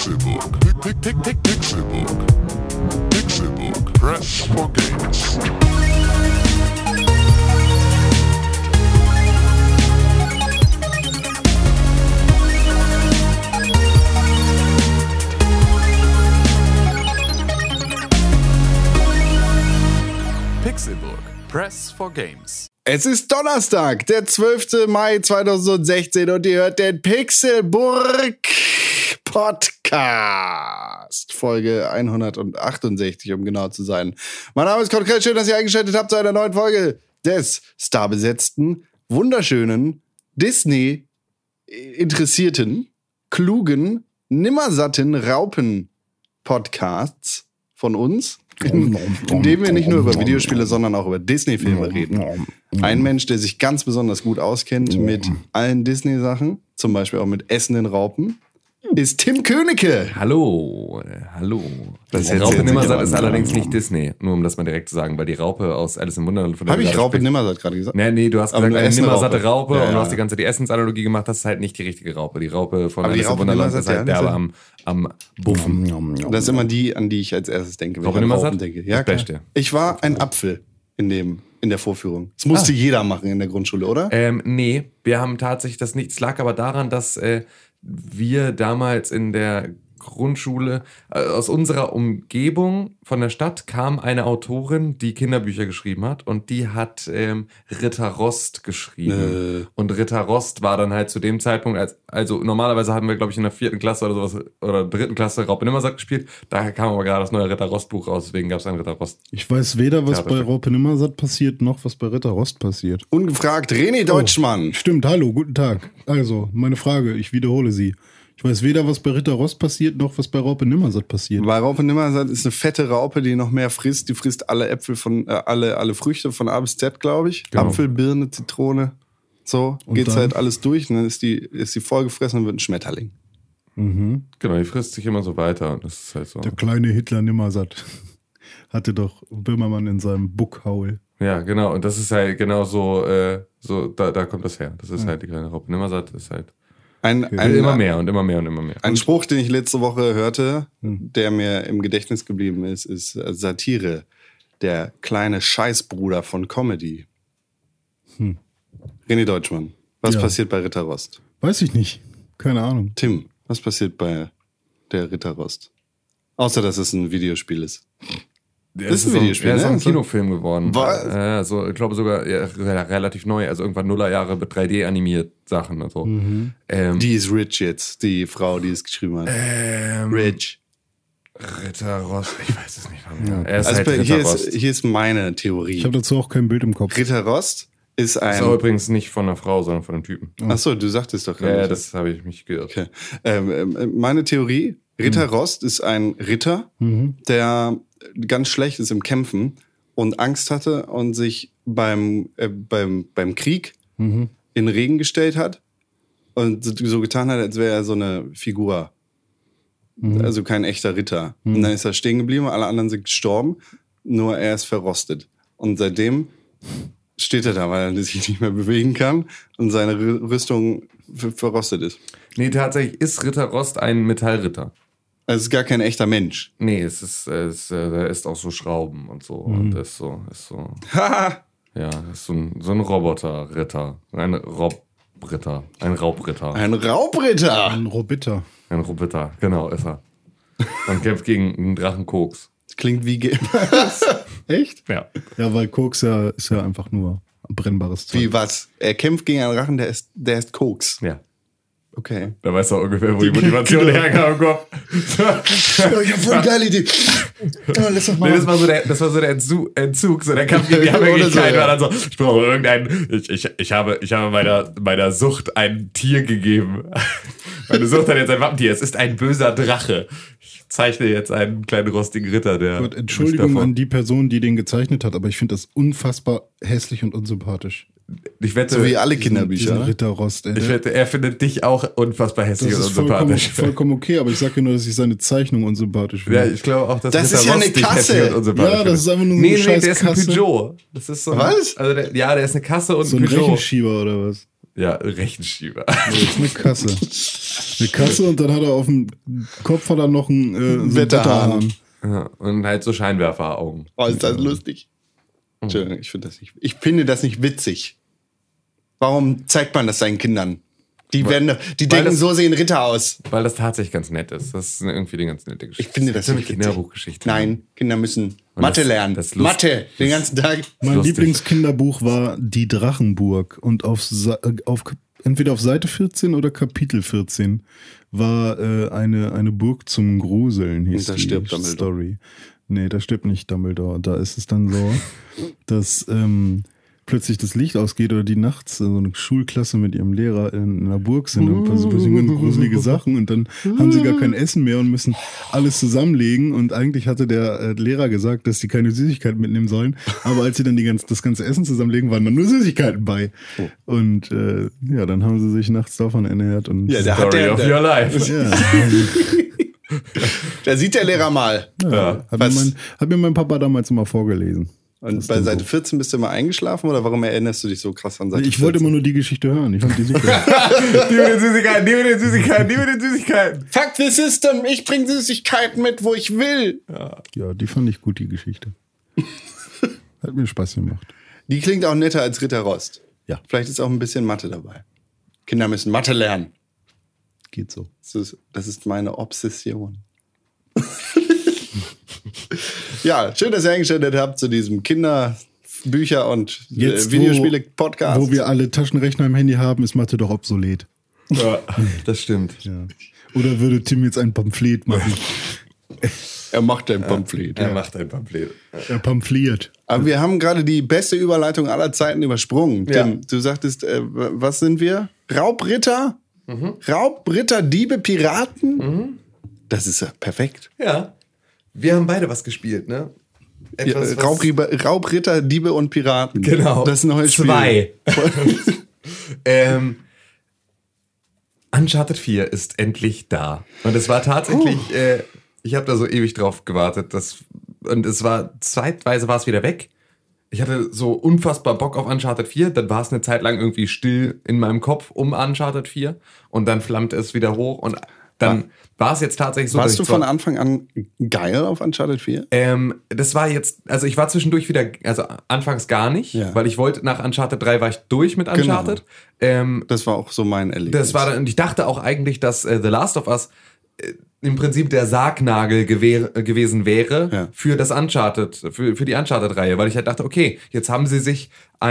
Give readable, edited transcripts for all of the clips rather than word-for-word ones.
Pixelbook. Pixelbook. Pixelbook. Press for games. Pixelbook. Press for games. Es ist Donnerstag, der 12. Mai 2016 und ihr hört den Pixelburg Podcast. Folge 168, um genau zu sein. Mein Name ist Konkret, schön, dass ihr eingeschaltet habt zu einer neuen Folge des starbesetzten, wunderschönen, Disney-interessierten, klugen, nimmersatten Raupen-Podcasts von uns. In dem wir nicht nur über Videospiele, sondern auch über Disney-Filme reden. Ein Mensch, der sich ganz besonders gut auskennt mit allen Disney-Sachen, zum Beispiel auch mit essenden Raupen, ist Tim Königke. Hallo. Das Raupe Nimmersatt ist allerdings nicht Disney, nur um das mal direkt zu sagen, weil die Raupe aus Alice im Wunderland von der Habe ich Raupe Nimmersatt gerade gesagt? Nee, du hast gesagt, eine nimmersatte Raupe ja, und du hast die ganze die Essensanalogie gemacht, das ist halt nicht die richtige Raupe. Die Raupe von Alice im Wunderland ist halt derbe am Buffen. Das ist immer die, an die ich als erstes denke, wenn Raupe ich an Nimmersatt? Raupen denke. Ja, Das klar. Beste. Ich war ein Apfel in der Vorführung. Das musste jeder machen in der Grundschule, oder? Nee, wir haben tatsächlich das nicht. Es lag aber daran, dass wir damals in der Grundschule, aus unserer Umgebung von der Stadt kam eine Autorin, die Kinderbücher geschrieben hat und die hat Ritter Rost geschrieben. Und Ritter Rost war dann halt zu dem Zeitpunkt, also normalerweise hatten wir, glaube ich, in der 4. Klasse oder sowas, oder 3. Klasse Raupe Nimmersatt gespielt, da kam aber gerade das neue Ritter Rost Buch raus, deswegen gab es ein Ritter Rost. Ich weiß weder, was bei Raupe Nimmersatt passiert, noch was bei Ritter Rost passiert. Ungefragt, René Deutschmann. Stimmt, hallo, guten Tag. Also, meine Frage, ich wiederhole sie. Ich weiß weder, was bei Ritter Rost passiert, noch was bei Raupe Nimmersatt passiert. Weil Raupe Nimmersatt ist eine fette Raupe, die noch mehr frisst. Die frisst alle Äpfel von, alle Früchte von A bis Z, glaube ich. Genau. Apfel, Birne, Zitrone. So, Und geht's dann? halt alles durch. Und dann ist die vollgefressen und wird ein Schmetterling. Mhm. Genau, die frisst sich immer so weiter und das ist halt so. Der kleine Hitler Nimmersatt hatte doch Böhmermann in seinem Buckhaul. Ja, genau, und das ist halt genau so, da kommt das her. Das ist halt die kleine Raupe Nimmersatt, das ist halt immer mehr und immer mehr und immer mehr. Ein Spruch, den ich letzte Woche hörte, der mir im Gedächtnis geblieben ist Satire. Der kleine Scheißbruder von Comedy. René Deutschmann, was passiert bei Ritter Rost? Weiß ich nicht. Keine Ahnung. Tim, was passiert bei der Ritter Rost? Außer, dass es ein Videospiel ist. Das ist ein Videospiel, ja, ist ne? ein Kinofilm geworden. Was? Ich glaube sogar relativ neu, also irgendwann Nullerjahre mit 3D animiert Sachen und so. Die ist rich jetzt, die Frau, die es geschrieben hat. Rich. Ritter Rost, ich weiß es nicht mehr. Ja. Er ist Also halt Ritter Rost. hier ist meine Theorie. Ich habe dazu auch kein Bild im Kopf. Ritter Rost ist Das ist aber übrigens nicht von einer Frau, sondern von einem Typen. Achso, du sagtest doch gerade. Ja, das habe ich mich geirrt. Okay. Meine Theorie, Ritter Rost ist ein Ritter, der ganz schlecht ist im Kämpfen und Angst hatte und sich beim Krieg in Regen gestellt hat und so getan hat, als wäre er so eine Figur. Also kein echter Ritter. Und dann ist er stehen geblieben, alle anderen sind gestorben, nur er ist verrostet. Und seitdem steht er da, weil er sich nicht mehr bewegen kann und seine Rüstung verrostet ist. Nee, tatsächlich ist Ritter Rost ein Metallritter. Also es ist gar kein echter Mensch. Nee, er ist auch so Schrauben und so. Und ist so. Haha! Ja, ist so ein Roboter-Ritter. Ein Raubritter. Ein Raubritter! Ein Robitter. Ein Roboter, genau, ist er. Man kämpft gegen einen Drachen Koks. Das klingt wie... Echt? Ja. Ja, weil Koks ist ja einfach nur brennbares Zeug. Wie was? Er kämpft gegen einen Rachen, der ist Koks. Ja. Okay. Da weißt du auch ungefähr, wo die Motivation herkam im Kopf. Ich hab voll eine geile Idee. Lass doch mal. Nee, das war so der Entzug, so der Kampf gegen die Abhängigkeit war dann so, ich brauche ich habe meiner Sucht ein Tier gegeben. Meine Sucht hat jetzt ein Wappentier, es ist ein böser Drache. Ich zeichne jetzt einen kleinen rostigen Ritter, der... Gott, Entschuldigung an die Person, die den gezeichnet hat, aber ich finde das unfassbar hässlich und unsympathisch. Ich wette, So wie alle Diesen Kinderbücher. Ritter Rost, ey. ich wette, er findet dich auch unfassbar hässlich Das und ist unsympathisch. vollkommen okay, aber ich sage ja nur, dass ich seine Zeichnung unsympathisch finde. Ja, ich glaube auch, dass Das Ritter ist ja Rost eine dich Kasse. hässlich und unsympathisch Ja, das ist einfach nur so Nee, eine scheiß der ist ein Kasse. Peugeot. Das ist so. Was? Also der ist eine Kasse und So ein ein Peugeot. Rechenschieber oder was? Ja, Rechenschieber. Das ist eine Kasse. Eine Kasse und dann hat er auf dem Kopf noch einen so Wetterhahn. Ja, und halt so Scheinwerferaugen. Oh, ist das lustig. Entschuldigung, ich finde das nicht witzig. Warum zeigt man das seinen Kindern? Die denken, das- so sehen Ritter aus. Weil das tatsächlich ganz nett ist. Das ist irgendwie eine ganz nette Geschichte. Ich finde das so eine nicht witzig. Kinderbuchgeschichte. Nein, Kinder müssen Und Mathe das- lernen. das ist lustig. Mathe, den ganzen Tag. Mein lustig. Lieblingskinderbuch war Die Drachenburg und entweder auf Seite 14 oder Kapitel 14 war eine Burg zum Gruseln, hieß Da die stirbt Dumbledore. Story. Nee, da stirbt nicht Dumbledore. Da ist es dann so, dass plötzlich das Licht ausgeht oder die nachts so eine Schulklasse mit ihrem Lehrer in einer Burg sind und passieren ganz gruselige Sachen und dann haben sie gar kein Essen mehr und müssen alles zusammenlegen und eigentlich hatte der Lehrer gesagt, dass sie keine Süßigkeiten mitnehmen sollen, aber als sie dann das ganze Essen zusammenlegen, waren dann nur Süßigkeiten bei. Und ja, dann haben sie sich nachts davon ernährt und Ja, da Story of your life. ja, Da sieht der Lehrer mal. Ja. hat mir mein Papa damals immer vorgelesen. Und bei Seite 14 bist du immer eingeschlafen oder warum erinnerst du dich so krass an Seite 14? Ich wollte immer nur die Geschichte hören. Ich fand die super. Die mit den Süßigkeiten, die mit den Süßigkeiten, die mit den Süßigkeiten. Fuck the system, ich bring Süßigkeiten mit, wo ich will. Ja, die fand ich gut, die Geschichte. Hat mir Spaß gemacht. Die klingt auch netter als Ritter Rost. Ja. Vielleicht ist auch ein bisschen Mathe dabei. Kinder müssen Mathe lernen. Geht so. Das ist meine Obsession. Ja, schön, dass ihr eingeschaltet habt zu diesem Kinderbücher- und Jetzt, Videospiele-Podcast. Wo wir alle Taschenrechner im Handy haben, ist Mathe doch obsolet. Ja, das stimmt. Ja. Oder würde Tim jetzt ein Pamphlet machen? Er macht ein Pamphlet. Er macht ein Pamphlet. Er pamphliert. Aber wir haben gerade die beste Überleitung aller Zeiten übersprungen. Ja. Tim, du sagtest, was sind wir? Raubritter? Raubritter, Diebe, Piraten? Das ist ja perfekt. Ja. Wir haben beide was gespielt, ne? Ja, Raubritter, Diebe und Piraten. Genau. Das ist ein neues Spiel. 2. Uncharted 4 ist endlich da. Und es war tatsächlich, ich habe da so ewig drauf gewartet. Und es war, zeitweise war es wieder weg. Ich hatte so unfassbar Bock auf Uncharted 4. Dann war es eine Zeit lang irgendwie still in meinem Kopf um Uncharted 4. Und dann flammte es wieder hoch. Und dann war es jetzt tatsächlich so. Warst du dass von Anfang an geil auf Uncharted 4? das war jetzt, also ich war zwischendurch wieder, also anfangs gar nicht, Ja. weil ich wollte, nach Uncharted 3 war ich durch mit Uncharted. Das war auch so mein Erlebnis. Das war dann, und ich dachte auch eigentlich, dass The Last of Us im Prinzip der Sargnagel gewesen wäre Ja. für das Uncharted, für die Uncharted-Reihe, weil ich halt dachte, okay, jetzt haben sie sich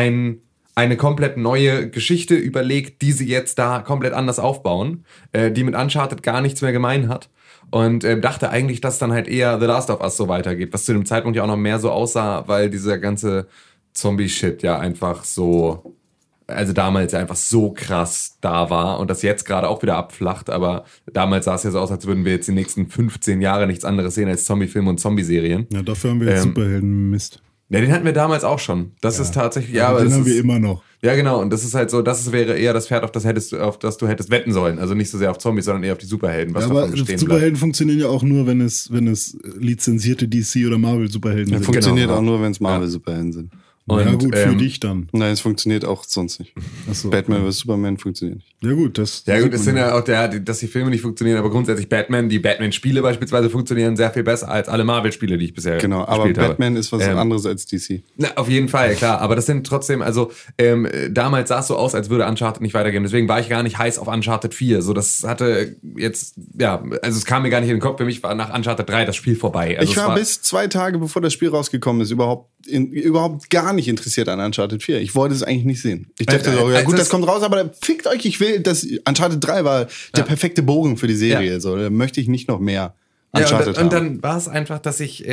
eine komplett neue Geschichte überlegt, die sie jetzt da komplett anders aufbauen, die mit Uncharted gar nichts mehr gemein hat. Und dachte eigentlich, dass dann halt eher The Last of Us so weitergeht, was zu dem Zeitpunkt ja auch noch mehr so aussah, weil dieser ganze Zombie-Shit ja einfach so, also damals ja einfach so krass da war und das jetzt gerade auch wieder abflacht, aber damals sah es ja so aus, als würden wir jetzt die nächsten 15 Jahre nichts anderes sehen als Zombie-Filme und Zombie-Serien. Ja, dafür haben wir jetzt Superhelden-Mist. Ja, den hatten wir damals auch schon. Das ist tatsächlich, ja, aber den das haben ist, wir immer noch. ja, genau. Und das ist halt so, das wäre eher das Pferd, auf das du hättest wetten sollen. Also nicht so sehr auf Zombies, sondern eher auf die Superhelden, was Ja, davon aber bestehen Superhelden bleibt. funktionieren ja auch nur, wenn es lizenzierte DC oder Marvel Superhelden sind. Funktioniert Genau. auch nur, wenn es Marvel-Superhelden sind. Ja Und, gut, für dich dann. Nein, es funktioniert auch sonst nicht. Achso. Batman vs. Superman funktioniert nicht. Ja gut, das Ja gut, sieht es man sind ja auch, dass die Filme nicht funktionieren, aber grundsätzlich die Batman-Spiele beispielsweise funktionieren sehr viel besser als alle Marvel-Spiele, die ich bisher Genau, aber gespielt habe. Batman ist was anderes als DC. Na, auf jeden Fall, klar. Aber das sind trotzdem, also damals sah es so aus, als würde Uncharted nicht weitergehen. Deswegen war ich gar nicht heiß auf Uncharted 4. So, das hatte jetzt, ja, also es kam mir gar nicht in den Kopf. Für mich war nach Uncharted 3 das Spiel vorbei. Also Ich war bis 2 Tage, bevor das Spiel rausgekommen ist, überhaupt gar nicht interessiert an Uncharted 4. Ich wollte es eigentlich nicht sehen. Ich dachte so, ja gut, das kommt raus, aber fickt euch, ich will, Uncharted 3 war der perfekte Bogen für die Serie. Ja. So, da möchte ich nicht noch mehr Ja, Uncharted und haben. dann war es einfach, dass ich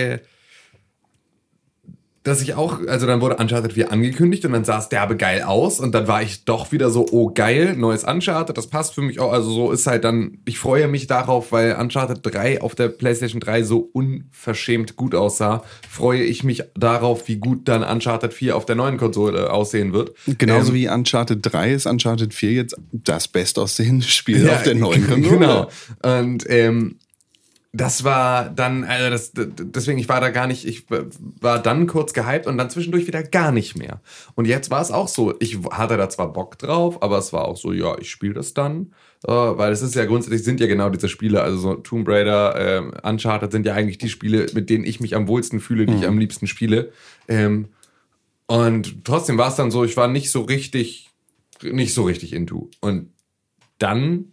auch, also dann wurde Uncharted 4 angekündigt und dann sah es derbe geil aus und dann war ich doch wieder so, oh geil, neues Uncharted, das passt für mich auch, also so ist halt dann, ich freue mich darauf, weil Uncharted 3 auf der PlayStation 3 so unverschämt gut aussah, freue ich mich darauf, wie gut dann Uncharted 4 auf der neuen Konsole aussehen wird. Genauso wie Uncharted 3 ist Uncharted 4 jetzt das bestaussehende Spiel auf der neuen Konsole. Genau. Und das war dann, also deswegen, ich war dann kurz gehypt und dann zwischendurch wieder gar nicht mehr. Und jetzt war es auch so, ich hatte da zwar Bock drauf, aber es war auch so, ja, ich spiele das dann, weil es ist ja grundsätzlich, sind ja genau diese Spiele, also so Tomb Raider, Uncharted sind ja eigentlich die Spiele, mit denen ich mich am wohlsten fühle, die ich am liebsten spiele. Und trotzdem war es dann so, ich war nicht so richtig into. Und dann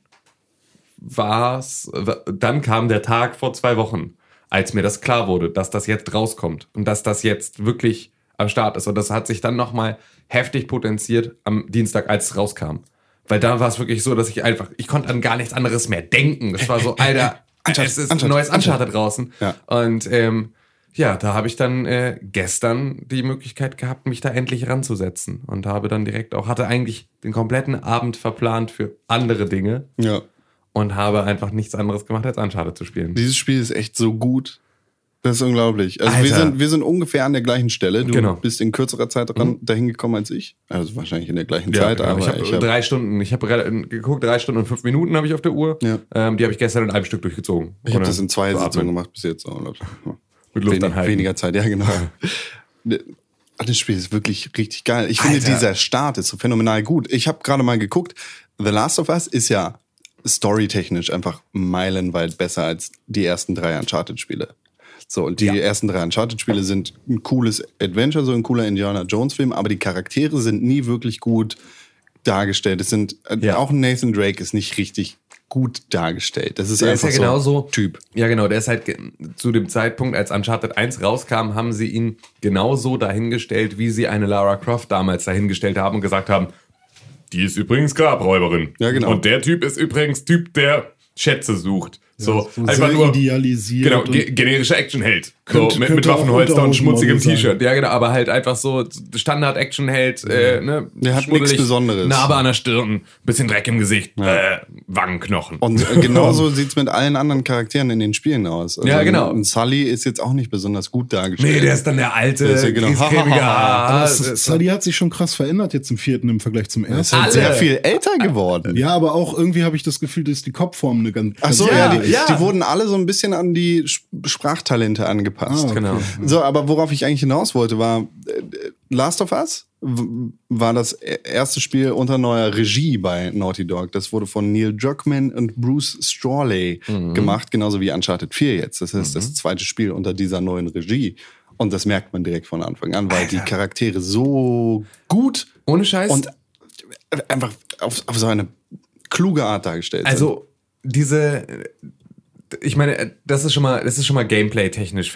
kam der Tag vor 2 Wochen, als mir das klar wurde, dass das jetzt rauskommt und dass das jetzt wirklich am Start ist. Und das hat sich dann nochmal heftig potenziert am Dienstag, als es rauskam. Weil da war es wirklich so, dass ich konnte an gar nichts anderes mehr denken. Das war so, Alter, es ist ein neues Uncharted draußen. Ja. Und da habe ich dann gestern die Möglichkeit gehabt, mich da endlich ranzusetzen. Und habe dann hatte eigentlich den kompletten Abend verplant für andere Dinge. Ja. Und habe einfach nichts anderes gemacht, als Uncharted zu spielen. Dieses Spiel ist echt so gut. Das ist unglaublich. Also wir sind ungefähr an der gleichen Stelle. Du bist in kürzerer Zeit dahin gekommen als ich. Also wahrscheinlich in der gleichen Zeit. Genau. Aber ich habe 3 Stunden, geguckt, 3 Stunden und 5 Minuten habe ich auf der Uhr. Ja. Die habe ich gestern in einem Stück durchgezogen. Ich habe das in 2 Sitzungen gemacht bis jetzt. Mit Luft anhalten. Weniger Zeit, ja genau. Das Spiel ist wirklich richtig geil. Ich finde, dieser Start ist so phänomenal gut. Ich habe gerade mal geguckt, The Last of Us ist ja storytechnisch einfach meilenweit besser als die ersten 3 Uncharted-Spiele. So, und die ersten 3 Uncharted-Spiele sind ein cooles Adventure, so ein cooler Indiana-Jones-Film, aber die Charaktere sind nie wirklich gut dargestellt. Es sind, auch Nathan Drake ist nicht richtig gut dargestellt. Das ist der einfach ist ja genauso Typ. Ja, genau. Der ist halt zu dem Zeitpunkt, als Uncharted 1 rauskam, haben sie ihn genauso dahingestellt, wie sie eine Lara Croft damals dahingestellt haben und gesagt haben, die ist übrigens Grabräuberin. Ja, genau. Und der Typ ist übrigens Typ, der Schätze sucht. So, ja, einfach nur idealisiert. Genau, generischer Actionheld. So, mit Waffenholster und schmutzigem T-Shirt. Ja, genau, aber halt einfach so Standard-Actionheld, ne? Der hat nichts Besonderes. Narbe an der Stirn, bisschen Dreck im Gesicht, Wangenknochen. Und genauso sieht's mit allen anderen Charakteren in den Spielen aus. Also genau. Und Sully ist jetzt auch nicht besonders gut dargestellt. Nee, der ist dann der alte, Sully hat sich schon krass verändert jetzt im 4. im Vergleich zum 1. Er ist sehr viel älter geworden. Ja, aber auch irgendwie habe ich das Gefühl, dass die Kopfform eine ganz... Ach so, die wurden alle so ein bisschen an die Sprachtalente angepasst. Okay. Genau. So, aber worauf ich eigentlich hinaus wollte, war Last of Us war das erste Spiel unter neuer Regie bei Naughty Dog. Das wurde von Neil Druckmann und Bruce Straley gemacht, genauso wie Uncharted 4 jetzt. Das ist das zweite Spiel unter dieser neuen Regie. Und das merkt man direkt von Anfang an, weil die Charaktere so gut ohne Scheiß und einfach auf so eine kluge Art dargestellt sind. Also ich meine, das ist schon mal Gameplay-technisch,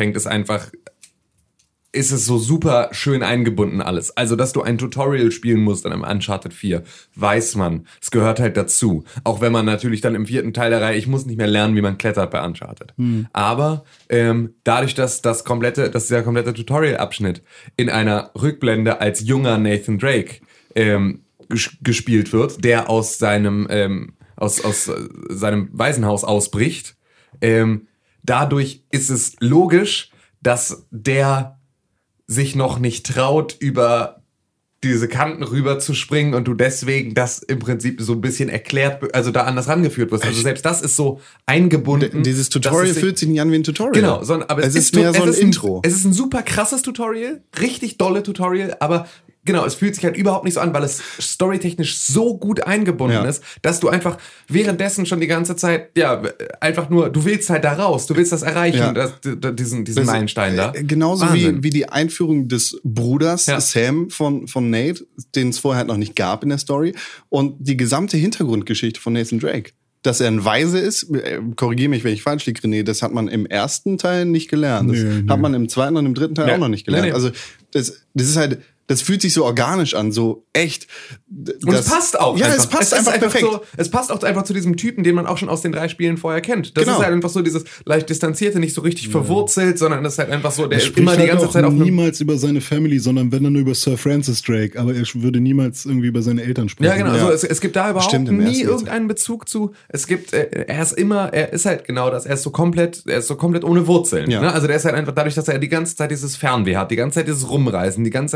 ist es so super schön eingebunden alles. Also, dass du ein Tutorial spielen musst an einem Uncharted 4, weiß man. Es gehört halt dazu. Auch wenn man natürlich dann im 4. Teil der Reihe, ich muss nicht mehr lernen, wie man klettert bei Uncharted. Aber dadurch, dass dieser komplette Tutorial-Abschnitt in einer Rückblende als junger Nathan Drake gespielt wird, der aus seinem Waisenhaus ausbricht, dadurch ist es logisch, dass der sich noch nicht traut, über diese Kanten rüber zu springen und du deswegen das im Prinzip so ein bisschen erklärt, also da anders rangeführt wirst. Also selbst das ist so eingebunden. Dieses Tutorial fühlt sich nicht an wie ein Tutorial. Genau, aber es ist mehr so ein Intro. Es ist ein super krasses Tutorial, richtig dolle Tutorial, aber genau, es fühlt sich halt überhaupt nicht so an, weil es storytechnisch so gut eingebunden ist, dass du einfach währenddessen schon die ganze Zeit, einfach nur, du willst halt da raus, du willst das erreichen, diesen Meilenstein da. Genauso wie die Einführung des Bruders Sam von Nate, den es vorher noch nicht gab in der Story, und die gesamte Hintergrundgeschichte von Nathan Drake. Dass er ein Weise ist, korrigiere mich, wenn ich falsch liege, René, das hat man im ersten Teil nicht gelernt. Das hat man im 2. und im 3. Teil auch noch nicht gelernt. Also das ist halt... Das fühlt sich so organisch an, so echt. Und es passt auch. Ja, es passt einfach perfekt. Es passt auch einfach zu diesem Typen, den man auch schon aus den 3 Spielen vorher kennt. Das ist halt einfach so dieses leicht distanzierte, nicht so richtig verwurzelt, sondern das ist halt einfach so, der ist immer die ganze Zeit auf niemals über seine Family, sondern wenn dann nur über Sir Francis Drake. Aber er würde niemals irgendwie über seine Eltern sprechen. Ja, genau. Also es gibt da überhaupt nie irgendeinen Bezug zu. Es gibt, er ist halt genau das. Er ist so komplett ohne Wurzeln. Ja. Ne? Also der ist halt einfach dadurch, dass er die ganze Zeit dieses Fernweh hat, die ganze Zeit dieses Rumreisen, die ganze Zeit dieses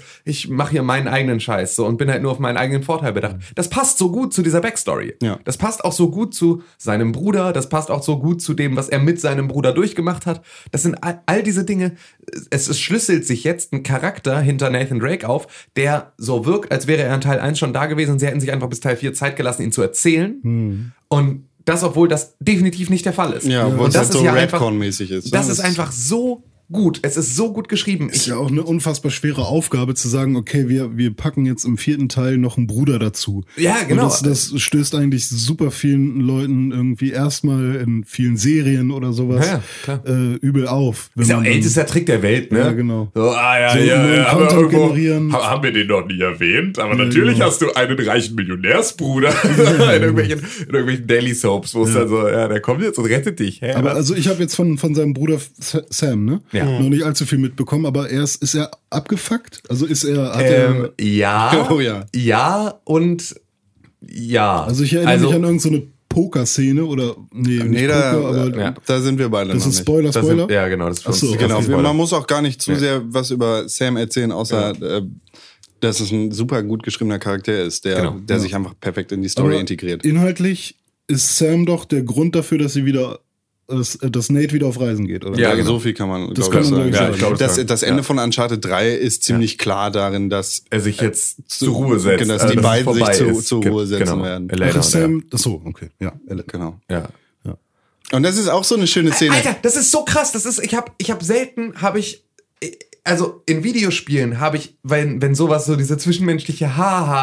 ich mache hier meinen eigenen Scheiß so und bin halt nur auf meinen eigenen Vorteil bedacht. Das passt so gut zu dieser Backstory. Ja. Das passt auch so gut zu seinem Bruder, das passt auch so gut zu dem, was er mit seinem Bruder durchgemacht hat. Das sind all diese Dinge. Es schlüsselt sich jetzt ein Charakter hinter Nathan Drake auf, der so wirkt, als wäre er in Teil 1 schon da gewesen und sie hätten sich einfach bis Teil 4 Zeit gelassen, ihn zu erzählen. Und das, obwohl das definitiv nicht der Fall ist. Ja, obwohl und es das halt ist so ja einfach, Redcon-mäßig ist. das ist einfach so gut. Es ist so gut geschrieben. Ist ja auch eine unfassbar schwere Aufgabe zu sagen, okay, wir packen jetzt im 4. Teil noch einen Bruder dazu. Ja, genau. Und das stößt eigentlich super vielen Leuten irgendwie erstmal in vielen Serien oder sowas Ja, klar. Übel auf. Wenn Ist ja auch man dann- ältester Trick der Welt, ne? Ja, genau. So, So neuen haben wir Content generieren. haben wir den noch nie erwähnt, aber Ja, natürlich genau. hast du einen reichen Millionärsbruder in irgendwelchen Daily Soaps, wo es dann so, ja, der kommt jetzt und rettet dich. Hä, Aber was? also ich habe jetzt von seinem Bruder Sam, ne? Ja. Noch nicht allzu viel mitbekommen, aber ist er abgefuckt? Also hat er, Ja, Oh ja. ja und ja. also ich erinnere mich an irgendeine so eine Poker-Szene oder, nicht Nee, Poker, aber ja. da sind wir beide das noch ist nicht. Spoiler. Ja, genau. Das ist für Ach so, uns Genau, ganz Spoiler. man muss auch gar nicht zu sehr was über Sam erzählen, außer dass es ein super gut geschriebener Charakter ist, der sich einfach perfekt in die Story Aber integriert. Inhaltlich ist Sam doch der Grund dafür, dass dass Nate wieder auf Reisen geht, oder? Ja, Ja, genau. so viel kann man, Das glaub kann man, ich, glaub ich, sagen. sagen. ich glaub, Das Ende ja. von Uncharted 3 ist ziemlich klar darin, dass Er sich jetzt zur Ruhe setzt. Dass also, die es beiden sich vorbei ist. zur Ruhe setzen Genau. werden. Elena Ach, und Sam, achso, okay, ja. Genau. er. Ja. Und das ist auch so eine schöne Szene. Alter, das ist so krass. Ich hab selten, also in Videospielen habe ich, wenn sowas so diese zwischenmenschliche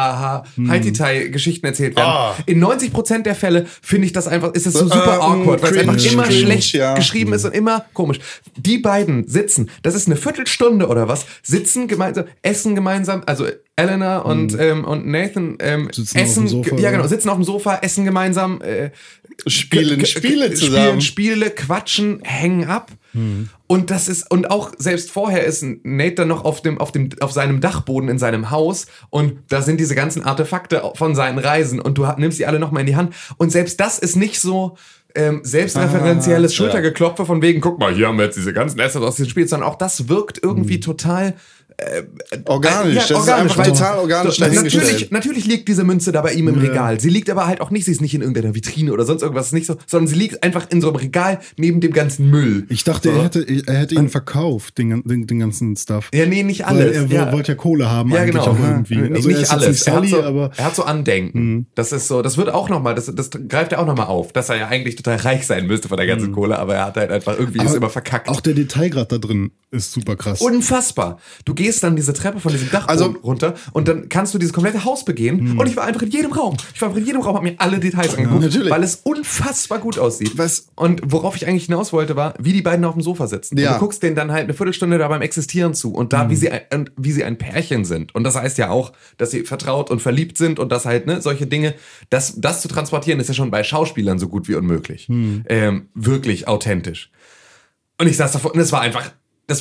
High-Detail-Geschichten erzählt werden, in 90% der Fälle finde ich das einfach, ist es so super awkward, weil es einfach cringe, immer cringe, schlecht ja. geschrieben ist und immer komisch. Die beiden sitzen, das ist eine Viertelstunde oder was, sitzen gemeinsam, essen gemeinsam, also Elena und Nathan Sitzen auf essen, dem Sofa, ja genau, ja. sitzen auf dem Sofa, essen gemeinsam, Spielen Spiele zusammen. Spielen Spiele, quatschen, hängen ab. Und das ist, und auch selbst vorher ist Nate dann noch auf seinem Dachboden in seinem Haus und da sind diese ganzen Artefakte von seinen Reisen und du nimmst die alle nochmal in die Hand. Und selbst das ist nicht so selbstreferenzielles Schultergeklopfe von wegen, guck mal, hier haben wir jetzt diese ganzen Assets aus dem Spiel, sondern auch das wirkt irgendwie total Organisch. ja, Das ist einfach weil- total organisch dahingestellt. Natürlich liegt diese Münze da bei ihm im Regal. Sie liegt aber halt auch nicht, sie ist nicht in irgendeiner Vitrine oder sonst irgendwas, nicht so, sondern sie liegt einfach in so einem Regal neben dem ganzen Müll. Ich dachte, er hätte ihn verkauft, den ganzen Stuff. Ja, nee, nicht Weil alles. er wollte ja Kohle haben Ja, eigentlich genau. auch irgendwie. Also er nicht ist alles. jetzt nicht Sully, aber Er hat so Andenken. Das ist so, das wird auch nochmal, das greift er auch nochmal auf, dass er ja eigentlich total reich sein müsste von der ganzen Kohle, aber er hat halt einfach irgendwie ist immer verkackt. auch der Detailgrad da drin ist super krass. Unfassbar. Du gehst dann diese Treppe von diesem Dachboden runter und dann kannst du dieses komplette Haus begehen und ich war einfach in jedem Raum. Hab mir alle Details angeguckt, natürlich. weil es unfassbar gut aussieht. Was- Und worauf ich eigentlich hinaus wollte, war, wie die beiden auf dem Sofa sitzen. Ja. Und du guckst denen dann halt eine Viertelstunde da beim Existieren zu und da, wie sie ein Pärchen sind. Und das heißt ja auch, dass sie vertraut und verliebt sind und das halt, ne, solche Dinge, das zu transportieren, ist ja schon bei Schauspielern so gut wie unmöglich. Wirklich authentisch. Und ich saß davor und es war einfach,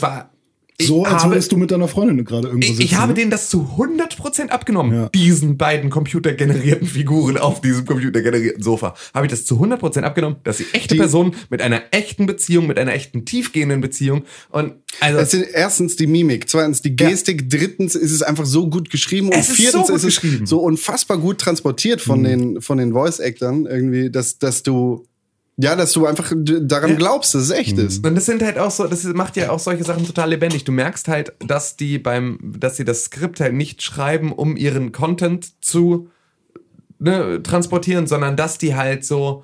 so, als würdest du mit deiner Freundin gerade irgendwo sitzen. ich habe ne? denen das zu 100% abgenommen. Ja. Diesen beiden computergenerierten Figuren auf diesem computergenerierten Sofa. Habe ich das zu 100% abgenommen, dass sie echte Personen mit einer echten Beziehung, mit einer echten tiefgehenden Beziehung und also Es sind erstens die Mimik, zweitens die Gestik, drittens ist es einfach so gut geschrieben und Es ist viertens so gut ist es geschrieben. so unfassbar gut transportiert von den Voice-Actern irgendwie, dass du einfach daran glaubst, dass es echt ist. Und das sind halt auch so, das macht ja auch solche Sachen total lebendig. Du merkst halt, dass sie das Skript halt nicht schreiben, um ihren Content zu transportieren, sondern dass die halt so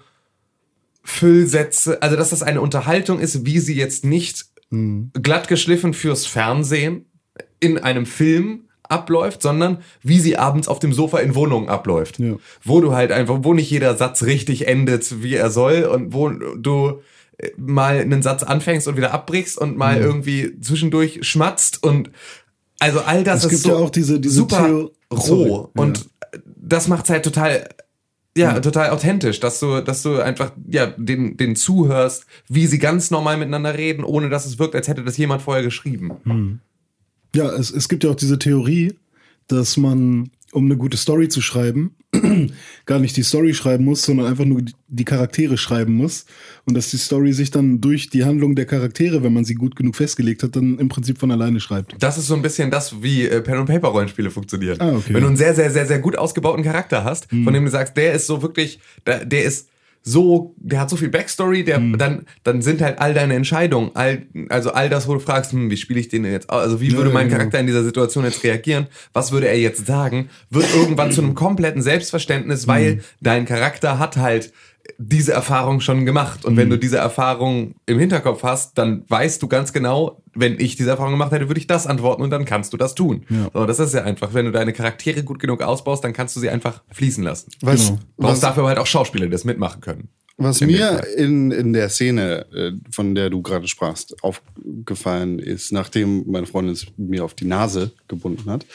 Füllsätze, also dass das eine Unterhaltung ist, wie sie jetzt nicht glatt geschliffen fürs Fernsehen in einem Film abläuft, sondern wie sie abends auf dem Sofa in Wohnungen abläuft. Ja. Wo du halt einfach, wo nicht jeder Satz richtig endet, wie er soll und wo du mal einen Satz anfängst und wieder abbrichst und mal irgendwie zwischendurch schmatzt und also all das Es ist gibt so ja auch diese super roh Sorry. und das macht's halt total total authentisch, dass du einfach den zuhörst, wie sie ganz normal miteinander reden, ohne dass es wirkt, als hätte das jemand vorher geschrieben. Ja, es gibt ja auch diese Theorie, dass man, um eine gute Story zu schreiben, gar nicht die Story schreiben muss, sondern einfach nur die Charaktere schreiben muss und dass die Story sich dann durch die Handlung der Charaktere, wenn man sie gut genug festgelegt hat, dann im Prinzip von alleine schreibt. Das ist so ein bisschen das, wie Pen-and-Paper-Rollenspiele funktionieren. Ah, okay. Wenn du einen sehr, sehr, sehr, sehr gut ausgebauten Charakter hast, von dem du sagst, der ist so wirklich, der ist so, der hat so viel Backstory, dann sind halt all deine Entscheidungen, also all das, wo du fragst, wie spiele ich den denn jetzt aus? Also wie würde mein Charakter in dieser Situation jetzt reagieren? Was würde er jetzt sagen? Wird irgendwann zu einem kompletten Selbstverständnis, weil dein Charakter hat halt diese Erfahrung schon gemacht. Und wenn du diese Erfahrung im Hinterkopf hast, dann weißt du ganz genau, wenn ich diese Erfahrung gemacht hätte, würde ich das antworten und dann kannst du das tun. Ja. So, das ist ja einfach. Wenn du deine Charaktere gut genug ausbaust, dann kannst du sie einfach fließen lassen. Was, Brauchst dafür aber halt auch Schauspieler, die das mitmachen können. Was mir in der Szene, von der du gerade sprachst, aufgefallen ist, nachdem meine Freundin es mir auf die Nase gebunden hat.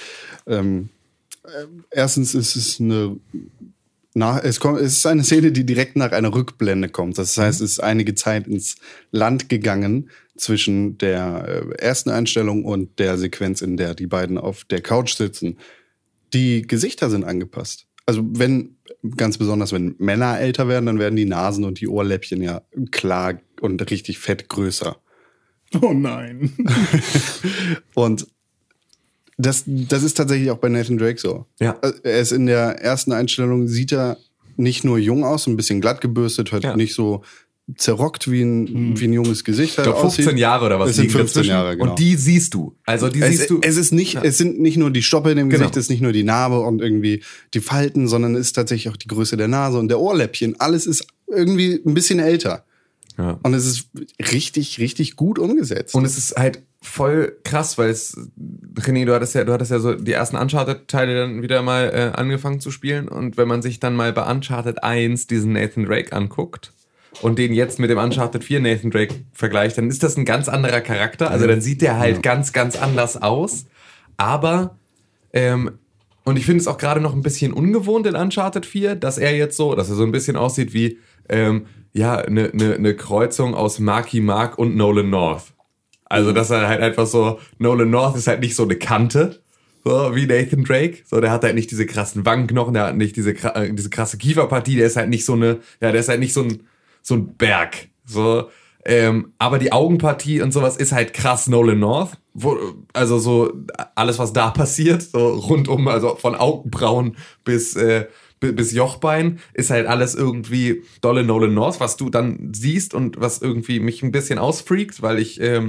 Erstens ist es es ist eine Szene, die direkt nach einer Rückblende kommt. Das heißt, es ist einige Zeit ins Land gegangen zwischen der ersten Einstellung und der Sequenz, in der die beiden auf der Couch sitzen. Die Gesichter sind angepasst. Also ganz besonders wenn Männer älter werden, dann werden die Nasen und die Ohrläppchen ja klar und richtig fett größer. Oh nein. Und das ist tatsächlich auch bei Nathan Drake so. Ja. Er ist in der ersten Einstellung, sieht er nicht nur jung aus, ein bisschen glatt gebürstet, halt nicht so zerrockt wie ein junges Gesicht. Ich glaube 15 Jahre oder was. Es sind 15 Jahre, genau. Und die siehst du. Also die siehst du. Es sind nicht nur die Stoppeln im Gesicht, es ist nicht nur die Narbe und irgendwie die Falten, sondern es ist tatsächlich auch die Größe der Nase und der Ohrläppchen. Alles ist irgendwie ein bisschen älter. Ja. Und es ist richtig, richtig gut umgesetzt. Und es ist halt voll krass, weil René, du hattest ja so die ersten Uncharted-Teile dann wieder mal angefangen zu spielen. Und wenn man sich dann mal bei Uncharted 1 diesen Nathan Drake anguckt und den jetzt mit dem Uncharted 4 Nathan Drake vergleicht, dann ist das ein ganz anderer Charakter. Also dann sieht der halt ganz, ganz anders aus. Aber, und ich finde es auch gerade noch ein bisschen ungewohnt in Uncharted 4, dass er so ein bisschen aussieht wie, eine Kreuzung aus Marky Mark und Nolan North. Also, dass er halt einfach so, Nolan North ist halt nicht so eine Kante, so wie Nathan Drake. So, der hat halt nicht diese krassen Wangenknochen, der hat nicht diese krasse Kieferpartie, der ist halt nicht so ein Berg. So, aber die Augenpartie und sowas ist halt krass Nolan North. Also so alles, was da passiert, so rundum, also von Augenbrauen bis Jochbein, ist halt alles irgendwie dolle Nolan North, was du dann siehst und was irgendwie mich ein bisschen ausfreakt, weil ich so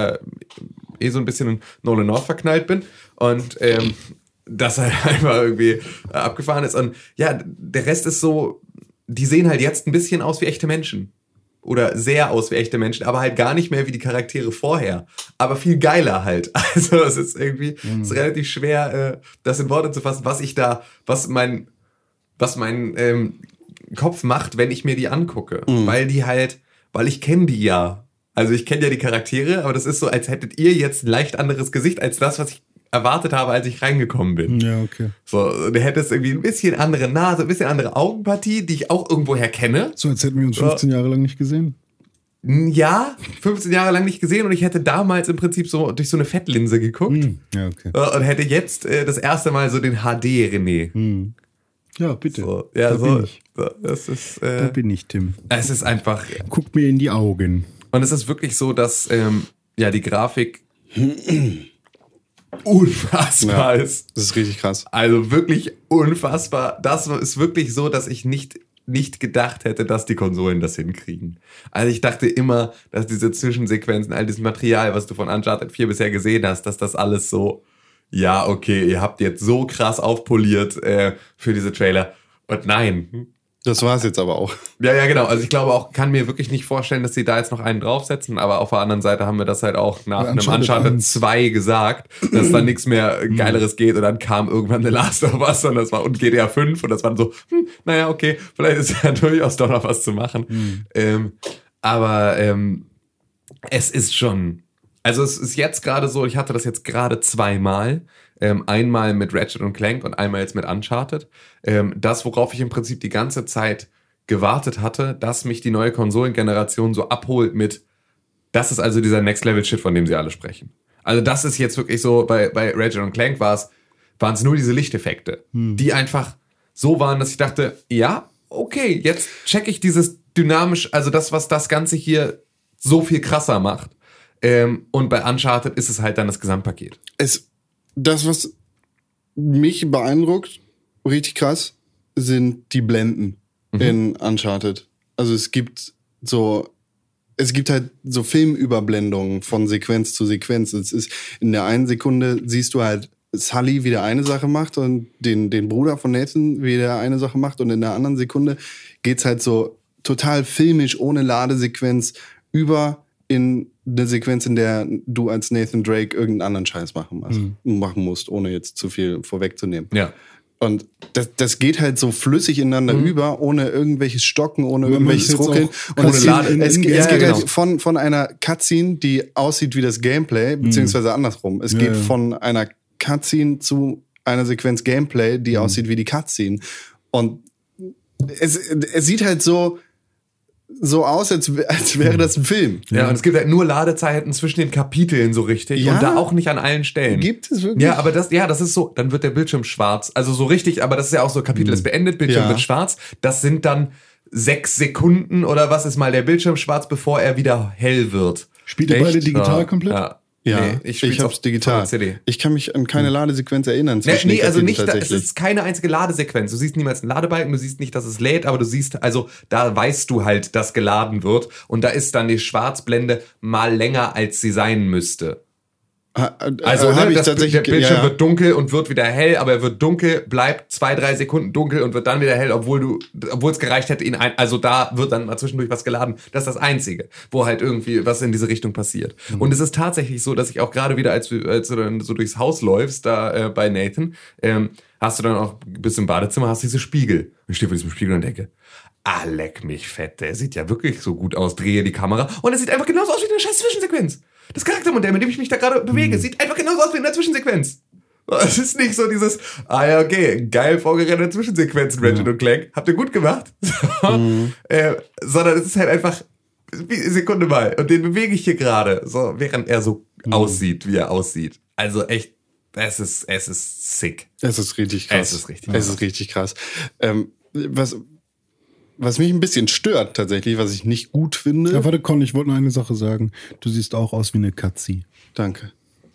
ein bisschen in Nolan North verknallt bin und das halt einfach irgendwie abgefahren ist. Und ja, der Rest ist so, die sehen halt jetzt ein bisschen aus wie echte Menschen. Oder sehr aus wie echte Menschen, aber halt gar nicht mehr wie die Charaktere vorher. Aber viel geiler halt. Also es ist irgendwie ist relativ schwer, das in Worte zu fassen, was mein Kopf macht, wenn ich mir die angucke. Weil ich kenne die ja. Also ich kenne ja die Charaktere, aber das ist so, als hättet ihr jetzt ein leicht anderes Gesicht als das, was ich erwartet habe, als ich reingekommen bin. Ja, okay. So, du hättest irgendwie ein bisschen andere Nase, ein bisschen andere Augenpartie, die ich auch irgendwoher kenne. So, als hätten wir uns 15 Jahre lang nicht gesehen. Ja, 15 Jahre lang nicht gesehen und ich hätte damals im Prinzip so durch so eine Fettlinse geguckt. Ja, okay. Und hätte jetzt das erste Mal so den HD-René. Ja, bitte. So, ja, da bin ich. Das ist, Da bin ich, Tim. es ist einfach. Guck mir in die Augen. Und es ist wirklich so, dass die Grafik unfassbar ist. Das ist richtig krass. Also wirklich unfassbar. Das ist wirklich so, dass ich nicht gedacht hätte, dass die Konsolen das hinkriegen. Also ich dachte immer, dass diese Zwischensequenzen, all dieses Material, was du von Uncharted 4 bisher gesehen hast, dass das alles so, ja, okay, ihr habt jetzt so krass aufpoliert für diese Trailer. Und nein. Das war es jetzt aber auch. Ja, genau. Also ich glaube auch, kann mir wirklich nicht vorstellen, dass sie da jetzt noch einen draufsetzen, aber auf der anderen Seite haben wir das halt auch nach einem Uncharted 2 gesagt, dass da nichts mehr Geileres geht und dann kam irgendwann The Last of Us und GTA 5 und das war so, naja, okay, vielleicht ist ja durchaus doch noch was zu machen. Aber es ist schon, also es ist jetzt gerade so, ich hatte das jetzt gerade zweimal, einmal mit Ratchet und Clank und einmal jetzt mit Uncharted. Das, worauf ich im Prinzip die ganze Zeit gewartet hatte, dass mich die neue Konsolengeneration so abholt mit, das ist also dieser Next-Level-Shit, von dem sie alle sprechen. Also das ist jetzt wirklich so, bei Ratchet und Clank waren es nur diese Lichteffekte, die einfach so waren, dass ich dachte, ja, okay, jetzt check ich dieses dynamisch, also das, was das Ganze hier so viel krasser macht. Und bei Uncharted ist es halt dann das Gesamtpaket. Das, was mich beeindruckt, richtig krass, sind die Blenden in Uncharted. Also es gibt halt so Filmüberblendungen von Sequenz zu Sequenz. Es ist in der einen Sekunde siehst du halt Sully, wie der eine Sache macht und den Bruder von Nathan, wie der eine Sache macht, und in der anderen Sekunde geht's halt so total filmisch, ohne Ladesequenz, über in eine Sequenz, in der du als Nathan Drake irgendeinen anderen Scheiß machen musst, ohne jetzt zu viel vorwegzunehmen. Ja. Und das geht halt so flüssig ineinander über, ohne irgendwelches Stocken, ohne irgendwelches Ruckeln. Und es geht halt von einer Cutscene, die aussieht wie das Gameplay, beziehungsweise andersrum. Es geht von einer Cutscene zu einer Sequenz Gameplay, die aussieht wie die Cutscene. Und es sieht halt so aus, als wäre das ein Film. Ja, und es gibt halt nur Ladezeiten zwischen den Kapiteln so richtig. Ja? Und da auch nicht an allen Stellen. Gibt es wirklich? Ja, aber das ist so, dann wird der Bildschirm schwarz. Also so richtig, aber das ist ja auch so, Kapitel ist beendet, Bildschirm wird schwarz. Das sind dann 6 Sekunden oder was ist mal der Bildschirm schwarz, bevor er wieder hell wird. Spielt ihr beide digital komplett? Ja. Ja, Nee, ich hab's digital. CD. Ich kann mich an keine Ladesequenz erinnern. Nee, also nicht, es ist keine einzige Ladesequenz. Du siehst niemals einen Ladebalken, du siehst nicht, dass es lädt, aber du siehst, also da weißt du halt, dass geladen wird, und da ist dann die Schwarzblende mal länger, als sie sein müsste. Also der Bildschirm wird dunkel und wird wieder hell, aber er wird dunkel, bleibt 2-3 Sekunden dunkel und wird dann wieder hell, obwohl es gereicht hätte, also da wird dann mal zwischendurch was geladen. Das ist das Einzige, wo halt irgendwie was in diese Richtung passiert. Und es ist tatsächlich so, dass ich auch gerade wieder, als du dann so durchs Haus läufst, da bei Nathan, hast du dann auch, bist im Badezimmer, hast diese Spiegel. Ich stehe vor diesem Spiegel und denke, leck mich fett, der sieht ja wirklich so gut aus, drehe die Kamera und er sieht einfach genauso aus wie eine scheiß Zwischensequenz. Das Charaktermodell, mit dem ich mich da gerade bewege, sieht einfach genauso aus wie in der Zwischensequenz. Es ist nicht so dieses, ja, okay, geil vorgerenderte Zwischensequenzen, Ratchet und Clank, habt ihr gut gemacht. Sondern es ist halt einfach Sekunde mal und den bewege ich hier gerade, so während er so aussieht, wie er aussieht. Also echt, es ist sick. Es ist richtig krass. Es ist richtig krass. Was mich ein bisschen stört tatsächlich, was ich nicht gut finde. Ja, warte, Con, ich wollte nur eine Sache sagen. Du siehst auch aus wie eine Katzi. Danke.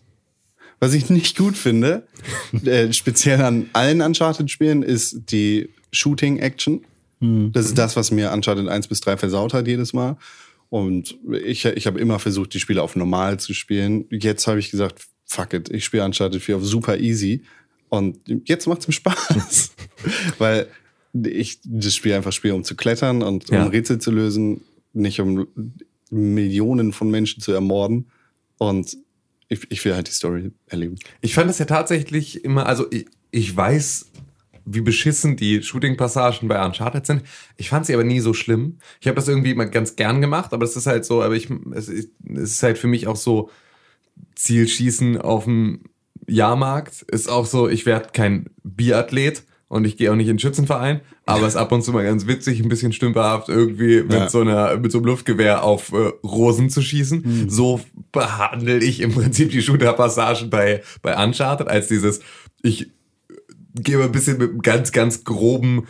Was ich nicht gut finde, speziell an allen Uncharted-Spielen, ist die Shooting-Action. Das ist das, was mir Uncharted 1 bis 3 versaut hat jedes Mal. Und ich habe immer versucht, die Spiele auf normal zu spielen. Jetzt habe ich gesagt, fuck it, ich spiele Uncharted 4 auf super easy. Und jetzt macht's mir Spaß. Weil ich das Spiel einfach spiele, um zu klettern und um Rätsel zu lösen, nicht um Millionen von Menschen zu ermorden. Und ich will halt die Story erleben. Ich fand das ja tatsächlich immer, also ich weiß, wie beschissen die Shooting-Passagen bei Uncharted sind. Ich fand sie aber nie so schlimm. Ich habe das irgendwie immer ganz gern gemacht, aber das ist halt so, es ist halt für mich auch so Zielschießen auf dem Jahrmarkt. Ist auch so, ich werde kein Biathlet. Und ich gehe auch nicht in den Schützenverein, aber es ist ab und zu mal ganz witzig, ein bisschen stümperhaft irgendwie mit so einem Luftgewehr auf Rosen zu schießen. So behandle ich im Prinzip die Shooter-Passagen bei Uncharted als dieses, ich gehe ein bisschen mit einem ganz, ganz groben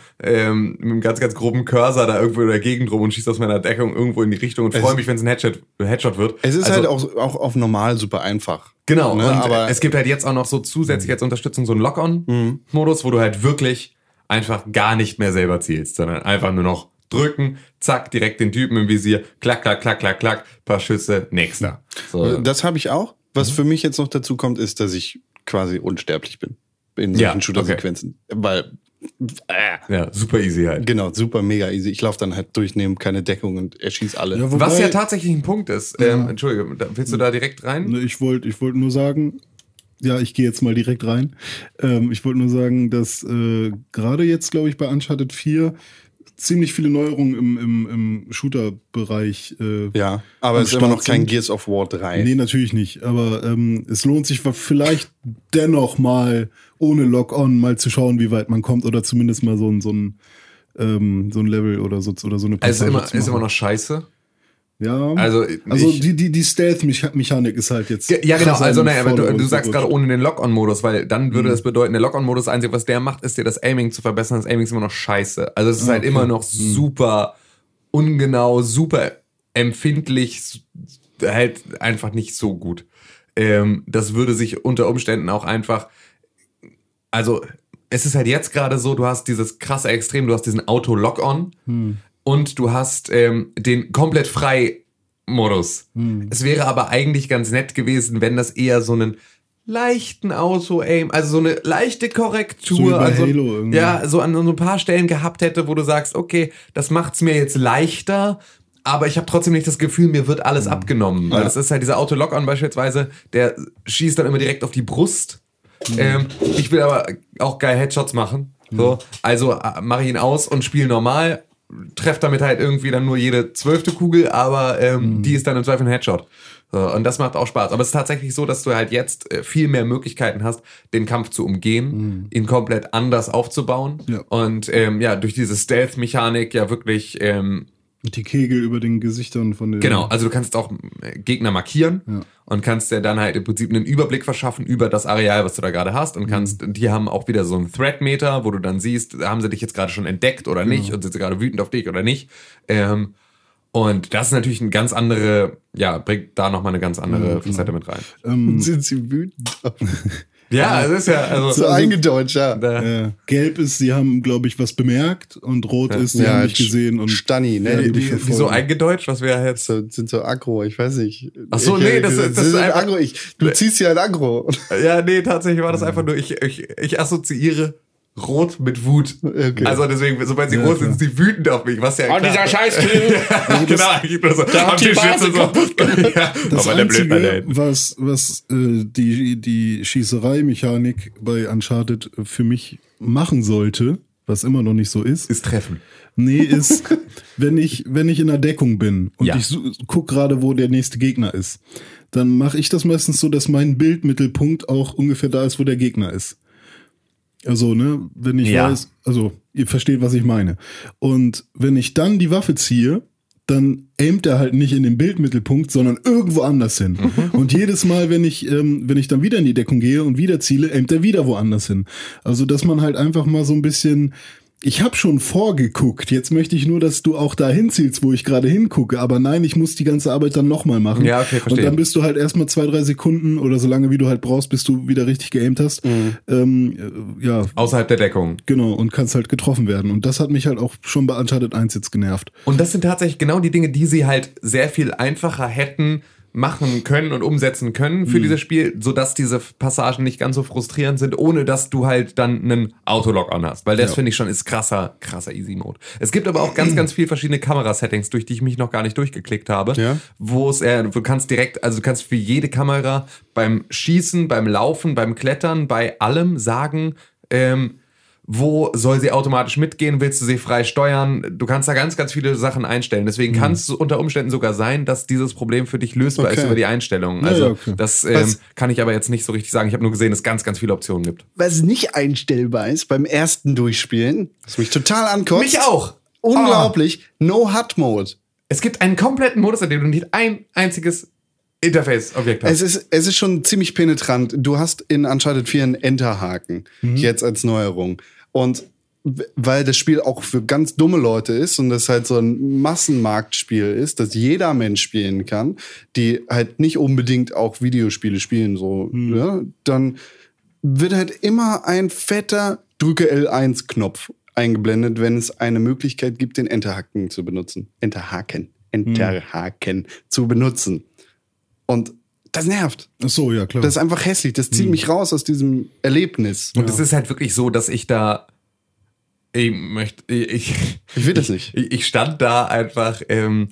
Cursor da irgendwo in der Gegend rum und schieße aus meiner Deckung irgendwo in die Richtung und freue mich, wenn es ein Headshot wird. Es ist halt auch auf normal super einfach. Genau, ne? Und aber es gibt halt jetzt auch noch so zusätzlich als Unterstützung so einen Lock-on-Modus, wo du halt wirklich einfach gar nicht mehr selber zielst, sondern einfach nur noch drücken, zack, direkt den Typen im Visier, klack, klack, klack, klack, klack, paar Schüsse, nächster. So. Das habe ich auch. Was für mich jetzt noch dazu kommt, ist, dass ich quasi unsterblich bin in solchen Shooter-Sequenzen. Weil ja, super easy halt. Genau, super mega easy. Ich laufe dann halt durch, nehme keine Deckung und erschieße alle. Ja, was ja tatsächlich ein Punkt ist. Entschuldige, willst du da direkt rein? Ich wollte nur sagen, ja, ich gehe jetzt mal direkt rein. Ich wollte nur sagen, dass gerade jetzt, glaube ich, bei Uncharted 4 ziemlich viele Neuerungen im Shooter-Bereich ja, aber es ist immer noch kein Gears of War 3. Nee, natürlich nicht. Aber es lohnt sich vielleicht dennoch mal ohne Lock-on mal zu schauen, wie weit man kommt oder zumindest mal so ein Level oder so eine Passage ist immer noch scheiße. Ja, Also die Stealth-Mechanik ist halt jetzt. Ja, genau. krass Also, an den aber du Vordergrund sagst gerade gerutscht. ohne den Lock-on-Modus, weil dann würde das bedeuten, der Lock-on-Modus, einzig, was der macht, ist dir das Aiming zu verbessern. Das Aiming ist immer noch scheiße. Also, es ist halt okay. immer noch super ungenau, super empfindlich, halt einfach nicht so gut. Das würde sich unter Umständen auch einfach, also, es ist halt jetzt gerade so, du hast dieses krasse Extrem, du hast diesen Auto-Lock-on und du hast den komplett frei Modus. Es wäre aber eigentlich ganz nett gewesen, wenn das eher so einen leichten Auto-Aim, also so eine leichte Korrektur So wie bei an Halo irgendwie. ja, so an so ein paar Stellen gehabt hätte, wo du sagst, okay, das macht's mir jetzt leichter, aber ich habe trotzdem nicht das Gefühl, mir wird alles abgenommen. Weil das ist halt dieser Auto-Lock-on beispielsweise, der schießt dann immer direkt auf die Brust. Ich will aber auch geil Headshots machen. So. Also mache ich ihn aus und spiele normal, treffe damit halt irgendwie dann nur jede 12. Kugel, aber die ist dann im Zweifel ein Headshot. So, und das macht auch Spaß. Aber es ist tatsächlich so, dass du halt jetzt viel mehr Möglichkeiten hast, den Kampf zu umgehen, ihn komplett anders aufzubauen. Ja. Und durch diese Stealth-Mechanik ja wirklich Und die Kegel über den Gesichtern von den. genau, also du kannst auch Gegner markieren und kannst dir dann halt im Prinzip einen Überblick verschaffen über das Areal, was du da gerade hast und kannst, die haben auch wieder so einen Threat-Meter, wo du dann siehst, haben sie dich jetzt gerade schon entdeckt oder nicht und sind sie gerade wütend auf dich oder nicht. Und das ist natürlich ein ganz andere, bringt da nochmal eine ganz andere Facette mit rein. Sind sie wütend? Ja, es ist ja, also So eingedeutscht, ja. Gelb ist, sie haben, glaube ich, was bemerkt und rot ist, sie haben mich gesehen und Stani, ne? werden Die dich wieso verfolgen. eingedeutscht, was wäre jetzt? sind so aggro, ich weiß nicht. Ach so, nee, das ist sind einfach- aggro. Du ziehst ja ein aggro. Ja, nee, tatsächlich war das einfach nur, ich assoziiere Rot mit Wut. Okay. Also deswegen, sobald sie Ja, rot klar. sind, sind sie wütend auf mich, was ja Oh, klar. dieser Scheißtyp! Ja, genau, eigentlich nur so. Der hat die Vase kaputt gemacht. Ja, Das aber der Einzige, Blödmann, was die Schießerei-Mechanik bei Uncharted für mich machen sollte, was immer noch nicht so ist, ist Treffen. nee, ist, wenn ich in der Deckung bin und Ja. ich guck gerade, wo der nächste Gegner ist, dann mache ich das meistens so, dass mein Bildmittelpunkt auch ungefähr da ist, wo der Gegner ist. Also, ne, wenn ich Ja. weiß, also, ihr versteht, was ich meine. Und wenn ich dann die Waffe ziehe, dann aimt er halt nicht in den Bildmittelpunkt, sondern irgendwo anders hin. Und jedes Mal, wenn ich dann wieder in die Deckung gehe und wieder ziele, aimt er wieder woanders hin. Also, dass man halt einfach mal so ein bisschen, ich habe schon vorgeguckt, jetzt möchte ich nur, dass du auch da hinzielst, wo ich gerade hingucke, aber nein, ich muss die ganze Arbeit dann nochmal machen. Ja, okay, verstehe. Und dann bist du halt erstmal 2-3 Sekunden oder so lange, wie du halt brauchst, bis du wieder richtig geaimt hast. Ja, Außerhalb der Deckung. genau, und kannst halt getroffen werden. Und das hat mich halt auch schon bei Uncharted 1 jetzt genervt. Und das sind tatsächlich genau die Dinge, die sie halt sehr viel einfacher hätten machen können und umsetzen können für dieses Spiel, sodass diese Passagen nicht ganz so frustrierend sind, ohne dass du halt dann einen Autolock-on hast. Weil das finde ich schon ist krasser Easy-Mode. Es gibt aber auch ganz viel verschiedene Kamerasettings, durch die ich mich noch gar nicht durchgeklickt habe, Ja. wo es du kannst direkt, also du kannst für jede Kamera beim Schießen, beim Laufen, beim Klettern, bei allem sagen, wo soll sie automatisch mitgehen, willst du sie frei steuern? Du kannst da ganz viele Sachen einstellen. Deswegen kann es unter Umständen sogar sein, dass dieses Problem für dich lösbar ist Okay. über die Einstellungen. Ja, Also ja, okay. das Was- kann ich aber jetzt nicht so richtig sagen. Ich habe nur gesehen, dass es ganz viele Optionen gibt. Was nicht einstellbar ist beim ersten Durchspielen, was mich total ankotzt. Mich auch! Unglaublich. No HUD Mode. Es gibt einen kompletten Modus, in dem du nicht ein einziges Interface-Objekt hast. Es ist schon ziemlich penetrant. Du hast in Uncharted 4 einen Enterhaken, jetzt als Neuerung. Und weil das Spiel auch für ganz dumme Leute ist und das halt so ein Massenmarktspiel ist, das jeder Mensch spielen kann, die halt nicht unbedingt auch Videospiele spielen, so, ja, dann wird halt immer ein fetter Drücke L1-Knopf eingeblendet, wenn es eine Möglichkeit gibt, den Enterhaken zu benutzen. Enterhaken zu benutzen. Und das nervt. Ach so, ja, klar. Das ist einfach hässlich. Das zieht mich raus aus diesem Erlebnis. Und es ist halt wirklich so, dass ich da ich will das nicht. Ich stand da einfach du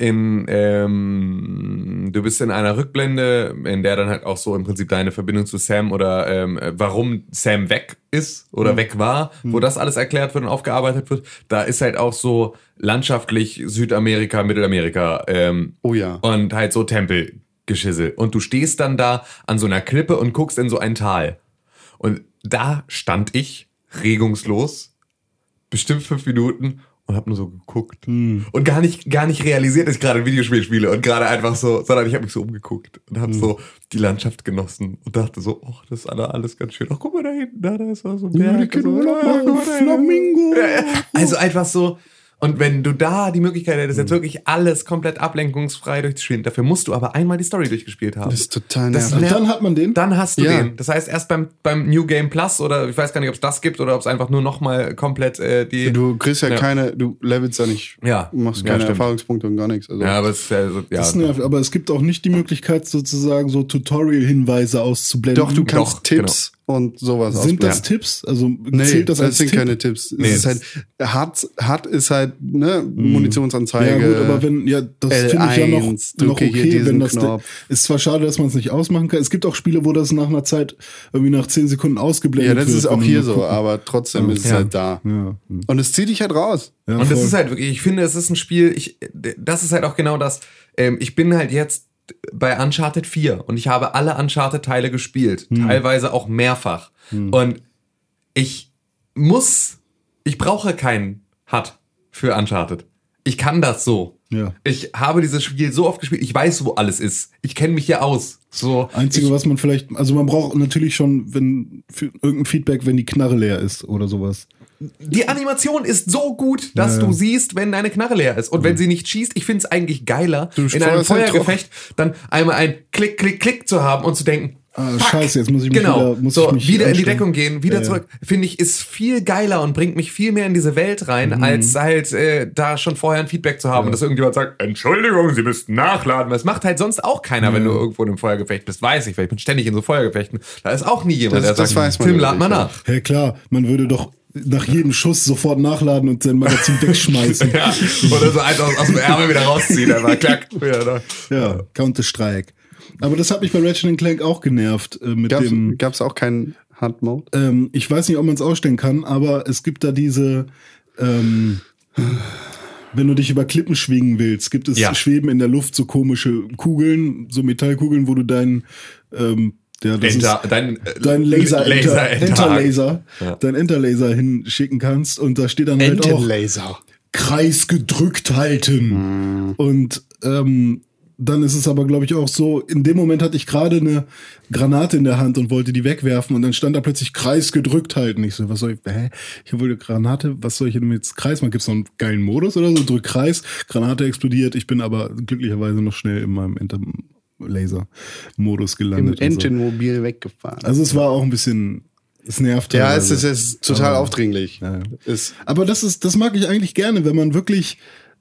bist in einer Rückblende, in der dann halt auch so im Prinzip deine Verbindung zu Sam oder warum Sam weg ist oder weg war, wo das alles erklärt wird und aufgearbeitet wird. Da ist halt auch so landschaftlich Südamerika, Mittelamerika Oh ja. und halt so Tempelgeschissel. Und du stehst dann da an so einer Klippe und guckst in so ein Tal. Und da stand ich regungslos bestimmt 5 Minuten und habe nur so geguckt und gar nicht realisiert, dass ich gerade ein Videospiel spiele und gerade einfach so, sondern ich habe mich so umgeguckt und habe so die Landschaft genossen und dachte so, oh, das ist alles ganz schön. Ach, guck mal da hinten, da ist so ein Berg. Flamingo. Also einfach so. Und wenn du da die Möglichkeit hättest, jetzt wirklich alles komplett ablenkungsfrei durchzuspielen, dafür musst du aber einmal die Story durchgespielt haben. Das ist total Das nervig. Und dann hat man den. Dann hast du Ja. den. Das heißt, erst beim New Game Plus oder ich weiß gar nicht, ob es das gibt oder ob es einfach nur nochmal komplett die... Du kriegst ja Ja. keine, du levelst ja nicht, Ja. machst Ja, keine stimmt. Erfahrungspunkte und gar nichts. Also. Ja, aber es ist ja so... Ja. Das nervt, aber es gibt auch nicht die Möglichkeit, sozusagen so Tutorial-Hinweise auszublenden. Doch, du kannst Doch, Tipps und sowas Sind das ausblenden. Tipps? Also Nee, zählt das als sind Tipp? keine Tipps. Nee, Es ist halt, hart ist halt, ne, Munitionsanzeige. Ja gut, aber wenn, ja, das finde ich ja noch drücke hier okay, diesen wenn das, Knopf. ist zwar schade, dass man es nicht ausmachen kann. Es gibt auch Spiele, wo das nach einer Zeit, irgendwie nach 10 Sekunden ausgeblendet Ja, wird. das ist auch wenn du hier nur so, gucken- aber trotzdem ist es Ja. halt da. Ja. Und es zieht dich halt raus. Ja, Und das voll. ist halt wirklich, ich finde, es ist ein Spiel, das ist halt auch genau das, ich bin halt jetzt bei Uncharted 4 und ich habe alle Uncharted-Teile gespielt, teilweise auch mehrfach. Und ich brauche keinen HUD für Uncharted. Ich kann das so. Ja. Ich habe dieses Spiel so oft gespielt, ich weiß, wo alles ist. Ich kenne mich hier aus. So, Einzige, was man vielleicht, also man braucht natürlich schon, wenn für irgendein Feedback, wenn die Knarre leer ist oder sowas. die Animation ist so gut, dass du siehst, wenn deine Knarre leer ist. Und wenn sie nicht schießt, ich finde es eigentlich geiler, in einem feuerst halt Feuergefecht dann einmal ein Klick, Klick, Klick zu haben und zu denken, Ah, fuck, scheiße, jetzt muss ich mich genau, wieder, muss so, ich mich wieder in die anstrengen. Deckung gehen, wieder Ja, ja. zurück. Finde ich, ist viel geiler und bringt mich viel mehr in diese Welt rein, als halt da schon vorher ein Feedback zu haben und dass irgendjemand sagt, Entschuldigung, Sie müssten nachladen. Das macht halt sonst auch keiner, wenn du irgendwo in einem Feuergefecht bist. Weiß ich, weil ich bin ständig in so Feuergefechten. Da ist auch nie jemand, Das der sagt, weiß man Tim, lad natürlich, mal ja. nach. Ja klar, man würde doch nach jedem Schuss sofort nachladen und sein Magazin wegschmeißen. Ja, oder so eins aus dem Ärmel wieder rausziehen, einfach klack, wieder da. Ja, Counter-Strike. Aber das hat mich bei Ratchet Clank auch genervt mit dem. Gab es auch keinen Hard Mode? Ich weiß nicht, ob man es ausstellen kann, aber es gibt da diese. Wenn du dich über Klippen schwingen willst, gibt es schweben in der Luft so komische Kugeln, so Metallkugeln, wo du dein dein Enter-Laser, Ja. dein Enter-Laser hinschicken kannst und da steht dann halt auch Entenlaser. Kreis gedrückt halten. Und dann ist es aber, glaube ich, auch so, in dem Moment hatte ich gerade eine Granate in der Hand und wollte die wegwerfen und dann stand da plötzlich Kreis gedrückt halten. Ich so, was soll ich, ich wollte Granate, was soll ich denn jetzt Kreis machen? Gibt es noch einen geilen Modus oder so? Drück Kreis, Granate explodiert. Ich bin aber glücklicherweise noch schnell in meinem Enter-Laser-Modus Im gelandet. und so. Entenmobil weggefahren. Also es war auch ein bisschen, es nervt. Ja, teilweise. es ist total aufdringlich. Ja. Ist, Aber das mag ich eigentlich gerne, wenn man wirklich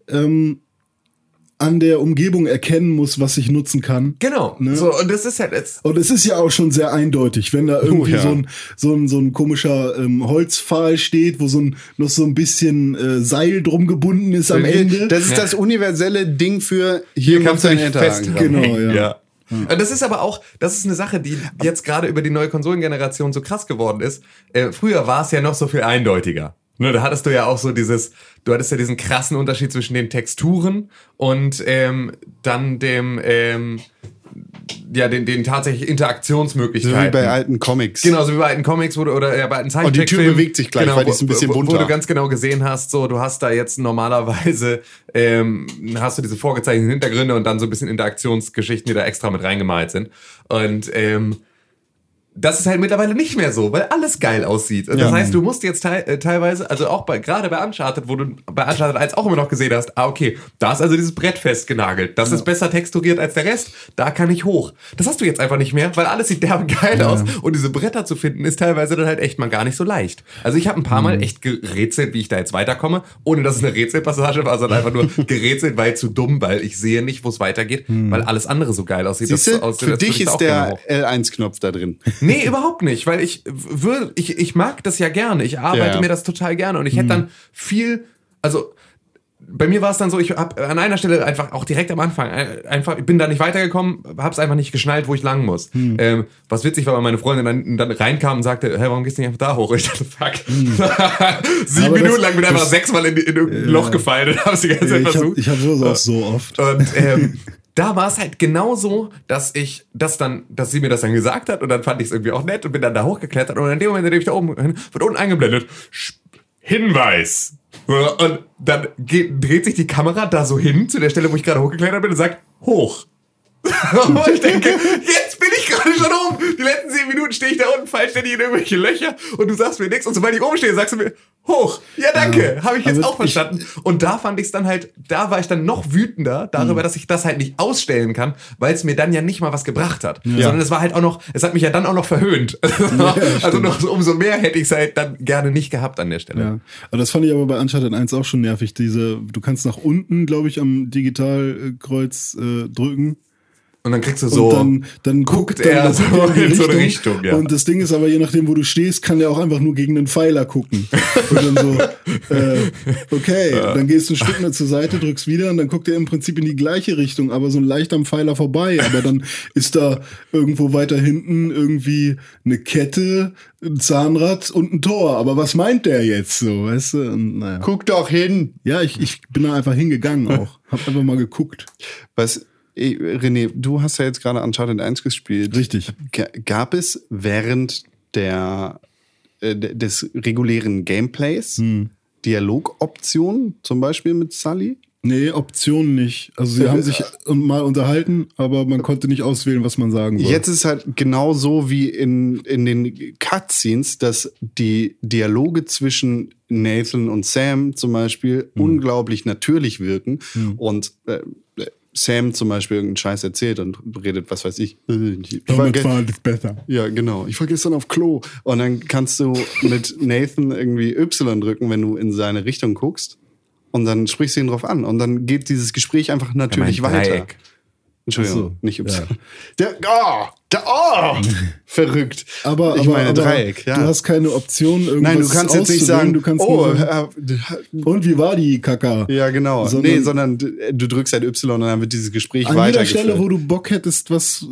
an der Umgebung erkennen muss, was ich nutzen kann. Genau. Ne? So, und das ist halt jetzt. Und es ist ja auch schon sehr eindeutig, wenn da irgendwie ja. so ein komischer Holzpfahl steht, wo noch so ein bisschen Seil drum gebunden ist am Ende. das ist das universelle Ding für hier kannst du dein dich Enter Genau, anfangen. ja. Und das ist aber auch, das ist eine Sache, die jetzt gerade über die neue Konsolengeneration so krass geworden ist. Früher war es ja noch so viel eindeutiger. Ne, da hattest du ja auch so du hattest ja diesen krassen Unterschied zwischen den Texturen und dann den tatsächlich So Interaktionsmöglichkeiten. wie bei alten Comics. Genau, so wie bei alten Comics bei alten Zeichentrickfilmen. Und die Tür bewegt sich gleich, weil die ist ein bisschen Wo bunter. du ganz genau gesehen hast, so, du hast da jetzt normalerweise, hast du diese vorgezeichneten Hintergründe und dann so ein bisschen Interaktionsgeschichten, die da extra mit reingemalt sind. Und das ist halt mittlerweile nicht mehr so, weil alles geil aussieht. Und das heißt, du musst jetzt teilweise, also auch gerade bei Uncharted, wo du bei Uncharted 1 auch immer noch gesehen hast, okay, da ist also dieses Brett festgenagelt. Das ist besser texturiert als der Rest. Da kann ich hoch. Das hast du jetzt einfach nicht mehr, weil alles sieht derbe geil aus. Und diese Bretter zu finden, ist teilweise dann halt echt mal gar nicht so leicht. Also ich habe ein paar Mal echt gerätselt, wie ich da jetzt weiterkomme, ohne dass es eine Rätselpassage war, sondern einfach nur gerätselt, weil zu dumm, weil ich sehe nicht, wo es weitergeht, weil alles andere so geil aussieht. Siehst du, aussieht, für als würde dich ich da ist auch gerne der hoch. L1-Knopf da drin. Nee, überhaupt nicht, weil ich mag das ja gerne. Ich arbeite Ja. mir das total gerne und ich hätte dann also bei mir war es dann so, ich habe an einer Stelle einfach auch direkt am Anfang ich bin da nicht weitergekommen, habe es einfach nicht geschnallt, wo ich lang muss. Was witzig war, weil meine Freundin dann reinkam und sagte, hey, warum gehst du nicht einfach da hoch? Und ich dachte, fuck. 7 Aber Minuten das- lang bin ich einfach das- 6-mal in irgendein Loch gefallen und habe es die ganze Zeit versucht. Ich hab sowas auch so oft. Und da war es halt genau so, dass sie mir das dann gesagt hat und dann fand ich es irgendwie auch nett und bin dann da hochgeklettert und in dem Moment, in dem ich da oben hin, wird unten eingeblendet. Hinweis. Und dann dreht sich die Kamera da so hin, zu der Stelle, wo ich gerade hochgeklettert bin und sagt, hoch. Und ich denke, jetzt bin ich gerade schon oben. Die letzten 10 Minuten stehe ich da unten, fall ständig in irgendwelche Löcher und du sagst mir nichts. Und sobald ich oben stehe, sagst du mir, hoch. Ja, danke. Habe ich jetzt auch verstanden. Und da fand ich es dann halt, da war ich dann noch wütender darüber, dass ich das halt nicht ausstellen kann, weil es mir dann ja nicht mal was gebracht hat. Sondern es war halt auch noch, es hat mich ja dann auch noch verhöhnt. Also noch so, umso mehr hätte ich es halt dann gerne nicht gehabt an der Stelle. Ja, aber das fand ich aber bei Uncharted 1 auch schon nervig. Du kannst nach unten, glaube ich, am Digitalkreuz drücken. Und dann kriegst du so, und dann guckt er so in so eine Richtung. Ja. Und das Ding ist aber, je nachdem, wo du stehst, kann der auch einfach nur gegen einen Pfeiler gucken. Und dann so, okay, dann gehst du ein Stück mehr zur Seite, drückst wieder und dann guckt er im Prinzip in die gleiche Richtung, aber so ein leicht am Pfeiler vorbei. Aber dann ist da irgendwo weiter hinten irgendwie eine Kette, ein Zahnrad und ein Tor. Aber was meint der jetzt so, weißt du? Und, naja. Guck doch hin. Ja, ich bin da einfach hingegangen auch. Hab einfach mal geguckt. René, du hast ja jetzt gerade Uncharted 1 gespielt. Richtig. Gab es während des regulären Gameplays Dialogoptionen, zum Beispiel mit Sully? Nee, Optionen nicht. Also sie haben sich mal unterhalten, aber man konnte nicht auswählen, was man sagen soll. Jetzt ist halt genau so wie in den Cutscenes, dass die Dialoge zwischen Nathan und Sam zum Beispiel unglaublich natürlich wirken und Sam zum Beispiel irgendeinen Scheiß erzählt und redet, was weiß ich. Damit war alles besser. Ja, genau. Ich war gestern auf Klo. Und dann kannst du mit Nathan irgendwie Y drücken, wenn du in seine Richtung guckst. Und dann sprichst du ihn drauf an. Und dann geht dieses Gespräch einfach natürlich weiter. Entschuldigung, nicht Y. Ja. Verrückt. Aber ich meine aber Dreieck. Ja. Du hast keine Option, irgendwas. Nein, du kannst jetzt nicht sagen, du kannst nur sagen, und wie war die Kaka? Ja, genau. Sondern du drückst halt Y und dann wird dieses Gespräch weitergeführt. An jeder Stelle, wo du Bock hättest, was...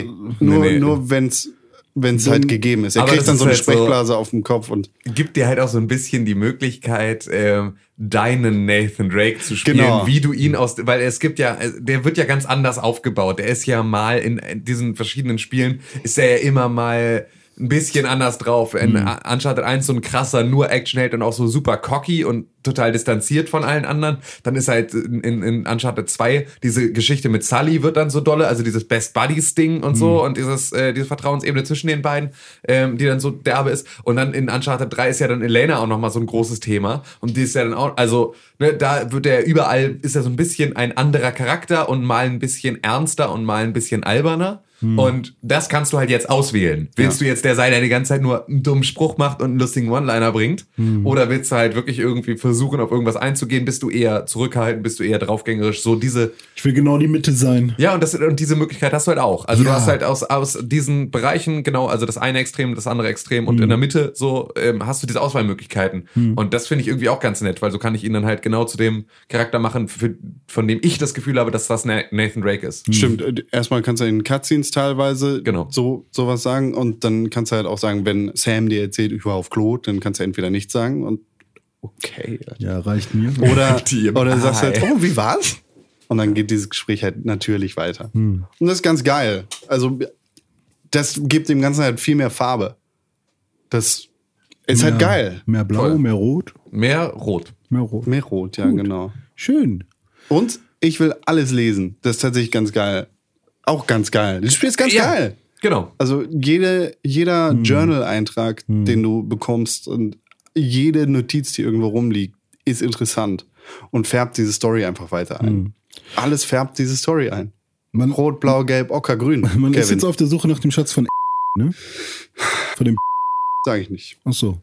Nur wenn es halt gegeben ist. Er kriegt dann so eine Sprechblase auf dem Kopf und gibt dir halt auch so ein bisschen die Möglichkeit, deinen Nathan Drake zu spielen, wie du ihn weil es gibt ja, der wird ja ganz anders aufgebaut. Der ist ja mal in diesen verschiedenen Spielen, ist er ja immer mal ein bisschen anders drauf. In Uncharted 1 so ein krasser, nur Actionheld und auch so super cocky und total distanziert von allen anderen. Dann ist halt in Uncharted 2 diese Geschichte mit Sully wird dann so dolle, also dieses Best Buddies Ding und so und diese Vertrauensebene zwischen den beiden, die dann so derbe ist. Und dann in Uncharted 3 ist ja dann Elena auch nochmal so ein großes Thema und die ist ja dann auch, also da wird er überall, ist er so ein bisschen ein anderer Charakter und mal ein bisschen ernster und mal ein bisschen alberner. Und das kannst du halt jetzt auswählen. Willst du jetzt der sein, der die ganze Zeit nur einen dummen Spruch macht und einen lustigen One-Liner bringt? Oder willst du halt wirklich irgendwie versuchen, auf irgendwas einzugehen? Bist du eher zurückhaltend? Bist du eher draufgängerisch? So diese... Ich will genau die Mitte sein. Ja, und diese Möglichkeit hast du halt auch. Also du hast halt aus diesen Bereichen, genau, also das eine Extrem, das andere Extrem und in der Mitte so hast du diese Auswahlmöglichkeiten. Und das finde ich irgendwie auch ganz nett, weil so kann ich ihn dann halt genau zu dem Charakter machen, von dem ich das Gefühl habe, dass das Nathan Drake ist. Stimmt, erstmal kannst du in Cutscenes teilweise sowas sagen und dann kannst du halt auch sagen, wenn Sam dir erzählt, ich war auf Klo, dann kannst du entweder nichts sagen und okay. Ja, reicht mir. Oder sagst du halt, oh, wie war's? Und dann geht dieses Gespräch halt natürlich weiter. Und das ist ganz geil. Also das gibt dem Ganzen halt viel mehr Farbe. Das ist halt geil. Mehr Blau, Voll. mehr Rot? Mehr Rot. Mehr Rot. Mehr Rot, ja, Gut. genau. Schön. Und ich will alles lesen. Das ist tatsächlich ganz geil. Auch ganz geil. Das Spiel ist ganz geil. Genau. Also jeder Journal-Eintrag, den du bekommst und jede Notiz, die irgendwo rumliegt, ist interessant und färbt diese Story einfach weiter ein. Alles färbt diese Story ein. Rot, Blau, Gelb, Ocker, Grün. Man ist jetzt auf der Suche nach dem Schatz von ne? Von dem Sag ich nicht. Ach so.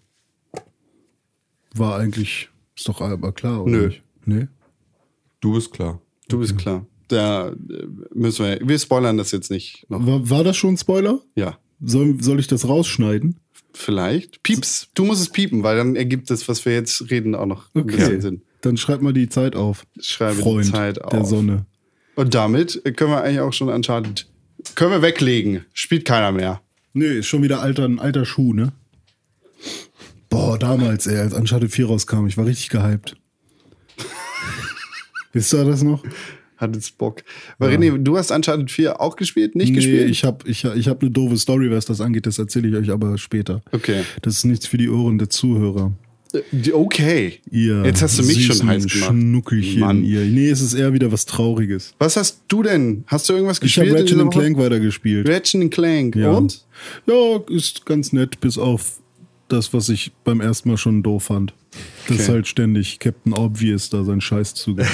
War eigentlich, ist doch aber klar, oder Nö. nicht? Nee? Du bist klar. Du bist klar. Da müssen wir spoilern das jetzt nicht noch. War das schon ein Spoiler? Ja, Soll ich das rausschneiden? vielleicht. Pieps. Du musst es piepen, weil dann ergibt das, was wir jetzt reden, auch noch ein bisschen Sinn. Dann schreib mal die Zeit auf. Schreibe Freund die Zeit auf. der Sonne. Und damit können wir eigentlich auch schon Uncharted können wir weglegen. Spielt keiner mehr. Nee, ist schon wieder ein alter Schuh, ne? Boah, damals, als Uncharted 4 rauskam, ich war richtig gehypt. Wisst ihr das noch? Hat jetzt Bock. Weil René, du hast Uncharted 4 auch gespielt? Nicht gespielt? Ich hab eine doofe Story, was das angeht. Das erzähle ich euch aber später. Okay. Das ist nichts für die Ohren der Zuhörer. Okay. Ihr Jetzt hast du mich schon süßen heiß gemacht. Schnuckelchen, Mann. ihr. Nee, es ist eher wieder was Trauriges. Was hast du denn? Hast du irgendwas Ich habe gespielt? Ratchet in dieser Clank weitergespielt. Woche? Ratchet Clank. Ja. Und? Ja, ist ganz nett, bis auf das, was ich beim ersten Mal schon doof fand. Das ist halt ständig Captain Obvious da seinen Scheiß zugibt.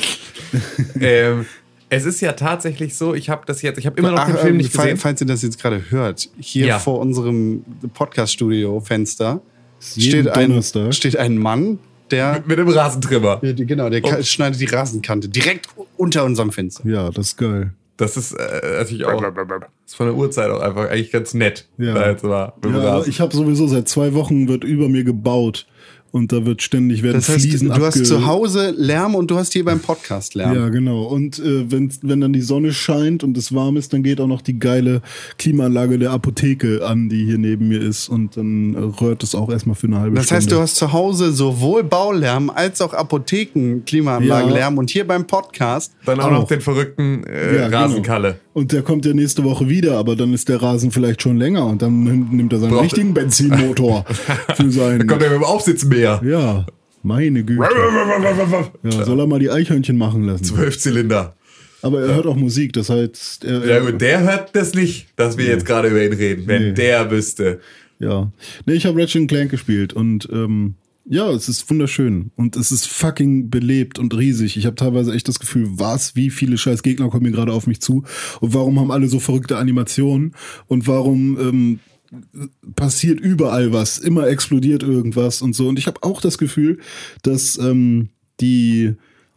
Es ist ja tatsächlich so, ich habe immer noch den Film nicht gesehen. Falls ihr das jetzt gerade hört, hier Ja. vor unserem Podcast-Studio-Fenster Jeden Donnerstag. steht ein Mann, der, Mit dem Rasentrimmer. der schneidet die Rasenkante direkt unter unserem Fenster. Ja, das ist geil. Das ist natürlich auch ist von der Uhrzeit auch einfach eigentlich ganz nett. Ja. Da jetzt mal mit dem Ja, Rasen. ich habe sowieso seit 2 Wochen wird über mir gebaut und da wird ständig werden Das heißt, Fliesen du hast zu Hause Lärm und du hast hier beim Podcast Lärm. Ja, genau. Und wenn dann die Sonne scheint und es warm ist, dann geht auch noch die geile Klimaanlage der Apotheke an, die hier neben mir ist. Und dann rührt es auch erstmal für eine halbe Das Stunde. heißt, du hast zu Hause sowohl Baulärm als auch Apotheken-Klimaanlagenlärm und hier beim Podcast. Dann auch noch den verrückten Rasenkalle. Genau. Und der kommt ja nächste Woche wieder, aber dann ist der Rasen vielleicht schon länger und dann nimmt er seinen Braucht- richtigen Benzinmotor für seinen. Dann kommt er mit dem Aufsitzmäher. Ja, meine Güte. Ja, soll er mal die Eichhörnchen machen lassen. 12 Zylinder. Aber er hört auch Musik, das heißt, Ja gut, der hört das nicht, dass wir jetzt gerade über ihn reden, wenn der wüsste. ja. Nee, ich habe Ratchet Clank gespielt und ja, es ist wunderschön und es ist fucking belebt und riesig. Ich habe teilweise echt das Gefühl, wie viele scheiß Gegner kommen hier gerade auf mich zu und warum haben alle so verrückte Animationen und warum passiert überall was, immer explodiert irgendwas und so. Und ich habe auch das Gefühl, dass die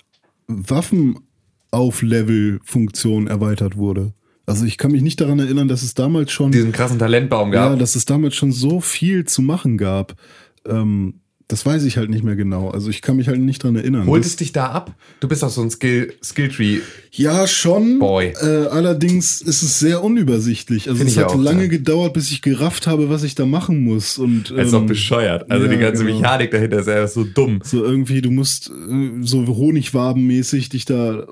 Waffenauflevel-Funktion erweitert wurde. Also ich kann mich nicht daran erinnern, dass es damals schon Diesen krassen Talentbaum gab. ja, dass es damals schon so viel zu machen gab. Das weiß ich halt nicht mehr genau. Also ich kann mich halt nicht dran erinnern. Holt es dich da ab? Du bist auch so ein Skilltree. Ja, schon. Boy. Allerdings ist es sehr unübersichtlich. Also Find es ich hat auch, lange ja. gedauert, bis ich gerafft habe, was ich da machen muss. Und Das ist auch bescheuert. Also ja, die ganze genau. Mechanik dahinter ist einfach so dumm. so irgendwie, du musst so Honigwabenmäßig dich da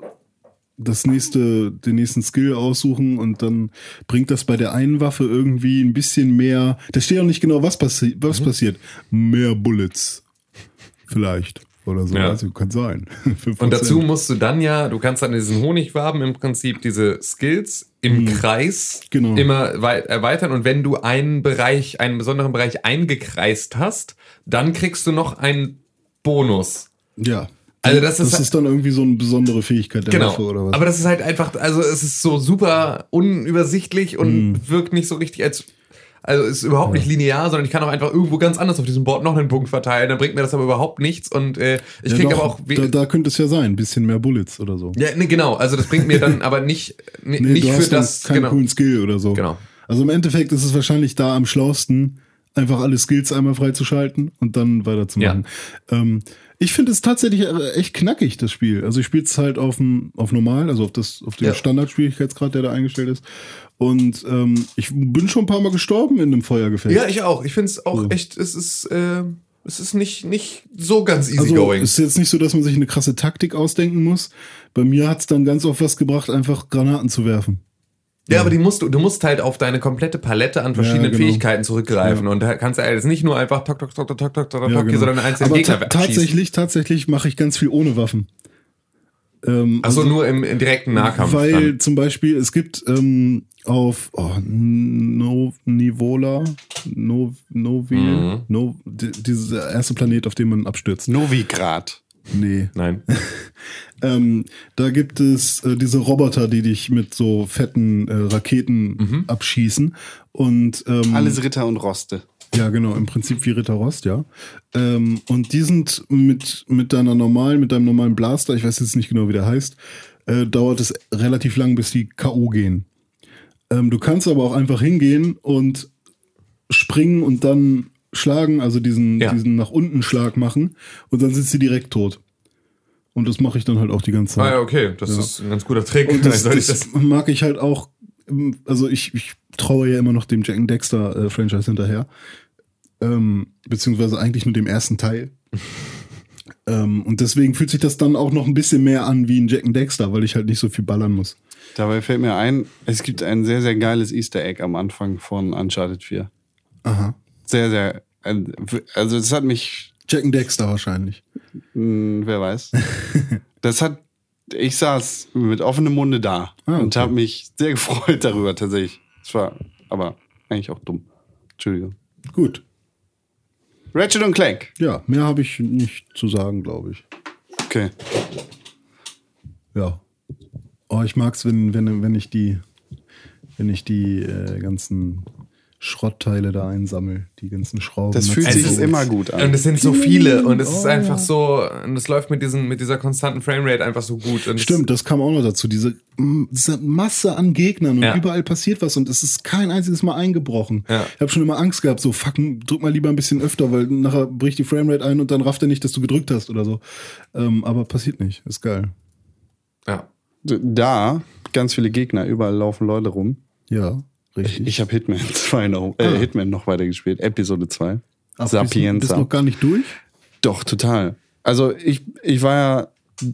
den nächsten Skill aussuchen und dann bringt das bei der einen Waffe irgendwie ein bisschen mehr. Da steht auch nicht genau, was passiert. Mehr Bullets. Vielleicht. Oder so. Ja. Also kann sein. 5%. Und dazu musst du dann du kannst dann diesen Honigwaben im Prinzip diese Skills im Kreis Genau. immer erweitern und wenn du einen besonderen Bereich eingekreist hast, dann kriegst du noch einen Bonus. Ja. Also das ist dann irgendwie so eine besondere Fähigkeit der Waffe Genau, oder was. aber das ist halt einfach, also es ist so super unübersichtlich und wirkt nicht so richtig also ist überhaupt nicht linear, sondern ich kann auch einfach irgendwo ganz anders auf diesem Board noch einen Punkt verteilen, dann bringt mir das aber überhaupt nichts und ich Ja, krieg doch, aber auch... da könnte es ja sein, ein bisschen mehr Bullets oder so. Ja, ne, genau, also das bringt mir dann aber nicht Du für hast dann das... keinen Genau. coolen Skill oder so. Genau. Also im Endeffekt ist es wahrscheinlich da am schlausten, einfach alle Skills einmal freizuschalten und dann weiterzumachen. Ich finde es tatsächlich echt knackig, das Spiel. Also ich spiele es halt auf normal, also auf den Standardschwierigkeitsgrad, der da eingestellt ist. Und ich bin schon ein paar Mal gestorben in einem Feuergefecht. Ja, ich auch. Ich finde es auch echt, es ist nicht so ganz Also easygoing. es ist jetzt nicht so, dass man sich eine krasse Taktik ausdenken muss. Bei mir hat es dann ganz oft was gebracht, einfach Granaten zu werfen. Ja, aber du musst halt auf deine komplette Palette an verschiedenen genau. Fähigkeiten zurückgreifen. Und da kannst du jetzt nicht nur einfach tok, tok, tok, tok, tok, tok, tok, Ja, genau. sondern einzelne Aber Gegner abschießen. tatsächlich mache ich ganz viel ohne Waffen. Achso, nur im direkten Nahkampf. Weil dann. zum Beispiel, es gibt auf Nivola, dieser erste Planet, auf dem man abstürzt. Novigrad. Nee. Nein. Da gibt es diese Roboter, die dich mit so fetten Raketen abschießen. Und Alles Ritter und Roste. ja, genau, im Prinzip wie Ritter Rost, ja. Und die sind mit deinem normalen Blaster, ich weiß jetzt nicht genau, wie der heißt, dauert es relativ lang, bis die K.O. gehen. Du kannst aber auch einfach hingehen und springen und dann schlagen, also diesen nach unten Schlag machen und dann sind sie direkt tot. Und das mache ich dann halt auch die ganze Zeit. Ah ja, okay. Das ist ein ganz guter Trick. Und das das mag ich halt auch, also ich traue ja immer noch dem Jack and Dexter Franchise hinterher. Beziehungsweise eigentlich nur dem ersten Teil. Und deswegen fühlt sich das dann auch noch ein bisschen mehr an wie ein Jack and Dexter, weil ich halt nicht so viel ballern muss. Dabei fällt mir ein, es gibt ein sehr, sehr geiles Easter Egg am Anfang von Uncharted 4. Aha. Sehr, sehr. Also es hat mich Jack and Dexter wahrscheinlich. Wer weiß. Ich saß mit offenem Munde da und habe mich sehr gefreut darüber tatsächlich. Es war aber eigentlich auch dumm. Entschuldigung. Gut. Ratchet und Clank. Ja, mehr habe ich nicht zu sagen, glaube ich. Okay. Ja. Oh, ich mag's, wenn ich die ganzen Schrottteile da einsammel, die ganzen Schrauben. Das fühlt sich immer gut an. Und es sind so viele und es ist einfach so, und es läuft mit dieser konstanten Framerate einfach so gut. Und Stimmt, das kam auch noch dazu. Diese Masse an Gegnern und Ja. überall passiert was und es ist kein einziges Mal eingebrochen. Ja. Ich habe schon immer Angst gehabt, so drück mal lieber ein bisschen öfter, weil nachher bricht die Framerate ein und dann rafft er nicht, dass du gedrückt hast oder so. Aber passiert nicht, ist geil. ja. Da, ganz viele Gegner, überall laufen Leute rum. Ja, richtig. Ich habe Hitman 2 noch, Hitman noch weitergespielt, Episode 2. Ach, Sapienza. bist noch gar nicht durch? Doch, total. Also ich war ja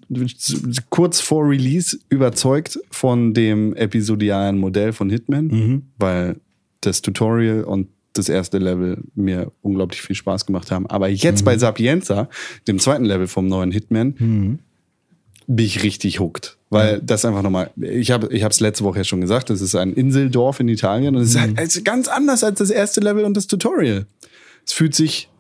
kurz vor Release überzeugt von dem episodialen Modell von Hitman, weil das Tutorial und das erste Level mir unglaublich viel Spaß gemacht haben. Aber jetzt bei Sapienza, dem zweiten Level vom neuen Hitman, bin ich richtig hooked. Weil das einfach nochmal, ich habe es letzte Woche ja schon gesagt, das ist ein Inseldorf in Italien und es ist halt ganz anders als das erste Level und das Tutorial. Es fühlt sich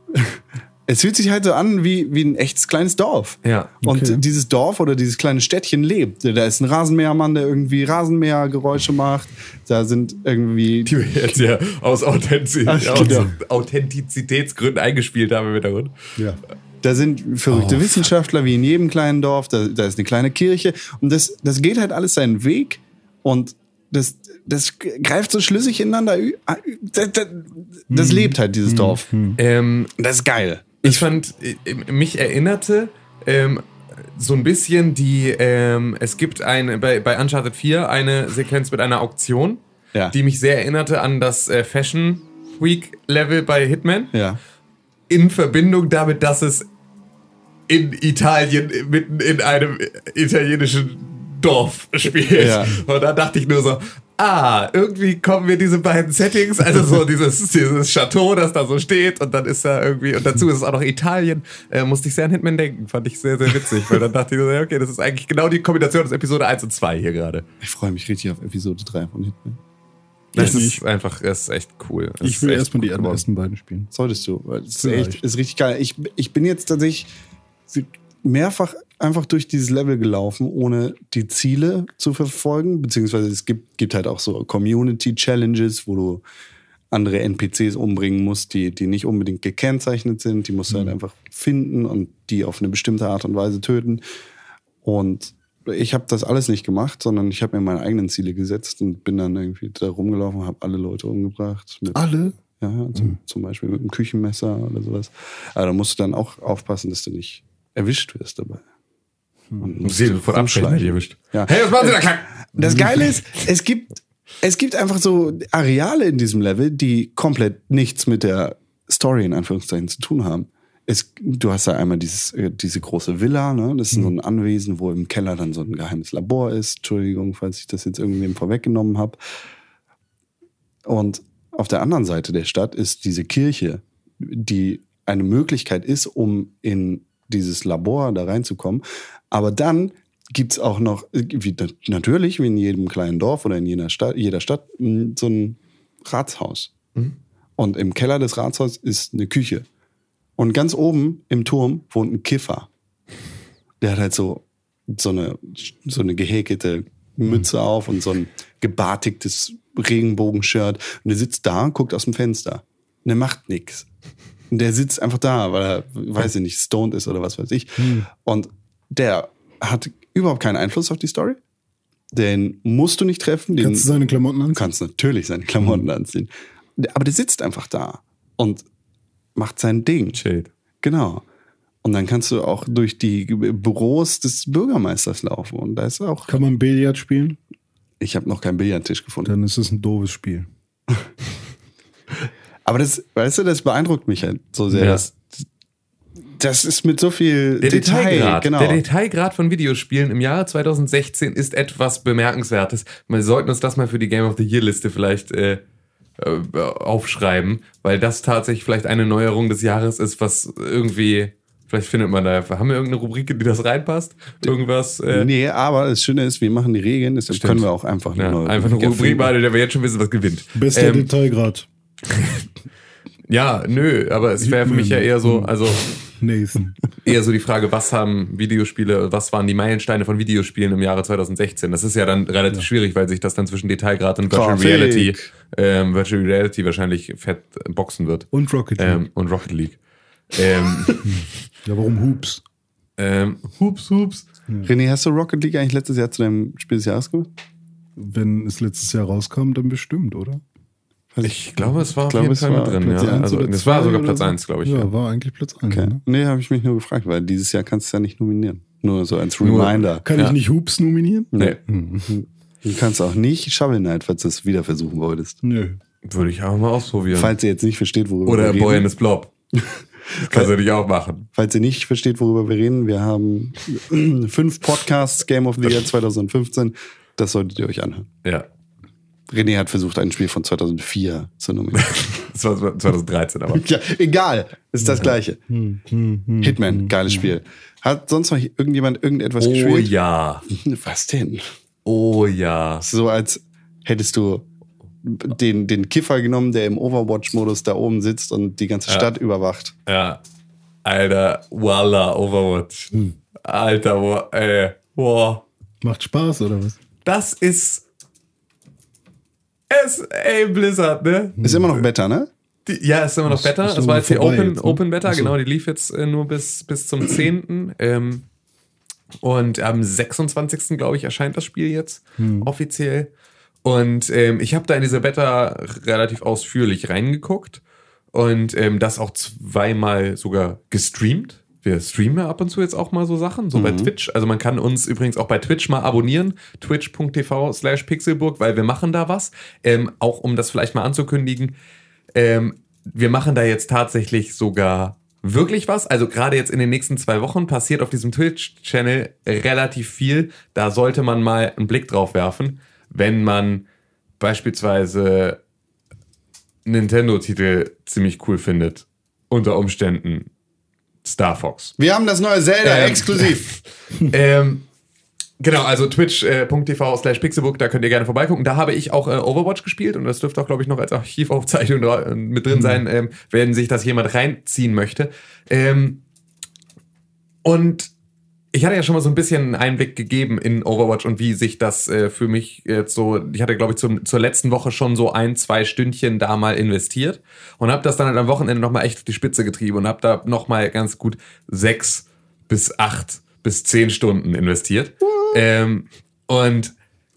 halt so an wie ein echtes kleines Dorf. Ja. Und dieses Dorf oder dieses kleine Städtchen lebt. Da ist ein Rasenmähermann, der irgendwie Rasenmähergeräusche macht. Da sind irgendwie... Die wir jetzt ja aus genau. Authentizitätsgründen eingespielt haben im Hintergrund. Ja. Da sind verrückte Wissenschaftler, wie in jedem kleinen Dorf. Da ist eine kleine Kirche. Und das geht halt alles seinen Weg. Und das greift so schlüssig ineinander. Das lebt halt, dieses Dorf. Das ist geil. Ich fand, mich erinnerte so ein bisschen es gibt bei Uncharted 4 eine Sequenz mit einer Auktion, Ja. die mich sehr erinnerte an das Fashion Week Level bei Hitman. Ja. In Verbindung damit, dass es in Italien mitten in einem italienischen Dorf spielt. Ja. Und da dachte ich nur so, irgendwie kommen mir diese beiden Settings, also so dieses Chateau, das da so steht und dann ist da irgendwie, und dazu ist es auch noch Italien, musste ich sehr an Hitman denken, fand ich sehr, sehr witzig, weil dann dachte ich so, okay, das ist eigentlich genau die Kombination aus Episode 1 und 2 hier gerade. Ich freue mich richtig auf Episode 3 von Hitman. Das ist echt cool. Das Ich will ist echt erstmal die gut geworden. ersten beiden spielen. Solltest du. Weil es Vielleicht. ist richtig geil. Ich bin jetzt tatsächlich mehrfach einfach durch dieses Level gelaufen, ohne die Ziele zu verfolgen. Beziehungsweise es gibt halt auch so Community-Challenges, wo du andere NPCs umbringen musst, die nicht unbedingt gekennzeichnet sind. Die musst du halt einfach finden und die auf eine bestimmte Art und Weise töten. Und ich habe das alles nicht gemacht, sondern ich habe mir meine eigenen Ziele gesetzt und bin dann irgendwie da rumgelaufen und habe alle Leute umgebracht. Alle? Ja, zum Beispiel mit einem Küchenmesser oder sowas. Aber da musst du dann auch aufpassen, dass du nicht erwischt wirst dabei. Und musst Sie du von Abschleichen nicht erwischt. Ja. Hey, was machen Sie da, Kack? Das Geile ist, es gibt einfach so Areale in diesem Level, die komplett nichts mit der Story in Anführungszeichen zu tun haben. Du hast da einmal diese große Villa, ne? Das ist so ein Anwesen, wo im Keller dann so ein geheimes Labor ist. Entschuldigung, falls ich das jetzt irgendwem vorweggenommen habe. Und auf der anderen Seite der Stadt ist diese Kirche, die eine Möglichkeit ist, um in dieses Labor da reinzukommen. Aber dann gibt's auch noch, natürlich wie in jedem kleinen Dorf oder in jeder Stadt, so ein Ratshaus. Und im Keller des Ratshauses ist eine Küche. Und ganz oben im Turm wohnt ein Kiffer. Der hat halt so eine gehäkelte Mütze auf und so ein gebartigtes Regenbogenshirt. Und der sitzt da und guckt aus dem Fenster. Und der macht nichts. Und der sitzt einfach da, weil er, weiß ich nicht, stoned ist oder was weiß ich. Und der hat überhaupt keinen Einfluss auf die Story. Den musst du nicht treffen. Kannst du seine Klamotten anziehen? Du kannst natürlich seine Klamotten anziehen. Aber der sitzt einfach da und macht sein Ding. Chillt. Genau. Und dann kannst du auch durch die Büros des Bürgermeisters laufen. Und da ist auch... Kann man Billard spielen? Ich habe noch keinen Billardtisch gefunden. Dann ist es ein doofes Spiel. Aber das, weißt du, das beeindruckt mich halt so sehr. Ja. Das ist mit so viel Der Detailgrad, genau. der Detailgrad von Videospielen im Jahre 2016 ist etwas Bemerkenswertes. Wir sollten uns das mal für die Game of the Year Liste vielleicht aufschreiben, weil das tatsächlich vielleicht eine Neuerung des Jahres ist, was irgendwie, vielleicht findet man da, haben wir irgendeine Rubrik, in die das reinpasst? Irgendwas? Nee, aber das Schöne ist, wir machen die Regeln, deshalb können wir auch einfach einfach eine Rubrik machen, der wir jetzt schon wissen, was gewinnt. Bester Detailgrad. Ja, nö, aber es wäre für mich ja eher so, also Nathan. eher so die Frage, was haben Videospiele, was waren die Meilensteine von Videospielen im Jahre 2016? Das ist ja dann relativ schwierig, weil sich das dann zwischen Detailgrad und Virtual Reality wahrscheinlich fett boxen wird. Und Rocket League. Und Rocket League. Ja, warum Hoops? Hups. René, hast du Rocket League eigentlich letztes Jahr zu deinem Spiel des Jahres gemacht? Wenn es letztes Jahr rauskam, dann bestimmt, oder? Ich glaube, es war auf glaube, jeden es Fall war mit drin. Platz Ja. 1 Also, oder es war 2 sogar oder Platz so. 1, glaube ich. Ja, war eigentlich Platz 1. Okay. Ne? Nee, habe ich mich nur gefragt, weil dieses Jahr kannst du ja nicht nominieren. Nur so als Reminder. Kann ich nicht Hoops nominieren? Nee, Du kannst auch nicht Shovel Knight, falls du es wieder versuchen wolltest. Nö. würde ich aber mal ausprobieren. Falls ihr jetzt nicht versteht, worüber Oder wir reden. Boy in the Blob. Das kannst du natürlich auch machen. Falls ihr nicht versteht, worüber wir reden, wir haben 5 Podcasts, Game of the Year 2015. Das solltet ihr euch anhören. Ja. René hat versucht, ein Spiel von 2004 zu nominieren. Das war 2013, aber. Ja, egal, ist das Gleiche. Hitman, geiles Spiel. Hat sonst noch irgendjemand irgendetwas Oh gespielt? ja. Was denn? Oh ja. So als hättest du den Kiffer genommen, der im Overwatch-Modus da oben sitzt und die ganze Stadt überwacht. Ja. Alter, voila, Overwatch. Alter, boah. Macht Spaß, oder was? Das ist. Ey, Blizzard, ne? Ist immer noch Beta, ne? Ja, ist immer noch Beta. ist Das war jetzt die vorbei jetzt, ne? Open Beta, Ach so. genau, die lief jetzt nur bis zum 10. Und am 26. glaube ich, erscheint das Spiel jetzt offiziell. Und ich habe da in diese Beta relativ ausführlich reingeguckt und das auch zweimal sogar gestreamt. Wir streamen ja ab und zu jetzt auch mal so Sachen, so bei Twitch. Also man kann uns übrigens auch bei Twitch mal abonnieren, twitch.tv/pixelburg, weil wir machen da was. Auch um das vielleicht mal anzukündigen, wir machen da jetzt tatsächlich sogar wirklich was. Also gerade jetzt in den nächsten 2 Wochen passiert auf diesem Twitch-Channel relativ viel. Da sollte man mal einen Blick drauf werfen, wenn man beispielsweise Nintendo-Titel ziemlich cool findet. Unter Umständen Star Fox. Wir haben das neue Zelda exklusiv. Genau, also twitch.tv/pixelbook, da könnt ihr gerne vorbeigucken. Da habe ich auch Overwatch gespielt und das dürfte auch, glaube ich, noch als Archivaufzeichnung mit drin sein, wenn sich das jemand reinziehen möchte. Und ich hatte ja schon mal so ein bisschen einen Einblick gegeben in Overwatch und wie sich das für mich jetzt so, ich hatte, glaube ich, zur letzten Woche schon so 1-2 Stündchen da mal investiert und habe das dann halt am Wochenende nochmal echt auf die Spitze getrieben und habe da nochmal ganz gut 6 bis 8 bis 10 Stunden investiert. Und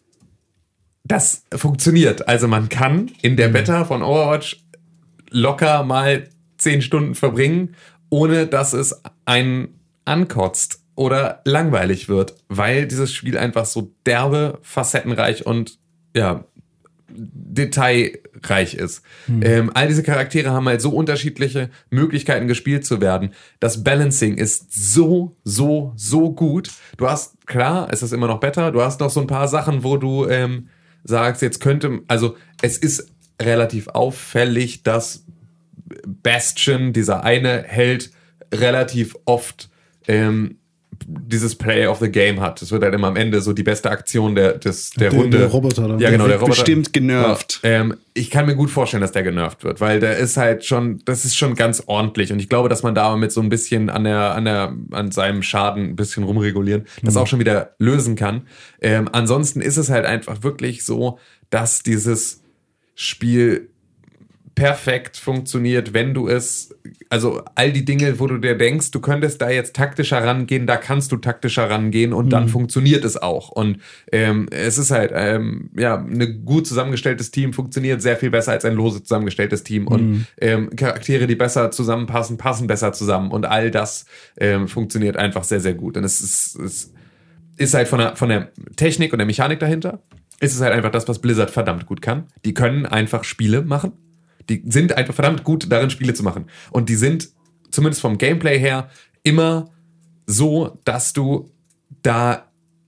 das funktioniert. Also man kann in der Beta von Overwatch locker mal 10 Stunden verbringen, ohne dass es einen ankotzt oder langweilig wird, weil dieses Spiel einfach so derbe, facettenreich und ja, detailreich ist. All diese Charaktere haben halt so unterschiedliche Möglichkeiten gespielt zu werden. Das Balancing ist so gut. Du hast, klar, es ist immer noch Beta, du hast noch so ein paar Sachen, wo du sagst, jetzt könnte, also es ist relativ auffällig, dass Bastion, dieser eine Held, relativ oft dieses Play of the Game hat. Das wird halt immer am Ende so die beste Aktion der Runde. Der Roboter dann. Ja, genau, der Roboter. Bestimmt genervt. Ja, ich kann mir gut vorstellen, dass der genervt wird, weil der ist halt schon, das ist schon ganz ordentlich und ich glaube, dass man da mit so ein bisschen an seinem Schaden ein bisschen rumregulieren, das auch schon wieder lösen kann. Ansonsten ist es halt einfach wirklich so, dass dieses Spiel perfekt funktioniert, wenn du es, also all die Dinge, wo du dir denkst, du könntest da jetzt taktischer rangehen, da kannst du taktischer rangehen und dann funktioniert es auch. Und es ist halt, ein gut zusammengestelltes Team funktioniert sehr viel besser als ein lose zusammengestelltes Team und Charaktere, die besser zusammenpassen, passen besser zusammen und all das funktioniert einfach sehr, sehr gut. Und es ist halt von der Technik und der Mechanik dahinter, ist es halt einfach das, was Blizzard verdammt gut kann. Die können einfach Spiele machen. Die sind einfach verdammt gut darin, Spiele zu machen. Und die sind, zumindest vom Gameplay her, immer so, dass du da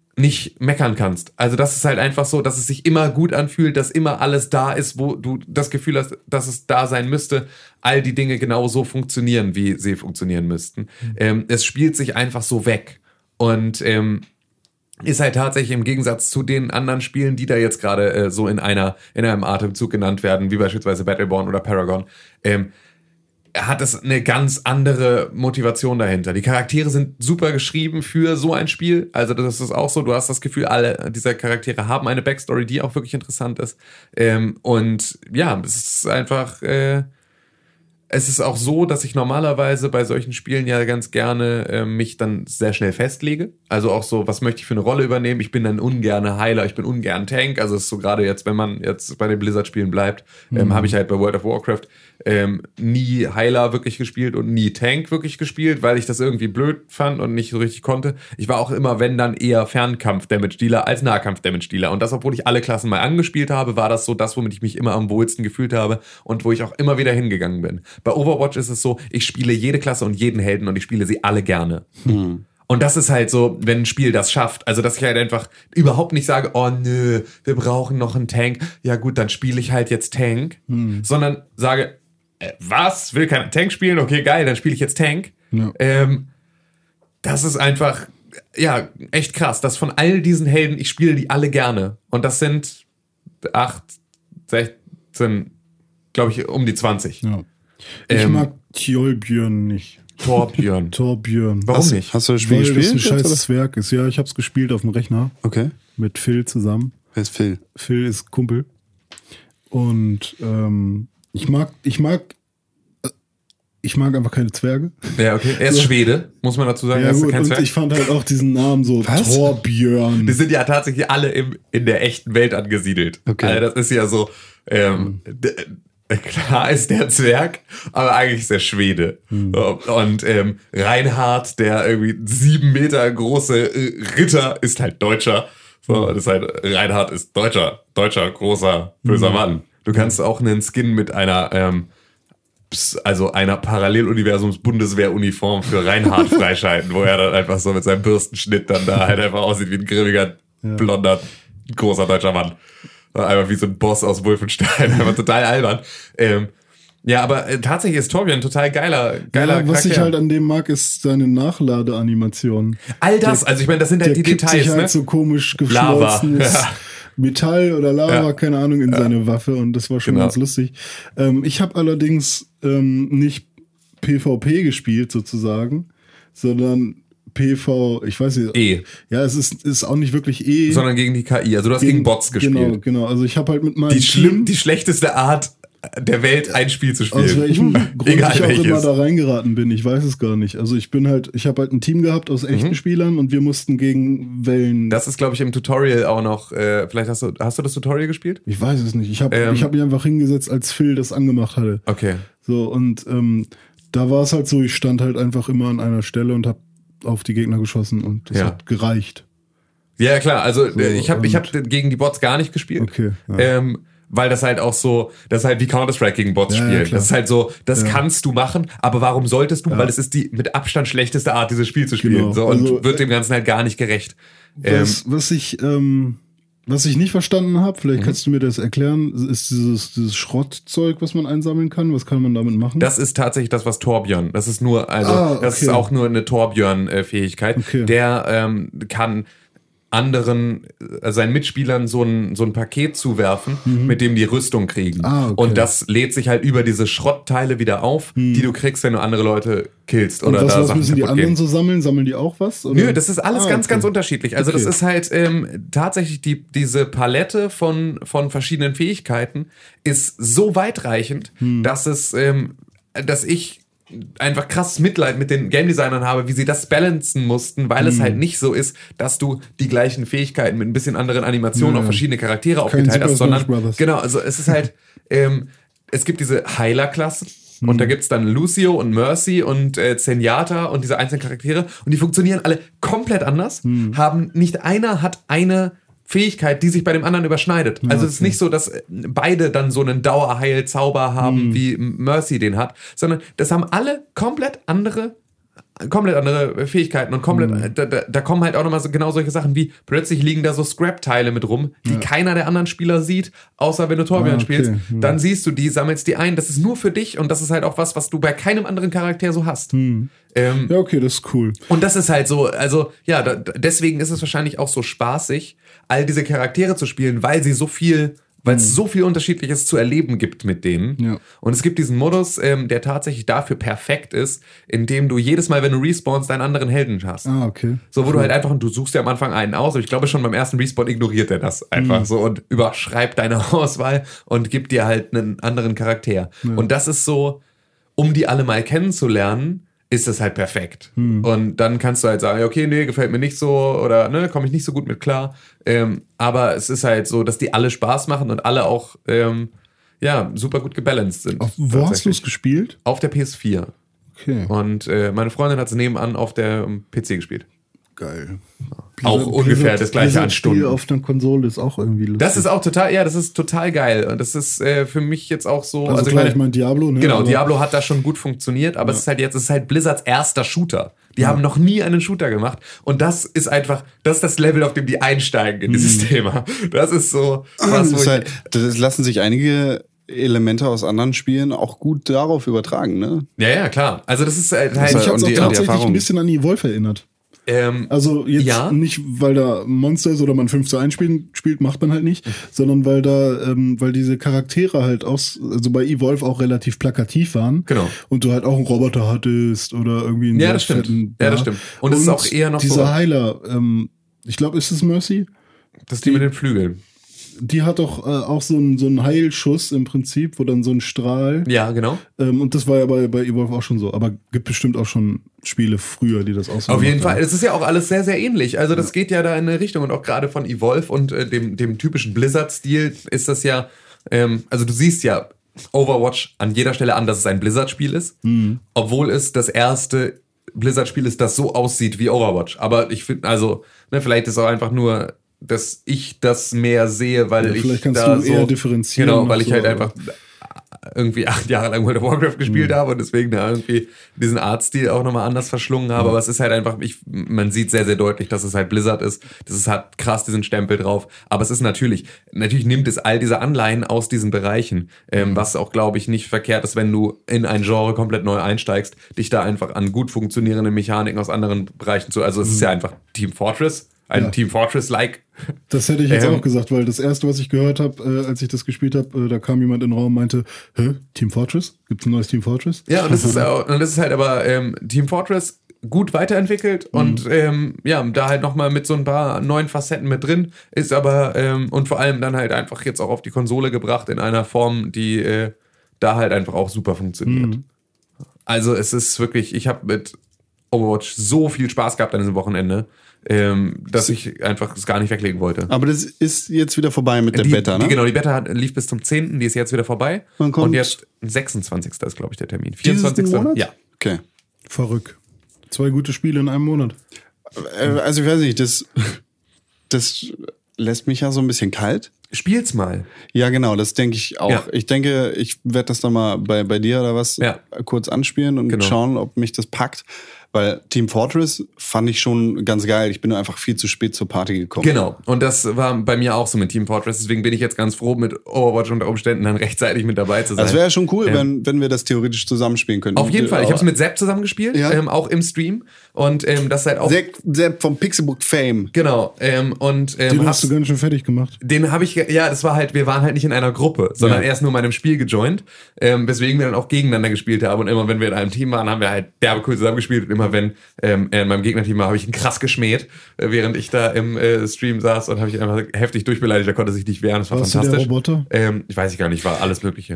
nicht meckern kannst. Also das ist halt einfach so, dass es sich immer gut anfühlt, dass immer alles da ist, wo du das Gefühl hast, dass es da sein müsste. All die Dinge genau so funktionieren, wie sie funktionieren müssten. Es spielt sich einfach so weg. Und ist halt tatsächlich im Gegensatz zu den anderen Spielen, die da jetzt gerade so in einem Atemzug genannt werden, wie beispielsweise Battleborn oder Paragon, hat es eine ganz andere Motivation dahinter. Die Charaktere sind super geschrieben für so ein Spiel. Also das ist auch so, du hast das Gefühl, alle dieser Charaktere haben eine Backstory, die auch wirklich interessant ist. Und ja, es ist einfach... Es ist auch so, dass ich normalerweise bei solchen Spielen ja ganz gerne mich dann sehr schnell festlege. Also auch so, was möchte ich für eine Rolle übernehmen? Ich bin dann ungerne Heiler, ich bin ungern Tank. Also es ist so gerade jetzt, wenn man jetzt bei den Blizzard-Spielen bleibt, habe ich halt bei World of Warcraft nie Heiler wirklich gespielt und nie Tank wirklich gespielt, weil ich das irgendwie blöd fand und nicht so richtig konnte. Ich war auch immer, wenn dann, eher Fernkampf-Damage-Dealer als Nahkampf-Damage-Dealer. Und das, obwohl ich alle Klassen mal angespielt habe, war das so das, womit ich mich immer am wohlsten gefühlt habe und wo ich auch immer wieder hingegangen bin. Bei Overwatch ist es so, ich spiele jede Klasse und jeden Helden und ich spiele sie alle gerne. Und das ist halt so, wenn ein Spiel das schafft, also dass ich halt einfach überhaupt nicht sage, oh nö, wir brauchen noch einen Tank, ja gut, dann spiele ich halt jetzt Tank, sondern sage, was, will keiner Tank spielen? Okay, geil, dann spiele ich jetzt Tank. Ja. Das ist einfach, ja, echt krass, dass von all diesen Helden, ich spiele die alle gerne. Und das sind 8, 16, glaube ich, um die 20. Ja. Ich mag Tjolbjörn nicht. Torbjörn. Torbjörn. Warum nicht? Hast du das Spiel Weil das gespielt? ein scheiß oder? Zwerg ist. Ja, ich hab's gespielt auf dem Rechner. Okay. Mit Phil zusammen. Wer ist Phil? Phil ist Kumpel. Und ich mag einfach keine Zwerge. Ja, okay. Er ist Schwede, muss man dazu sagen. Ja, Er ist gut, kein und Zwerg. ich fand halt auch diesen Namen so Was? Torbjörn. Die sind ja tatsächlich alle in der echten Welt angesiedelt. Okay. Also das ist ja so, klar ist der Zwerg, aber eigentlich ist der Schwede. Und Reinhard, der irgendwie 7 Meter große Ritter, ist halt Deutscher. So, das ist halt, Reinhard ist deutscher, großer, böser Mann. Du kannst auch einen Skin mit einer Paralleluniversums-Bundeswehr-Uniform für Reinhard freischalten, wo er dann einfach so mit seinem Bürstenschnitt dann da halt einfach aussieht wie ein grimmiger, blonder, großer deutscher Mann. Einfach wie so ein Boss aus Wolfenstein, einfach total albern. Ja, aber tatsächlich ist Torbjörn ein total geiler Ja, was ich Charakter. halt an dem mag, ist seine Nachladeanimation. All das, also ich meine, das sind halt Der die kippt Details, sich halt ne? so komisch Lava. geschmolzenes Ja. Metall oder Lava, Ja. keine Ahnung, in seine Waffe und das war schon Genau. ganz lustig. Ich habe allerdings nicht PvP gespielt sozusagen, sondern PV, ich weiß nicht. E. Ja, es ist auch nicht wirklich Sondern gegen die KI. Also du hast gegen Bots gespielt. Genau. Also ich habe halt mit meinem Die schlechteste Art der Welt, ein Spiel zu spielen. aus welchem Grund Egal ich auch welches. immer da reingeraten bin, ich weiß es gar nicht. Also ich habe halt ein Team gehabt aus echten Spielern und wir mussten gegen Wellen. Das ist, glaube ich, im Tutorial auch noch, vielleicht hast du das Tutorial gespielt? Ich weiß es nicht. Ich hab mich einfach hingesetzt, als Phil das angemacht hatte. Okay. So, und da war es halt so, ich stand halt einfach immer an einer Stelle und habe auf die Gegner geschossen und das Ja. hat gereicht. Ja, klar, also ich hab und- gegen die Bots gar nicht gespielt. Okay, ja. Weil das halt auch so, das ist halt wie Counter-Strike gegen Bots Ja, ja, spielen. klar. Das ist halt so, das kannst du machen, aber warum solltest du? Weil es ist die mit Abstand schlechteste Art, dieses Spiel zu spielen. Genau. So, und Also, wird dem Ganzen halt gar nicht gerecht. Was ich nicht verstanden habe, vielleicht kannst du mir das erklären, ist dieses Schrottzeug, was man einsammeln kann. Was kann man damit machen? Das ist tatsächlich das, was Torbjörn. Das ist nur, also Ah, okay. das ist auch nur eine Torbjörn-Fähigkeit. Okay. Der kann anderen, seinen Mitspielern so ein Paket zuwerfen, mit dem die Rüstung kriegen. Ah, okay. Und das lädt sich halt über diese Schrottteile wieder auf, die du kriegst, wenn du andere Leute killst und oder da was Sachen müssen die kaputt anderen gehen. so sammeln? Sammeln die auch was? Oder? Nö, das ist alles ganz, okay. ganz unterschiedlich. Also das Okay. ist halt tatsächlich diese Palette von verschiedenen Fähigkeiten ist so weitreichend, dass ich einfach krasses Mitleid mit den Game Designern habe, wie sie das balancen mussten, weil es halt nicht so ist, dass du die gleichen Fähigkeiten mit ein bisschen anderen Animationen Ja. auf verschiedene Charaktere Kein aufgeteilt Super hast, Smash sondern Brothers. genau, also es ist halt es gibt diese Heiler-Klassen und da gibt's dann Lucio und Mercy und Zenyatta und diese einzelnen Charaktere und die funktionieren alle komplett anders, nicht einer hat eine Fähigkeit, die sich bei dem anderen überschneidet. Also es ist nicht so, dass beide dann so einen Dauerheilzauber haben, wie Mercy den hat, sondern das haben alle komplett andere komplett andere Fähigkeiten und komplett, da kommen halt auch nochmal so genau solche Sachen wie, plötzlich liegen da so Scrap-Teile mit rum, die keiner der anderen Spieler sieht, außer wenn du Torbjörn spielst. Dann siehst du die, sammelst die ein, das ist nur für dich und das ist halt auch was du bei keinem anderen Charakter so hast. Ja, okay, das ist cool. Und das ist halt so, also ja, deswegen ist es wahrscheinlich auch so spaßig, all diese Charaktere zu spielen, weil es so viel Unterschiedliches zu erleben gibt mit denen. Ja. Und es gibt diesen Modus, der tatsächlich dafür perfekt ist, in dem du jedes Mal, wenn du respawnst, einen anderen Helden hast. Ah, okay. So, wo du halt einfach, du suchst ja am Anfang einen aus, aber ich glaube schon beim ersten Respawn ignoriert er das einfach so und überschreibt deine Auswahl und gibt dir halt einen anderen Charakter. Ja. Und das ist so, um die alle mal kennenzulernen, ist das halt perfekt. Und dann kannst du halt sagen, okay, nee, gefällt mir nicht so oder ne, komme ich nicht so gut mit klar. Aber es ist halt so, dass die alle Spaß machen und alle auch super gut gebalanced sind. Wo hast du es gespielt? Auf der PS4. Okay. Und meine Freundin hat es nebenan auf der PC gespielt. Geil. Auch ungefähr das gleiche an Stunden. Spiel auf der Konsole ist auch irgendwie lustig. Das ist auch total geil. Und das ist für mich jetzt auch so. Also klar, ich meine Diablo, ne? Genau, Diablo hat da schon gut funktioniert, aber es ist halt Blizzards erster Shooter. Die haben noch nie einen Shooter gemacht. Und das ist das Level, auf dem die einsteigen in dieses Thema. Das ist so das lassen sich einige Elemente aus anderen Spielen auch gut darauf übertragen, ne? Ja, klar. Also das ist halt. Ich hab's auch die tatsächlich Erfahrung. ein bisschen an Evolve erinnert. Also jetzt nicht, weil da Monster ist oder man 5:1 spielt, macht man halt nicht, sondern weil weil diese Charaktere halt also bei Evolve auch relativ plakativ waren. Genau. Und du halt auch einen Roboter hattest oder irgendwie einen das stimmt. Ja, das stimmt. Und es ist auch eher noch dieser so. Heiler, ich glaube, ist es Mercy? Das ist die mit den Flügeln. Die hat doch auch so einen Heilschuss im Prinzip, wo dann so ein Strahl. Ja, genau. Und das war ja bei Evolve auch schon so. Aber gibt bestimmt auch schon Spiele früher, die das auch so Auf jeden gemacht Fall. Es ist ja auch alles sehr, sehr ähnlich. Also das geht ja da in eine Richtung. Und auch gerade von Evolve und dem typischen Blizzard-Stil ist das ja, also du siehst ja Overwatch an jeder Stelle an, dass es ein Blizzard-Spiel ist. Obwohl es das erste Blizzard-Spiel ist, das so aussieht wie Overwatch. Aber ich finde, also, vielleicht ist es auch einfach nur, dass ich das mehr sehe, weil ich vielleicht kannst da du so eher differenzieren. Genau, weil ich so, halt einfach irgendwie 8 Jahre lang World of Warcraft gespielt habe und deswegen da irgendwie diesen Artstil auch nochmal anders verschlungen habe. Aber es ist halt einfach, man sieht sehr, sehr deutlich, dass es halt Blizzard ist. Hat krass diesen Stempel drauf. Aber es ist natürlich nimmt es all diese Anleihen aus diesen Bereichen, was auch, glaube ich, nicht verkehrt ist, wenn du in ein Genre komplett neu einsteigst, dich da einfach an gut funktionierenden Mechaniken aus anderen Bereichen also es ist ja einfach Team Fortress. Team Fortress-like. Das hätte ich jetzt auch gesagt, weil das erste, was ich gehört habe, als ich das gespielt habe, da kam jemand in den Raum und meinte, Team Fortress? Gibt's ein neues Team Fortress? Ja, und das ist halt aber Team Fortress gut weiterentwickelt und da halt nochmal mit so ein paar neuen Facetten mit drin ist, aber und vor allem dann halt einfach jetzt auch auf die Konsole gebracht in einer Form, die da halt einfach auch super funktioniert. Also es ist wirklich, ich habe mit Overwatch so viel Spaß gehabt an diesem Wochenende, dass ich einfach es gar nicht weglegen wollte. Aber das ist jetzt wieder vorbei mit der Beta, ne? Genau, die Beta lief bis zum 10., die ist jetzt wieder vorbei. Und jetzt 26. ist, glaube ich, der Termin. 24. Monat? Ja. Okay. Verrückt. 2 gute Spiele in einem Monat. Also ich weiß nicht, das lässt mich ja so ein bisschen kalt. Spiel's mal. Ja, genau, das denke ich auch. Ja. Ich denke, ich werde das dann mal bei dir oder was kurz anspielen und schauen, ob mich das packt. Weil Team Fortress fand ich schon ganz geil. Ich bin nur einfach viel zu spät zur Party gekommen. Genau. Und das war bei mir auch so mit Team Fortress. Deswegen bin ich jetzt ganz froh, mit Overwatch unter Umständen dann rechtzeitig mit dabei zu sein. Das wäre ja schon cool, wenn wir das theoretisch zusammenspielen könnten. Auf jeden Fall. Ich habe es mit Sepp zusammengespielt, auch im Stream. Und das halt auch... Sepp vom Pixelbook Fame. Genau. Den hast du ganz schön fertig gemacht. Den habe ich... Ja, das war halt... Wir waren halt nicht in einer Gruppe, sondern erst nur in meinem Spiel gejoint. Weswegen wir dann auch gegeneinander gespielt haben. Und immer, wenn wir in einem Team waren, haben wir halt derbe cool zusammengespielt. Und immer, wenn in meinem Gegnerteam war, habe ich ihn krass geschmäht, während ich da im Stream saß und habe ich einfach heftig durchbeleidigt. Da konnte sich nicht wehren. Das war fantastisch. Der Roboter? Ich weiß gar nicht, war alles Mögliche.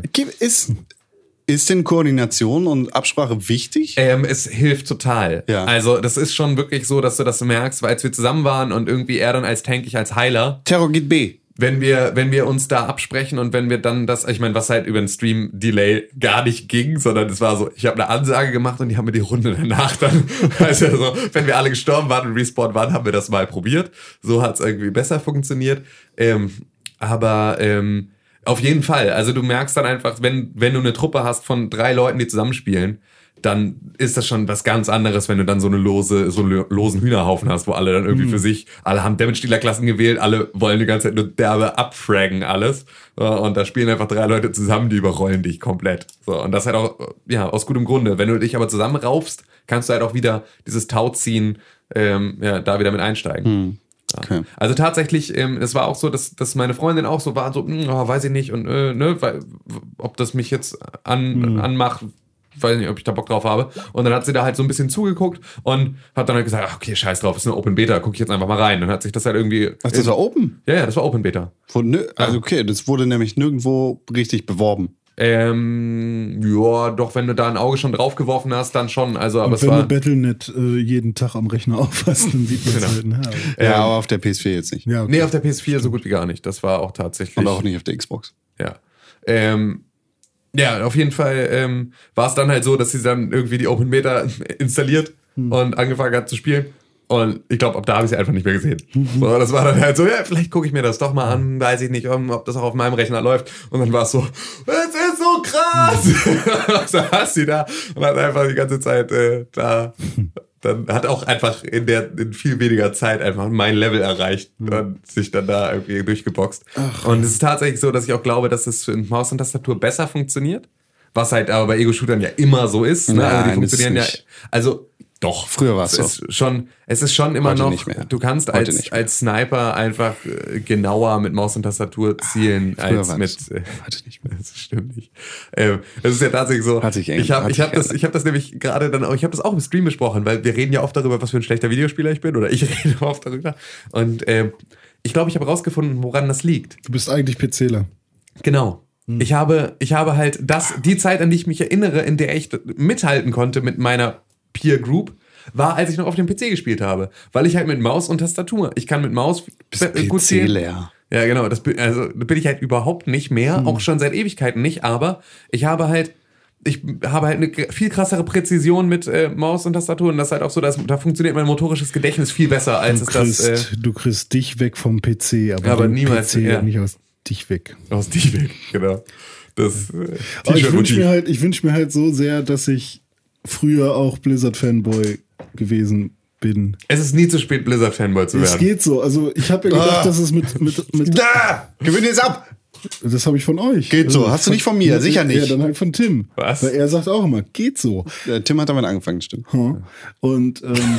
Ist denn Koordination und Absprache wichtig? Es hilft total. Ja. Also das ist schon wirklich so, dass du das merkst, weil als wir zusammen waren und irgendwie er dann als Tank, ich als Heiler. Terror geht B. Wenn wir uns da absprechen und wenn wir dann ich meine, was halt über den Stream-Delay gar nicht ging, sondern es war so, ich habe eine Ansage gemacht und die haben mir die Runde danach dann, also so, wenn wir alle gestorben waren und respawned waren, haben wir das mal probiert. So hat's irgendwie besser funktioniert. Aber auf jeden Fall, also du merkst dann einfach, wenn du eine Truppe hast von 3 Leuten, die zusammenspielen, dann ist das schon was ganz anderes, wenn du dann so einen losen Hühnerhaufen hast, wo alle dann irgendwie für sich, alle haben Damage-Dealer-Klassen gewählt, alle wollen die ganze Zeit nur derbe abfraggen alles. Und da spielen einfach 3 Leute zusammen, die überrollen dich komplett. So, und das halt auch, ja, aus gutem Grunde. Wenn du dich aber zusammenraufst, kannst du halt auch wieder dieses Tau ziehen, da wieder mit einsteigen. Okay. Also tatsächlich, es war auch so, dass meine Freundin auch so war, so, weiß ich nicht, und weil, ob das mich jetzt anmacht, weiß nicht, ob ich da Bock drauf habe. Und dann hat sie da halt so ein bisschen zugeguckt und hat dann halt gesagt, ach, okay, scheiß drauf, ist eine Open Beta, guck ich jetzt einfach mal rein. Dann hat sich das halt irgendwie... Ach, das war Open? Ja, das war Open Beta. Also okay, das wurde nämlich nirgendwo richtig beworben. Ja, doch, wenn du da ein Auge schon drauf geworfen hast, dann schon. Also, aber Und es wenn war... du Battle.net jeden Tag am Rechner aufhast, dann sieht man es halt. Ne? Ja, aber auf der PS4 jetzt nicht. Ja, okay. Nee, auf der PS4 so gut wie gar nicht. Das war auch tatsächlich... Und auch nicht auf der Xbox. Ja. Ja, auf jeden Fall war es dann halt so, dass sie dann irgendwie die Open Beta installiert und angefangen hat zu spielen. Und ich glaube, ab da habe ich sie einfach nicht mehr gesehen. So, das war dann halt so, ja, vielleicht gucke ich mir das doch mal an, weiß ich nicht, ob das auch auf meinem Rechner läuft. Und dann war es so, es ist so krass! So hast sie da und hat einfach die ganze Zeit da... Dann hat auch einfach in viel weniger Zeit einfach mein Level erreicht und sich dann da irgendwie durchgeboxt. Und es ist tatsächlich so, dass ich auch glaube, dass es in Maus und Tastatur besser funktioniert. Was halt aber bei Ego-Shootern ja immer so ist. Ne? Nein, Also die das funktionieren ist ja, nicht. also doch. Früher war es so. Es ist schon immer Heute noch, nicht mehr. du kannst Heute nicht mehr. als Sniper einfach genauer mit Maus und Tastatur zielen Früher als war mit, es. Heute nicht mehr. das stimmt nicht. Es ist ja tatsächlich so, Hat sich ich habe das nämlich gerade dann auch, ich habe das auch im Stream besprochen, weil wir reden ja oft darüber, was für ein schlechter Videospieler ich bin, oder ich rede oft darüber. Und ich glaube, ich habe rausgefunden, woran das liegt. Du bist eigentlich PCler. Genau. Ich habe halt die Zeit, an die ich mich erinnere, in der ich mithalten konnte mit meiner Peer Group, war, als ich noch auf dem PC gespielt habe. Weil ich halt mit Maus und Tastatur, ich kann mit Maus gut zählen. PC-leer. Ja, genau, da bin ich halt überhaupt nicht mehr, auch schon seit Ewigkeiten nicht, aber ich habe halt eine viel krassere Präzision mit Maus und Tastatur und das ist halt auch so, da funktioniert mein motorisches Gedächtnis viel besser, als Du kriegst dich weg vom PC, aber den niemals, PC ja. nicht aus dich weg. aus dich weg, genau. Das Aber ich wünsche T-Shirt-Motiv. wünsch mir halt so sehr, dass ich früher auch Blizzard-Fanboy gewesen bin. Es ist nie zu spät, Blizzard-Fanboy zu Es werden. geht so. Also ich habe ja gedacht, dass es mit Da! Gewinn jetzt ab! das habe ich von euch. Geht so. Hast du nicht von mir? Sicher nicht. Ja, dann halt von Tim. Was? Weil er sagt auch immer, geht so. Tim hat damit angefangen, stimmt. Und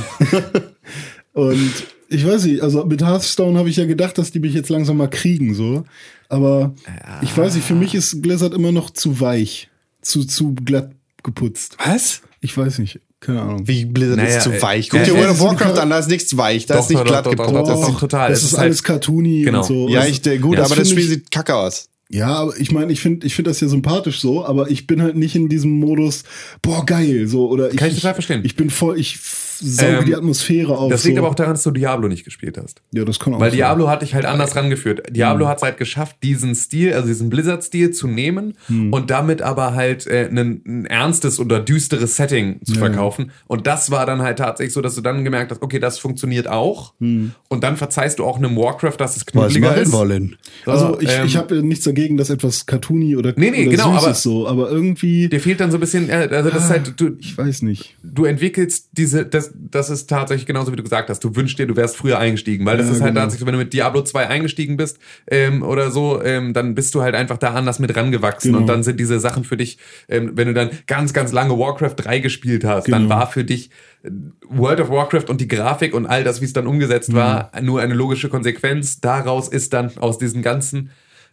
und ich weiß nicht, also mit Hearthstone habe ich ja gedacht, dass die mich jetzt langsam mal kriegen, so. Aber ich weiß nicht, für mich ist Blizzard immer noch zu weich, zu glatt geputzt. Was? Ich weiß nicht, keine Ahnung. Wie Blizzard Naja, ist zu weich. Guck ja, dir ja, World of das ist Warcraft ein- an, da ist nichts weich, da Doch, ist nicht doch, glatt doch, doch, geputzt. doch, doch. total. Das Es ist ist alles halt- cartoony Genau. und so. Ja, Also, gut, das aber das find Spiel ich- sieht kacke aus. Ja, aber ich meine, ich finde das ja sympathisch so, aber ich bin halt nicht in diesem Modus, boah, geil, so, oder Kann ich total verstehen. Ich sauge die Atmosphäre auf. Das liegt so. aber auch daran, dass du Diablo nicht gespielt hast. Ja, das kann auch Weil sein. Diablo hat dich halt anders rangeführt. Diablo hat es halt geschafft, diesen Stil, also diesen Blizzard-Stil zu nehmen und damit aber halt ein ernstes oder düsteres Setting zu verkaufen. Und das war dann halt tatsächlich so, dass du dann gemerkt hast, okay, das funktioniert auch. Und dann verzeihst du auch einem Warcraft, dass es knuddeliger ist. wollen? So, Also ich habe nichts dagegen, dass etwas cartoony oder, Nee, oder genau, süß aber- ist so, aber irgendwie, Dir fehlt dann so ein bisschen, also das ist halt, ich weiß nicht. du entwickelst das ist tatsächlich genauso, wie du gesagt hast. Du wünschst dir, du wärst früher eingestiegen, weil das Ja, ist halt genau. tatsächlich, wenn du mit Diablo 2 eingestiegen bist oder so, dann bist du halt einfach da anders mit rangewachsen Genau. und dann sind diese Sachen für dich, wenn du dann ganz, ganz lange Warcraft 3 gespielt hast, dann Genau. war für dich World of Warcraft und die Grafik und all das, wie es dann umgesetzt war, nur eine logische Konsequenz. Daraus ist dann aus diesen ganzen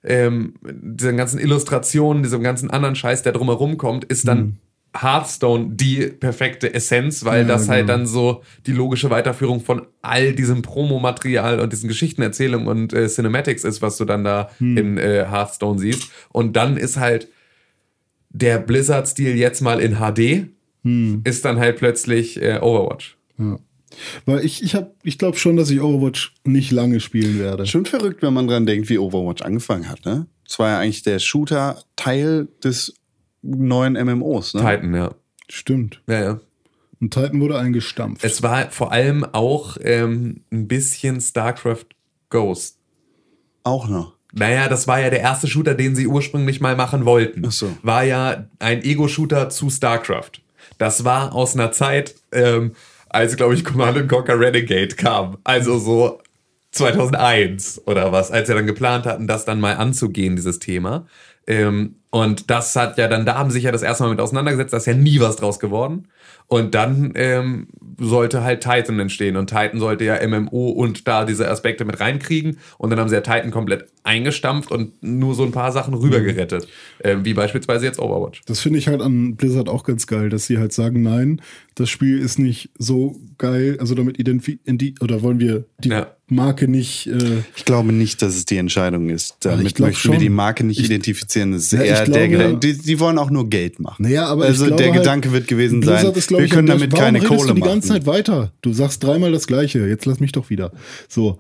Illustrationen, diesem ganzen anderen Scheiß, der drumherum kommt, ist dann Hearthstone die perfekte Essenz, weil das halt dann so die logische Weiterführung von all diesem Promomaterial und diesen Geschichtenerzählungen und Cinematics ist, was du dann da in Hearthstone siehst. Und dann ist halt der Blizzard-Stil jetzt mal in HD, ist dann halt plötzlich Overwatch. Ja. Weil ich glaube schon, dass ich Overwatch nicht lange spielen werde. Schon verrückt, wenn man dran denkt, wie Overwatch angefangen hat, ne? Das war ja eigentlich der Shooter-Teil des neuen MMOs, ne? Titan, ja. Stimmt. Ja. Und Titan wurde eingestampft. Es war vor allem auch ein bisschen StarCraft Ghost. Auch noch. Naja, das war ja der erste Shooter, den sie ursprünglich mal machen wollten. Ach so. War ja ein Ego-Shooter zu StarCraft. das war aus einer Zeit, als, glaube ich, Command & Conquer Renegade kam. Also so 2001 oder was, als wir dann geplant hatten, das dann mal anzugehen, dieses Thema. Und das hat ja dann, da haben sich ja das erste Mal mit auseinandergesetzt, da ist ja nie was draus geworden. Und dann sollte halt Titan entstehen. Und Titan sollte ja MMO und da diese Aspekte mit reinkriegen. Und dann haben sie ja Titan komplett eingestampft und nur so ein paar Sachen rübergerettet. Wie beispielsweise jetzt Overwatch. Das finde ich halt an Blizzard auch ganz geil, dass sie halt sagen, nein, das Spiel ist nicht so geil, also damit oder wollen wir die Marke nicht... Ich glaube nicht, dass es die Entscheidung ist. Damit möchten wir die Marke nicht identifizieren. Das ist eher glaube, der Gedanke. Die wollen auch nur Geld machen. Naja, aber also ich glaube der Gedanke wird gewesen sein, ist, wir können damit keine Kohle machen. Du die ganze Zeit weiter. Du sagst dreimal das Gleiche. Jetzt lass mich doch wieder. So,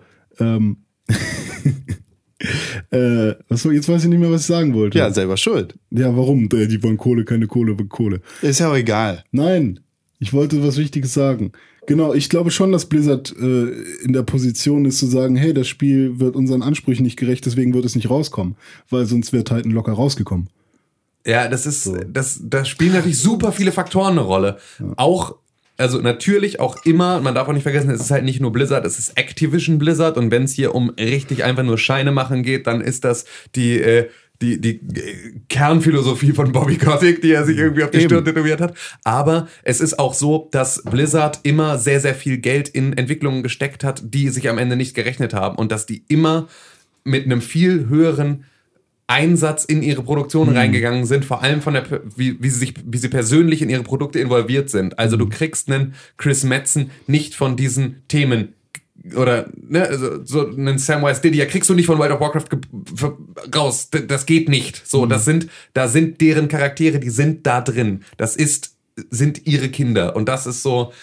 jetzt weiß ich nicht mehr, was ich sagen wollte. Ja, selber schuld. Ja, warum? Die wollen Kohle, keine Kohle, Kohle. Ist ja auch egal. Nein, ich wollte was Wichtiges sagen. Genau, ich glaube schon, dass Blizzard in der Position ist zu sagen, hey, das Spiel wird unseren Ansprüchen nicht gerecht, deswegen wird es nicht rauskommen. Weil sonst wäre Titan locker rausgekommen. Ja, das ist, das spielen natürlich super viele Faktoren eine Rolle. Ja. Auch, also natürlich auch immer, man darf auch nicht vergessen, es ist halt nicht nur Blizzard, es ist Activision Blizzard und wenn es hier um richtig einfach nur Scheine machen geht, dann ist das die Kernphilosophie von Bobby Kotick, die er sich irgendwie auf die Stirn tätowiert hat. Aber es ist auch so, dass Blizzard immer sehr, sehr viel Geld in Entwicklungen gesteckt hat, die sich am Ende nicht gerechnet haben und dass die immer mit einem viel höheren Einsatz in ihre Produktion reingegangen sind, vor allem von wie sie persönlich in ihre Produkte involviert sind. Also du kriegst einen Chris Metzen nicht von diesen Themen oder so einen Samwise Didier kriegst du nicht von World of Warcraft raus. Das geht nicht. So, da sind deren Charaktere, die sind da drin. Sind ihre Kinder und das ist so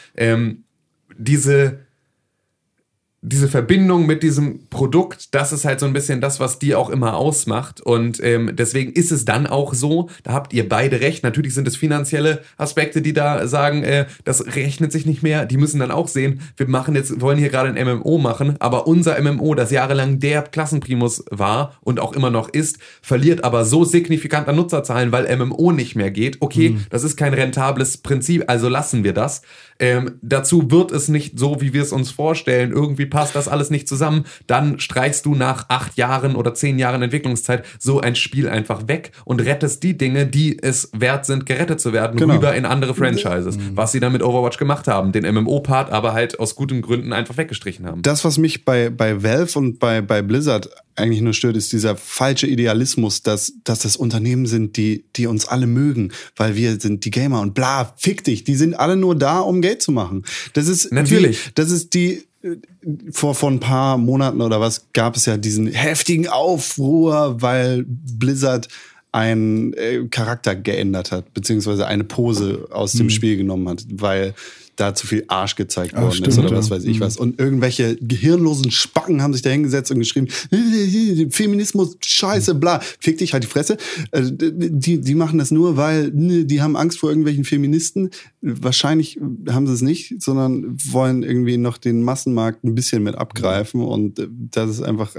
diese Verbindung mit diesem Produkt, das ist halt so ein bisschen das, was die auch immer ausmacht und deswegen ist es dann auch so, da habt ihr beide recht, natürlich sind es finanzielle Aspekte, die da sagen, das rechnet sich nicht mehr, die müssen dann auch sehen, wollen hier gerade ein MMO machen, aber unser MMO, das jahrelang der Klassenprimus war und auch immer noch ist, verliert aber so signifikant an Nutzerzahlen, weil MMO nicht mehr geht, okay, das ist kein rentables Prinzip, also lassen wir das. Dazu wird es nicht so, wie wir es uns vorstellen, irgendwie passt das alles nicht zusammen, dann streichst du nach 8 Jahren oder 10 Jahren Entwicklungszeit so ein Spiel einfach weg und rettest die Dinge, die es wert sind, gerettet zu werden, rüber in andere Franchises. Was sie dann mit Overwatch gemacht haben, den MMO-Part aber halt aus guten Gründen einfach weggestrichen haben. Das, was mich bei Valve und bei Blizzard eigentlich nur stört, ist dieser falsche Idealismus, dass das Unternehmen sind, die uns alle mögen, weil wir sind die Gamer und bla, fick dich, die sind alle nur da, um Geld zu machen. Das ist natürlich. Das ist die vor ein paar Monaten oder was gab es ja diesen heftigen Aufruhr, weil Blizzard einen Charakter geändert hat, beziehungsweise eine Pose aus dem Spiel genommen hat, weil da zu viel Arsch gezeigt worden ist oder was weiß ich was. Und irgendwelche gehirnlosen Spacken haben sich da hingesetzt und geschrieben, Feminismus, scheiße, bla. Fick dich, halt die Fresse. Die machen das nur, weil die haben Angst vor irgendwelchen Feministen. Wahrscheinlich haben sie es nicht, sondern wollen irgendwie noch den Massenmarkt ein bisschen mit abgreifen. Und das ist einfach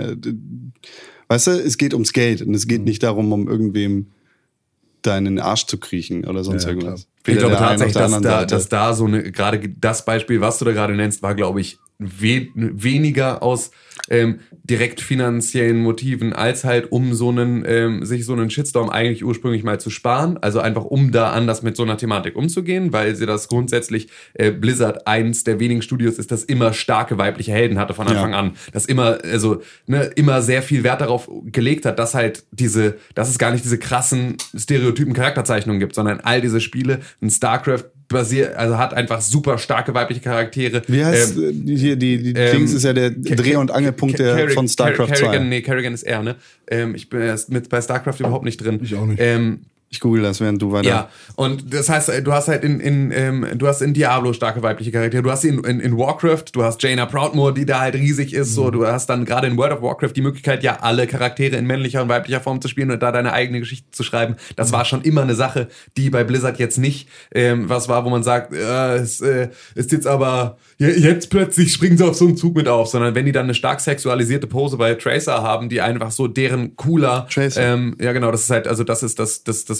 weißt du, es geht ums Geld und es geht nicht darum, um irgendwem da in den Arsch zu kriechen oder sonst irgendwas. Ich glaube tatsächlich, dass da so gerade das Beispiel, was du da gerade nennst, war, glaube ich, weniger aus direkt finanziellen Motiven, als halt um sich so einen Shitstorm eigentlich ursprünglich mal zu sparen. Also einfach um da anders mit so einer Thematik umzugehen, weil sie das grundsätzlich Blizzard eins der wenigen Studios ist, das immer starke weibliche Helden hatte von Anfang an. Das immer, immer sehr viel Wert darauf gelegt hat, dass dass es gar nicht diese krassen stereotypen Charakterzeichnungen gibt, sondern all diese Spiele, ein StarCraft hat einfach super starke weibliche Charaktere. Wie heißt hier die Dings ist ja der Dreh- und Angelpunkt von StarCraft 2. Kerrigan ist er, ne? Ich bin erst bei StarCraft überhaupt nicht drin. Ich auch nicht. Ich google das, während du weiter... Ja, und das heißt, du hast halt du hast in Diablo starke weibliche Charaktere, du hast in Warcraft, du hast Jaina Proudmoore, die da halt riesig ist, so, du hast dann gerade in World of Warcraft die Möglichkeit, ja, alle Charaktere in männlicher und weiblicher Form zu spielen und da deine eigene Geschichte zu schreiben. Das war schon immer eine Sache, die bei Blizzard jetzt nicht was war, wo man sagt, ist jetzt aber, jetzt plötzlich springen sie auf so einen Zug mit auf, sondern wenn die dann eine stark sexualisierte Pose bei Tracer haben, die einfach so deren cooler, Tracer. ja genau, das ist halt, also das ist das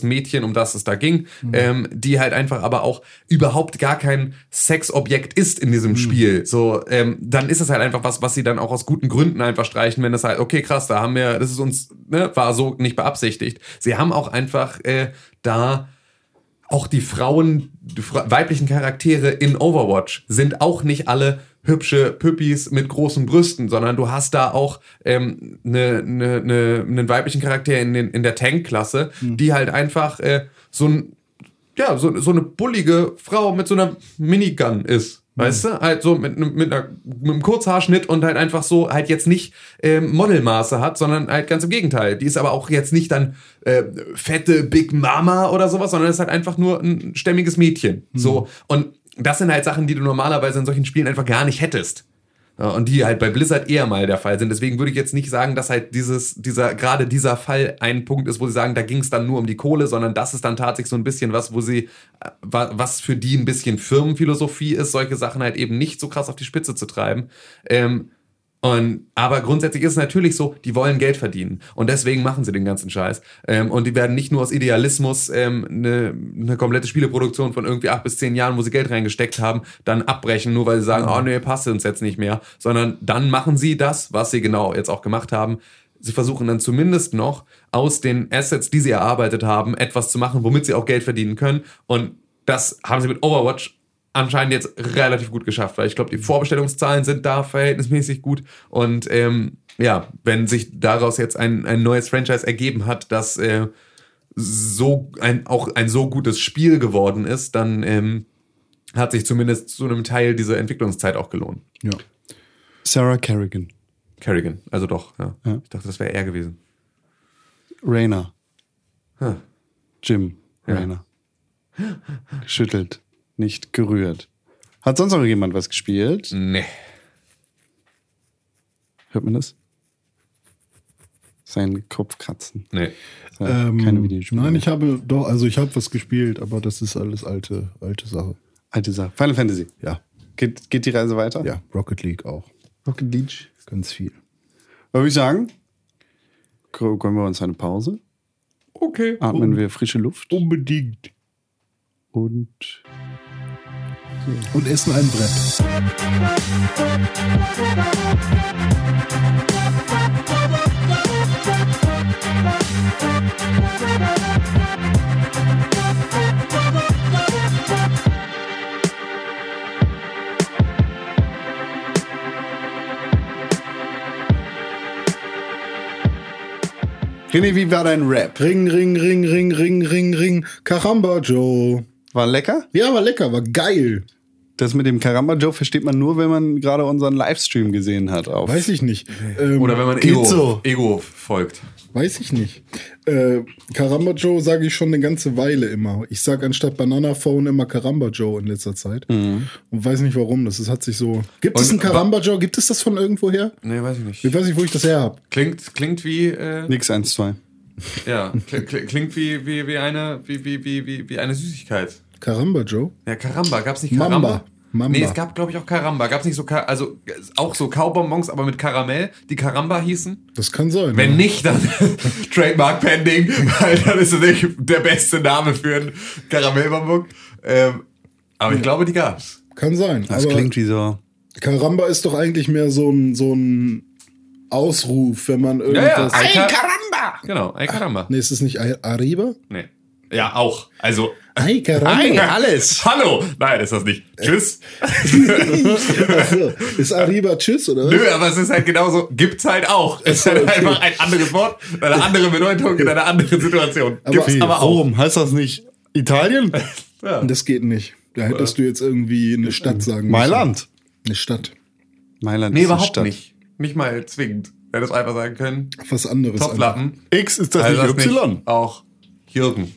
das Mädchen, um das es da ging, die halt einfach aber auch überhaupt gar kein Sexobjekt ist in diesem Spiel. So, dann ist es halt einfach was sie dann auch aus guten Gründen einfach streichen, wenn das halt, okay, krass, da haben wir, das ist uns, ne, war so nicht beabsichtigt. Sie haben auch einfach da auch die weiblichen Charaktere in Overwatch sind auch nicht alle hübsche Püppis mit großen Brüsten, sondern du hast da auch einen weiblichen Charakter in der Tank-Klasse, die halt einfach so eine bullige Frau mit so einer Minigun ist. Weißt du? Halt so mit einem Kurzhaarschnitt und halt einfach so halt jetzt nicht Modelmaße hat, sondern halt ganz im Gegenteil. Die ist aber auch jetzt nicht dann fette Big Mama oder sowas, sondern ist halt einfach nur ein stämmiges Mädchen. So. Und das sind halt Sachen, die du normalerweise in solchen Spielen einfach gar nicht hättest. Und die halt bei Blizzard eher mal der Fall sind. Deswegen würde ich jetzt nicht sagen, dass halt gerade dieser Fall ein Punkt ist, wo sie sagen, da ging es dann nur um die Kohle, sondern das ist dann tatsächlich so ein bisschen was, was für die ein bisschen Firmenphilosophie ist, solche Sachen halt eben nicht so krass auf die Spitze zu treiben. Aber grundsätzlich ist es natürlich so, die wollen Geld verdienen und deswegen machen sie den ganzen Scheiß. Und die werden nicht nur aus Idealismus eine komplette Spieleproduktion von irgendwie 8 bis 10 Jahren, wo sie Geld reingesteckt haben, dann abbrechen, nur weil sie sagen, oh nee, passt uns jetzt nicht mehr, sondern dann machen sie das, was sie genau jetzt auch gemacht haben. Sie versuchen dann zumindest noch aus den Assets, die sie erarbeitet haben, etwas zu machen, womit sie auch Geld verdienen können. Und das haben sie mit Overwatch anscheinend jetzt relativ gut geschafft, weil ich glaube, die Vorbestellungszahlen sind da verhältnismäßig gut und wenn sich daraus jetzt ein neues Franchise ergeben hat, das auch ein so gutes Spiel geworden ist, dann hat sich zumindest zu einem Teil diese Entwicklungszeit auch gelohnt. Ja. Sarah Kerrigan, also doch, ja. Ich dachte, das wäre er gewesen. Reyna. Huh. Jim Reyna. Geschüttelt. Nicht gerührt. Hat sonst noch jemand was gespielt? Nee. Hört man das? Sein Kopfkratzen. Nee. Keine Videospiele. Nein, ich habe was gespielt, aber das ist alles alte Sache. Alte Sache. Final Fantasy. Ja. Geht die Reise weiter? Ja, Rocket League auch. Rocket League. Ganz viel. Würde ich sagen, gönnen wir uns eine Pause. Okay. Atmen wir frische Luft. Unbedingt. Und essen ein Brett. René, wie war dein Rap? Ring, ring, ring, ring, ring, ring, ring. Caramba Joe. War lecker? Ja, war lecker, war geil. Das mit dem Caramba Joe versteht man nur, wenn man gerade unseren Livestream gesehen hat. Weiß ich nicht. Oder wenn man Ego folgt. Weiß ich nicht. Caramba Joe sage ich schon eine ganze Weile immer. Ich sage anstatt Banana Phone immer Caramba Joe in letzter Zeit. Und weiß nicht warum. Das hat sich so. Gibt es einen Caramba Joe? Gibt es das von irgendwoher? Nee, weiß ich nicht. Ich weiß nicht, wo ich das her habe. Klingt wie. Nix 1, 2. Ja, klingt wie eine Süßigkeit. Caramba Joe? Ja, Caramba. Gab's nicht Caramba? Mamba. Nee, es gab, glaube ich, auch Caramba. Gab's nicht so, auch so Kaubonbons, aber mit Karamell, die Caramba hießen? Das kann sein. Wenn nicht, dann Trademark Pending, weil dann ist das nicht der beste Name für einen Karamellbonbon. Aber ich glaube, die gab's. Kann sein. Das aber klingt wie so. Caramba ist doch eigentlich mehr so ein Ausruf, wenn man irgendwas. Ey, Caramba! Genau, ey, Caramba. Nee, ist es nicht Arriba? Nee. Ja, auch. Also. Ay, Caramba. Alles. Hallo! Nein, ist das nicht. Tschüss. Also, ist Arriba Tschüss, oder was? Nö, aber es ist halt genauso, gibt's halt auch. Es ist halt Okay. einfach ein anderes Wort, eine andere Bedeutung in einer anderen Situation. Gibt's aber auch. Warum? Heißt das nicht Italien? Ja. Das geht nicht. Da hättest du jetzt irgendwie eine Stadt sagen müssen. Mailand. Eine Stadt. Mailand Nee, ist eine überhaupt Stadt. nicht. Nicht mal zwingend. Hätte es einfach sagen können. Was anderes. Topflappen. X ist das Also nicht Y. auch Jürgen.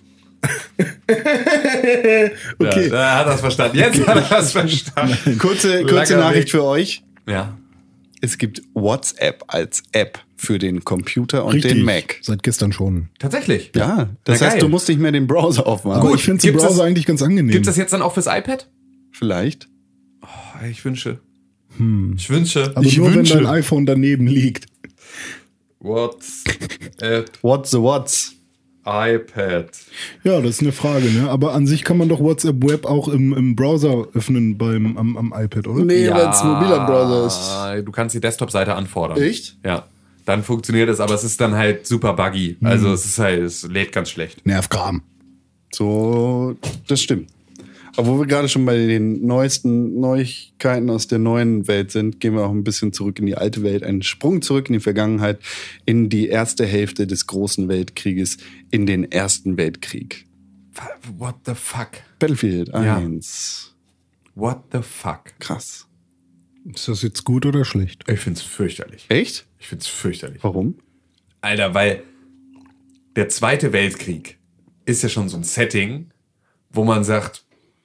Okay. Ja, da hat er es verstanden. Jetzt hat er es verstanden. Kurze Langer Nachricht Weg. für euch. Ja. Es gibt WhatsApp als App für den Computer und Richtig. den Mac. Seit gestern schon. Tatsächlich. Ja, das Na, heißt, geil. du musst nicht mehr den Browser aufmachen. Aber ich finde den gibt's Browser das- eigentlich ganz angenehm. Gibt es das jetzt dann auch fürs iPad? Vielleicht. Oh, ich wünsche. Ich wünsche. Aber Ich nur wünsche- wenn dein iPhone daneben liegt. WhatsApp. What's the what's? iPad. Ja, das ist eine Frage, ne? Aber an sich kann man doch WhatsApp Web auch im Browser öffnen am iPad, oder? Nee, weil es mobiler Browser ist. Du kannst die Desktop-Seite anfordern. Echt? Ja. Dann funktioniert es, aber es ist dann halt super buggy. Also es lädt ganz schlecht. Nervkram. So, das stimmt. Aber wo wir gerade schon bei den neuesten Neuigkeiten aus der neuen Welt sind, gehen wir auch ein bisschen zurück in die alte Welt. Einen Sprung zurück in die Vergangenheit, in die erste Hälfte des großen Weltkrieges, in den Ersten Weltkrieg. What the fuck? Battlefield Ja. 1. What the fuck? Krass. Ist das jetzt gut oder schlecht? Ich find's fürchterlich. Echt? Ich find's fürchterlich. Warum? Alter, weil der Zweite Weltkrieg ist ja schon so ein Setting, wo man sagt,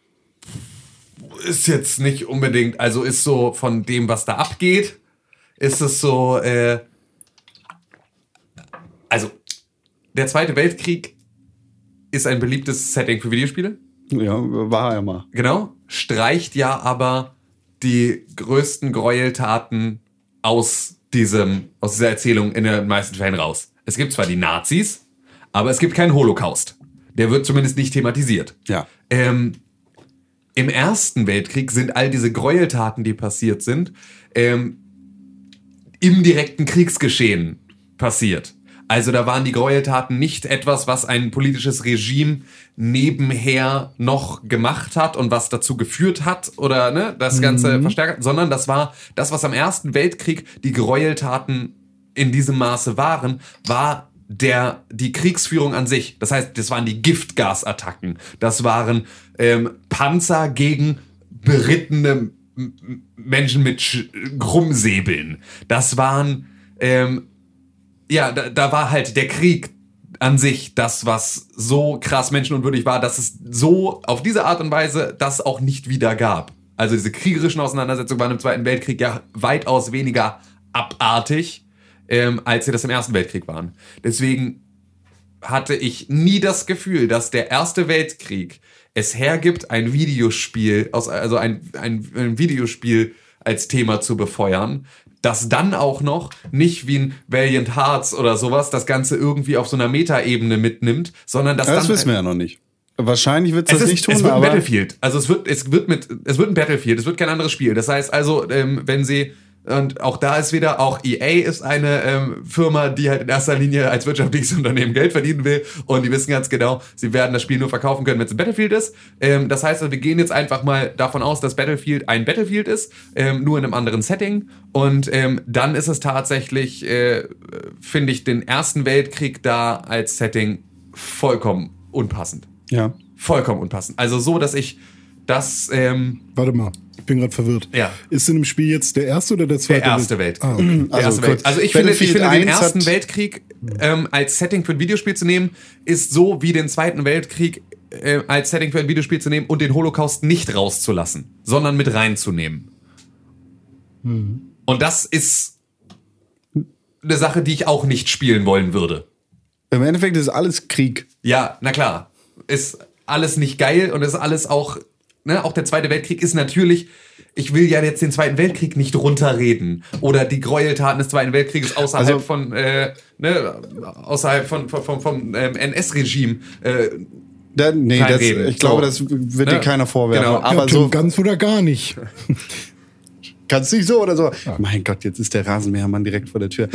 ist jetzt nicht unbedingt, also ist so von dem, was da abgeht, ist es so, also der Zweite Weltkrieg ist ein beliebtes Setting für Videospiele. Ja, war ja mal. Genau. Streicht ja aber die größten Gräueltaten aus dieser Erzählung in den meisten Fällen raus. Es gibt zwar die Nazis, aber es gibt keinen Holocaust. Der wird zumindest nicht thematisiert. Ja. Im Ersten Weltkrieg sind all diese Gräueltaten, die passiert sind, im direkten Kriegsgeschehen passiert. Also da waren die Gräueltaten nicht etwas, was ein politisches Regime nebenher noch gemacht hat und was dazu geführt hat oder ne, das Ganze verstärkt hat, sondern das war das, was am Ersten Weltkrieg die Gräueltaten in diesem Maße waren, war die Kriegsführung an sich. Das heißt, das waren die Giftgasattacken. Das waren Panzer gegen berittene Menschen mit Krummsäbeln. Das waren da war halt der Krieg an sich das, was so krass menschenunwürdig war, dass es so auf diese Art und Weise das auch nicht wieder gab. Also diese kriegerischen Auseinandersetzungen waren im Zweiten Weltkrieg ja weitaus weniger abartig, als sie das im Ersten Weltkrieg waren. Deswegen hatte ich nie das Gefühl, dass der Erste Weltkrieg es hergibt, ein Videospiel, ein Videospiel als Thema zu befeuern, das dann auch noch nicht wie ein Valiant Hearts oder sowas das Ganze irgendwie auf so einer Metaebene mitnimmt, sondern das Das dann wissen wir ja noch nicht. Wahrscheinlich wird es das nicht tun, es wird ein aber Battlefield. Also es wird ein Battlefield. Es wird kein anderes Spiel. Das heißt also, wenn sie und auch da ist wieder, auch EA ist eine Firma, die halt in erster Linie als wirtschaftliches Unternehmen Geld verdienen will und die wissen ganz genau, sie werden das Spiel nur verkaufen können, wenn es ein Battlefield ist. Das heißt, wir gehen jetzt einfach mal davon aus, dass Battlefield ein Battlefield ist, nur in einem anderen Setting und dann ist es tatsächlich, finde ich, den Ersten Weltkrieg da als Setting vollkommen unpassend. ja. Vollkommen unpassend. Also so, dass ich das Warte mal, ich bin gerade verwirrt. Ja. Ist in dem Spiel jetzt der Erste oder der Zweite? der Erste Weltkrieg. Okay. Der Erste kurz. Weltkrieg. Also ich finde Battlefield den 1 Ersten hat- Weltkrieg als Setting für ein Videospiel zu nehmen, ist so wie den Zweiten Weltkrieg als Setting für ein Videospiel zu nehmen und den Holocaust nicht rauszulassen, sondern mit reinzunehmen. Und das ist eine Sache, die ich auch nicht spielen wollen würde. Im Endeffekt ist alles Krieg. Ja, na klar. Ist alles nicht geil und ist alles auch, ne, auch der Zweite Weltkrieg ist natürlich, ich will ja jetzt den Zweiten Weltkrieg nicht runterreden oder die Gräueltaten des Zweiten Weltkrieges außerhalb vom NS-Regime. Reinreden. Ich glaube, So. das wird Ne? dir keiner vorwerfen. Genau. Aber Ja, so ganz oder gar nicht. kannst du nicht so oder so. Mein Gott, jetzt ist der Rasenmähermann direkt vor der Tür.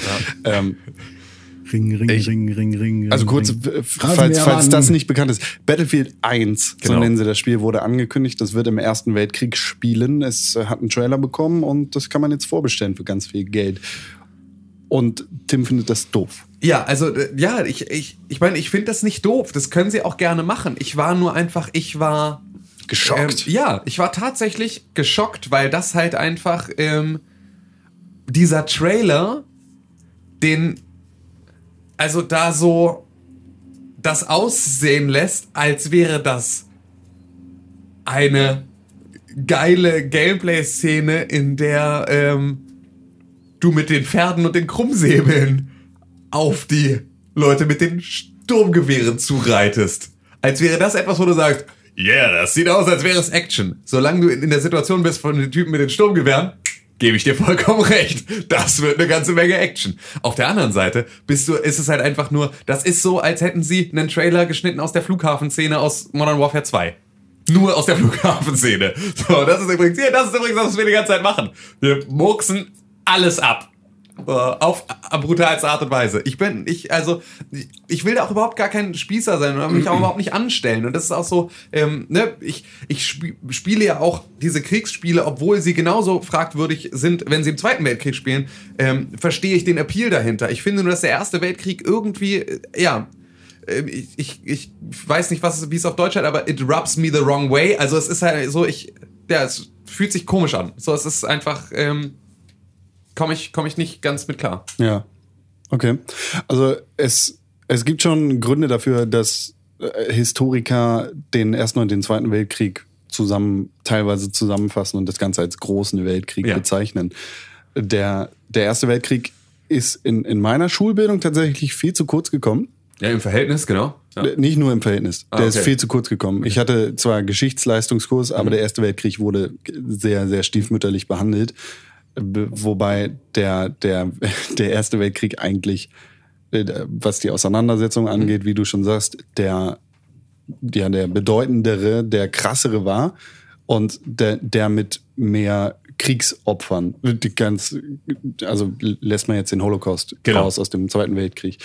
Ring. Also kurz, falls das nicht bekannt ist. Battlefield 1, so Genau. nennen sie das Spiel, wurde angekündigt. Das wird im Ersten Weltkrieg spielen. Es hat einen Trailer bekommen und das kann man jetzt vorbestellen für ganz viel Geld. Und Tim findet das doof. Ja, also, ich meine, ich finde das nicht doof. Das können sie auch gerne machen. Ich war Geschockt. Ich war tatsächlich geschockt, weil das halt einfach dieser Trailer, also da so das aussehen lässt, als wäre das eine geile Gameplay-Szene, in der du mit den Pferden und den Krummsäbeln auf die Leute mit den Sturmgewehren zureitest. Als wäre das etwas, wo du sagst, yeah, das sieht aus, als wäre es Action. Solange du in der Situation bist von den Typen mit den Sturmgewehren, gebe ich dir vollkommen recht. Das wird eine ganze Menge Action. Auf der anderen Seite ist es halt einfach nur, das ist so, als hätten sie einen Trailer geschnitten aus der Flughafenszene aus Modern Warfare 2. Nur aus der Flughafenszene. So, das ist übrigens, was wir die ganze Zeit machen. Wir murksen alles ab. Auf brutalste Art und Weise. Ich will da auch überhaupt gar kein Spießer sein und mich auch überhaupt nicht anstellen. Und das ist auch so, ich spiele ja auch diese Kriegsspiele, obwohl sie genauso fragwürdig sind, wenn sie im Zweiten Weltkrieg spielen, verstehe ich den Appeal dahinter. Ich finde nur, dass der Erste Weltkrieg irgendwie, ich weiß nicht, wie es auf Deutsch heißt, aber it rubs me the wrong way. Also es ist halt so, es fühlt sich komisch an. So, es ist einfach, komme ich nicht ganz mit klar. Ja, okay. Also es gibt schon Gründe dafür, dass Historiker den Ersten und den Zweiten Weltkrieg teilweise zusammenfassen und das Ganze als großen Weltkrieg bezeichnen. Der Erste Weltkrieg ist in meiner Schulbildung tatsächlich viel zu kurz gekommen. Ja, im Verhältnis, genau. Ja. Nicht nur im Verhältnis. Der ist viel zu kurz gekommen. Ich hatte zwar Geschichtsleistungskurs, aber der Erste Weltkrieg wurde sehr, sehr stiefmütterlich behandelt. Wobei der Erste Weltkrieg eigentlich, was die Auseinandersetzung angeht, wie du schon sagst, der bedeutendere, der krassere war und der mit mehr Kriegsopfern, also lässt man jetzt den Holocaust raus aus dem Zweiten Weltkrieg.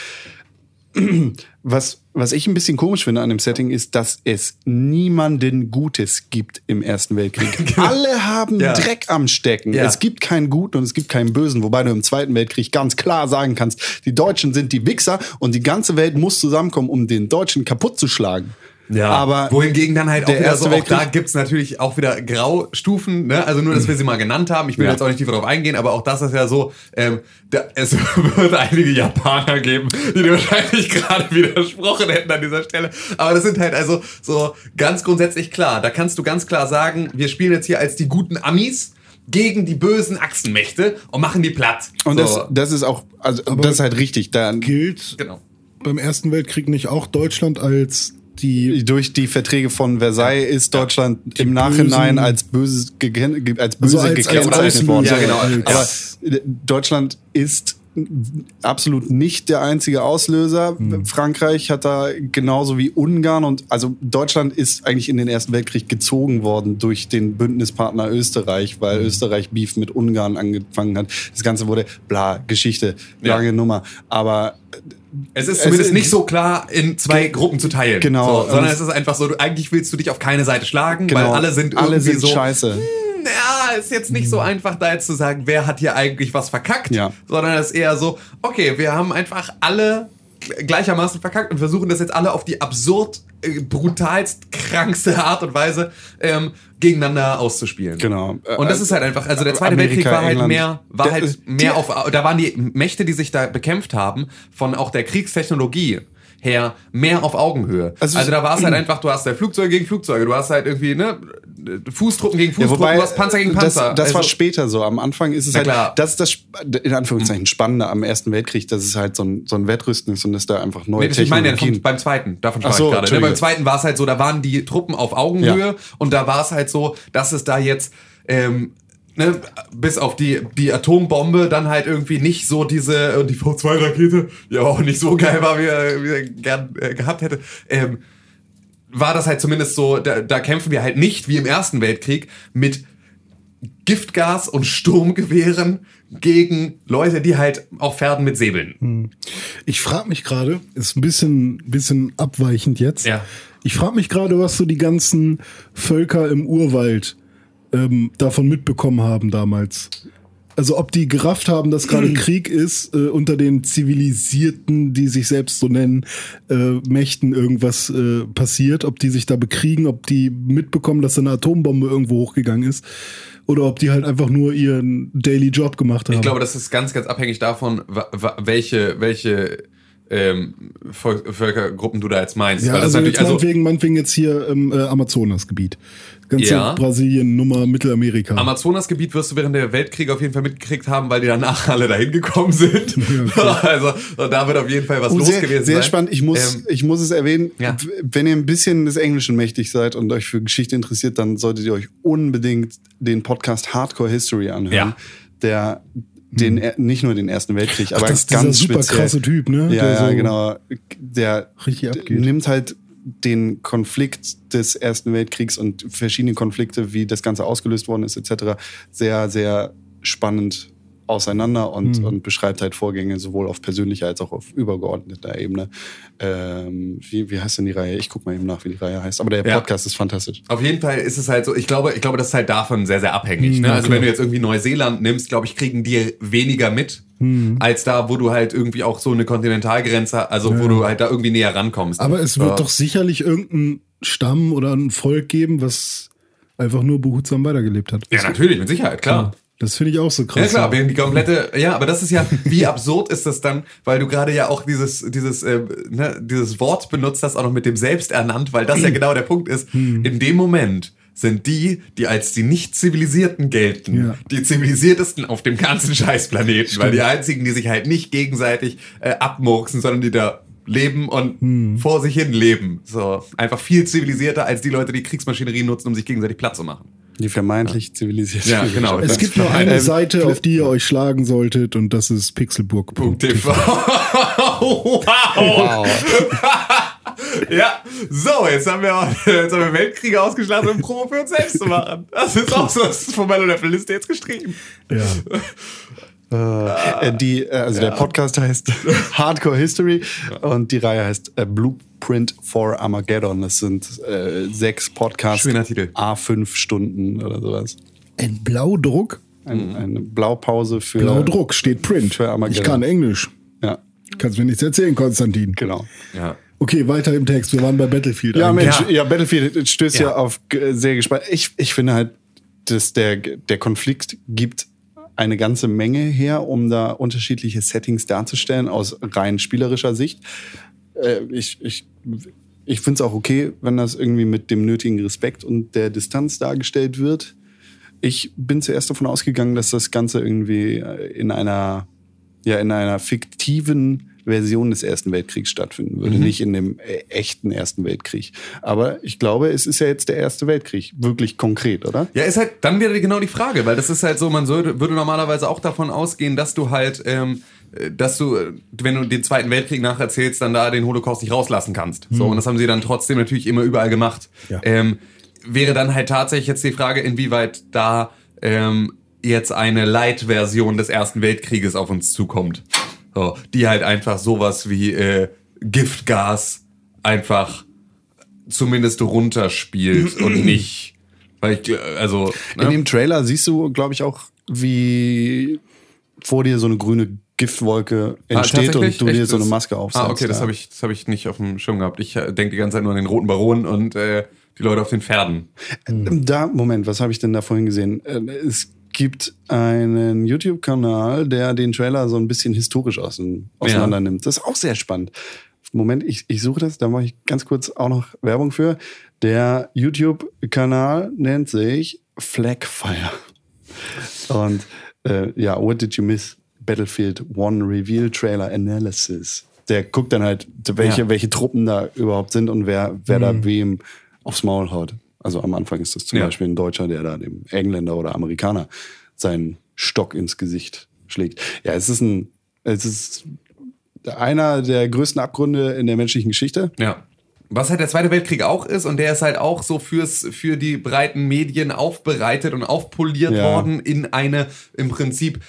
Was ich ein bisschen komisch finde an dem Setting ist, dass es niemanden Gutes gibt im Ersten Weltkrieg. Alle haben Dreck am Stecken. Ja. Es gibt keinen Guten und es gibt keinen Bösen. Wobei du im Zweiten Weltkrieg ganz klar sagen kannst, die Deutschen sind die Wichser und die ganze Welt muss zusammenkommen, um den Deutschen kaputt zu schlagen. Ja, aber wohingegen dann halt auch wieder so, auch da gibt's natürlich auch wieder Graustufen, ne? Also nur, dass wir sie mal genannt haben. Ich will jetzt auch nicht tiefer darauf eingehen, aber auch das ist ja so, es wird einige Japaner geben, die dir wahrscheinlich gerade widersprochen hätten an dieser Stelle. Aber das sind halt also so ganz grundsätzlich klar. Da kannst du ganz klar sagen, wir spielen jetzt hier als die guten Amis gegen die bösen Achsenmächte und machen die platt. Und so. das ist auch, also das ist halt richtig. Da gilt beim Ersten Weltkrieg nicht auch Deutschland als durch die Verträge von Versailles ist Deutschland im Nachhinein als böse gekennzeichnet worden. Ja, genau. Aber Deutschland ist absolut nicht der einzige Auslöser. Frankreich hat da genauso wie Ungarn und also Deutschland ist eigentlich in den Ersten Weltkrieg gezogen worden durch den Bündnispartner Österreich, weil Österreich Beef mit Ungarn angefangen hat. Das Ganze wurde Geschichte, lange Nummer. Aber es ist zumindest nicht so klar in zwei Gruppen zu teilen. Genau. Sondern es ist einfach so, eigentlich willst du dich auf keine Seite schlagen, weil alle sind irgendwie so scheiße. Ist jetzt nicht so einfach, da jetzt zu sagen, wer hat hier eigentlich was verkackt, sondern es ist eher so, okay, wir haben einfach alle gleichermaßen verkackt und versuchen das jetzt alle auf die absurd, brutalst, krankste Art und Weise gegeneinander auszuspielen. Genau. Und das ist halt einfach, also der Zweite Weltkrieg war halt mehr da waren die Mächte, die sich da bekämpft haben, von auch der Kriegstechnologie her mehr auf Augenhöhe. Also da war es halt einfach, du hast halt Flugzeuge gegen Flugzeuge, du hast halt irgendwie, Fußtruppen gegen Fußtruppen, du hast Panzer gegen Panzer. Das war später so. Am Anfang ist es halt, das ist das, in Anführungszeichen, Spannende am Ersten Weltkrieg, dass es halt so ein Wettrüsten ist und dass da einfach neue Technologien... Ich meine beim Zweiten, davon sprach ich gerade. Beim Zweiten war es halt so, da waren die Truppen auf Augenhöhe und da war es halt so, dass es da jetzt... bis auf die Atombombe dann halt irgendwie nicht so die V2-Rakete, die aber auch nicht so geil war, wie er gern gehabt hätte, war das halt zumindest so, da kämpfen wir halt nicht wie im Ersten Weltkrieg mit Giftgas und Sturmgewehren gegen Leute, die halt auf Pferden mit Säbeln. Ich frage mich gerade, ist ein bisschen abweichend jetzt, ich frage mich gerade, was so die ganzen Völker im Urwald davon mitbekommen haben damals. Also ob die gerafft haben, dass gerade Krieg ist, unter den Zivilisierten, die sich selbst so nennen, Mächten irgendwas passiert, ob die sich da bekriegen, ob die mitbekommen, dass eine Atombombe irgendwo hochgegangen ist oder ob die halt einfach nur ihren Daily Job gemacht haben. Ich glaube, das ist ganz, ganz abhängig davon, welche Völkergruppen du da jetzt meinst. Ja, weil das also natürlich, meinetwegen jetzt hier im Amazonasgebiet. Ganze Brasilien, Nummer Mittelamerika. Amazonasgebiet wirst du während der Weltkriege auf jeden Fall mitgekriegt haben, weil die danach alle dahin gekommen sind. Ja, also da wird auf jeden Fall was los gewesen sein. Sehr spannend. Ich muss es erwähnen, wenn ihr ein bisschen des Englischen mächtig seid und euch für Geschichte interessiert, dann solltet ihr euch unbedingt den Podcast Hardcore History anhören. Ja. der nicht nur den Ersten Weltkrieg, aber das ist ganz dieser super speziell. krasse Typ, ne? Ja, Der ja, so genau. Der richtig abgeht. nimmt halt den Konflikt des Ersten Weltkriegs und verschiedene Konflikte, wie das Ganze ausgelöst worden ist, etc., sehr, sehr spannend auseinander und beschreibt halt Vorgänge sowohl auf persönlicher als auch auf übergeordneter Ebene. Wie heißt denn die Reihe? Ich guck mal eben nach, wie die Reihe heißt. Aber der Podcast ist fantastisch. Auf jeden Fall ist es halt so, ich glaube, das ist halt davon sehr, sehr abhängig. Ne? Also wenn du jetzt irgendwie Neuseeland nimmst, glaube ich, kriegen die weniger mit, als da, wo du halt irgendwie auch so eine Kontinentalgrenze, also wo du halt da irgendwie näher rankommst. Aber es wird doch sicherlich irgendeinen Stamm oder ein Volk geben, was einfach nur behutsam weitergelebt hat. Ja, natürlich, mit Sicherheit, klar. Das finde ich auch so krass. Ja klar, wenn die komplette, ja, aber das ist ja, wie absurd ist das dann, weil du gerade ja auch dieses Wort benutzt hast, auch noch mit dem Selbst ernannt, weil das ja genau der Punkt ist. In dem Moment sind die als die nicht Zivilisierten gelten, die zivilisiertesten auf dem ganzen Scheißplaneten, weil die einzigen, die sich halt nicht gegenseitig abmurksen, sondern die da leben und vor sich hin leben. So, einfach viel zivilisierter als die Leute, die Kriegsmaschinerie nutzen, um sich gegenseitig platt zu machen. Die vermeintlich zivilisiert. Ja, genau. Es gibt nur eine Seite, auf die ihr euch schlagen solltet, und das ist pixelburg.tv. Wow. Ja, so, jetzt haben wir Weltkriege ausgeschlagen, um Promo für uns selbst zu machen. Das ist auch so, das ist von meiner Liste jetzt gestrichen. Ja. Der Podcast heißt Hardcore History und die Reihe heißt Blueprint for Armageddon. Das sind 6 Podcasts, schöner Titel. A5 Stunden oder sowas. Ein Blaudruck? Eine Blaupause für Blaudruck steht Print. für Armageddon. Ich kann Englisch. Ja, Kannst mir nichts erzählen, Konstantin. genau. Ja. Okay, weiter im Text. Wir waren bei Battlefield. Ja, eigentlich. Mensch, ja, Battlefield stößt ja auf sehr gespannt. Ich finde halt, dass der Konflikt gibt eine ganze Menge her, um da unterschiedliche Settings darzustellen aus rein spielerischer Sicht. Ich finde es auch okay, wenn das irgendwie mit dem nötigen Respekt und der Distanz dargestellt wird. Ich bin zuerst davon ausgegangen, dass das Ganze irgendwie in einer fiktiven Version des Ersten Weltkriegs stattfinden würde, nicht in dem echten Ersten Weltkrieg. Aber ich glaube, es ist ja jetzt der Erste Weltkrieg, wirklich konkret, oder? Ja, ist halt dann wieder genau die Frage, weil das ist halt so, man würde normalerweise auch davon ausgehen, dass du halt, wenn du den Zweiten Weltkrieg nacherzählst, dann da den Holocaust nicht rauslassen kannst. So, und das haben sie dann trotzdem natürlich immer überall gemacht. Ja. Wäre dann halt tatsächlich jetzt die Frage, inwieweit da jetzt eine Light-Version des Ersten Weltkrieges auf uns zukommt. So, die halt einfach sowas wie Giftgas einfach zumindest runterspielt und nicht, weil In dem Trailer siehst du, glaube ich, auch, wie vor dir so eine grüne Giftwolke entsteht und du dir so eine Maske aufsetzt. Okay, das hab ich nicht auf dem Schirm gehabt. Ich denke die ganze Zeit nur an den Roten Baron und die Leute auf den Pferden. Moment, was habe ich denn da vorhin gesehen? Es gibt einen YouTube-Kanal, der den Trailer so ein bisschen historisch auseinander nimmt. Das ist auch sehr spannend. Moment, ich suche das, da mache ich ganz kurz auch noch Werbung für. Der YouTube-Kanal nennt sich Flagfire. Und What Did You Miss? Battlefield 1 Reveal Trailer Analysis. Der guckt dann halt, welche Truppen da überhaupt sind und wer da wem aufs Maul haut. Also am Anfang ist das zum Beispiel ein Deutscher, der da dem Engländer oder Amerikaner seinen Stock ins Gesicht schlägt. Ja, es ist einer der größten Abgründe in der menschlichen Geschichte. Ja. Was halt der Zweite Weltkrieg auch ist, und der ist halt auch so für die breiten Medien aufbereitet und aufpoliert worden in eine im Prinzip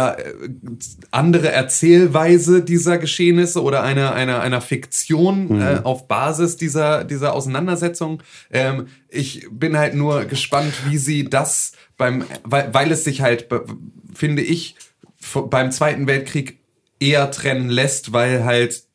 andere Erzählweise dieser Geschehnisse oder einer Fiktion auf Basis dieser Auseinandersetzung. Ich bin halt nur gespannt, wie sie das weil es sich halt, finde ich, beim Zweiten Weltkrieg eher trennen lässt, weil halt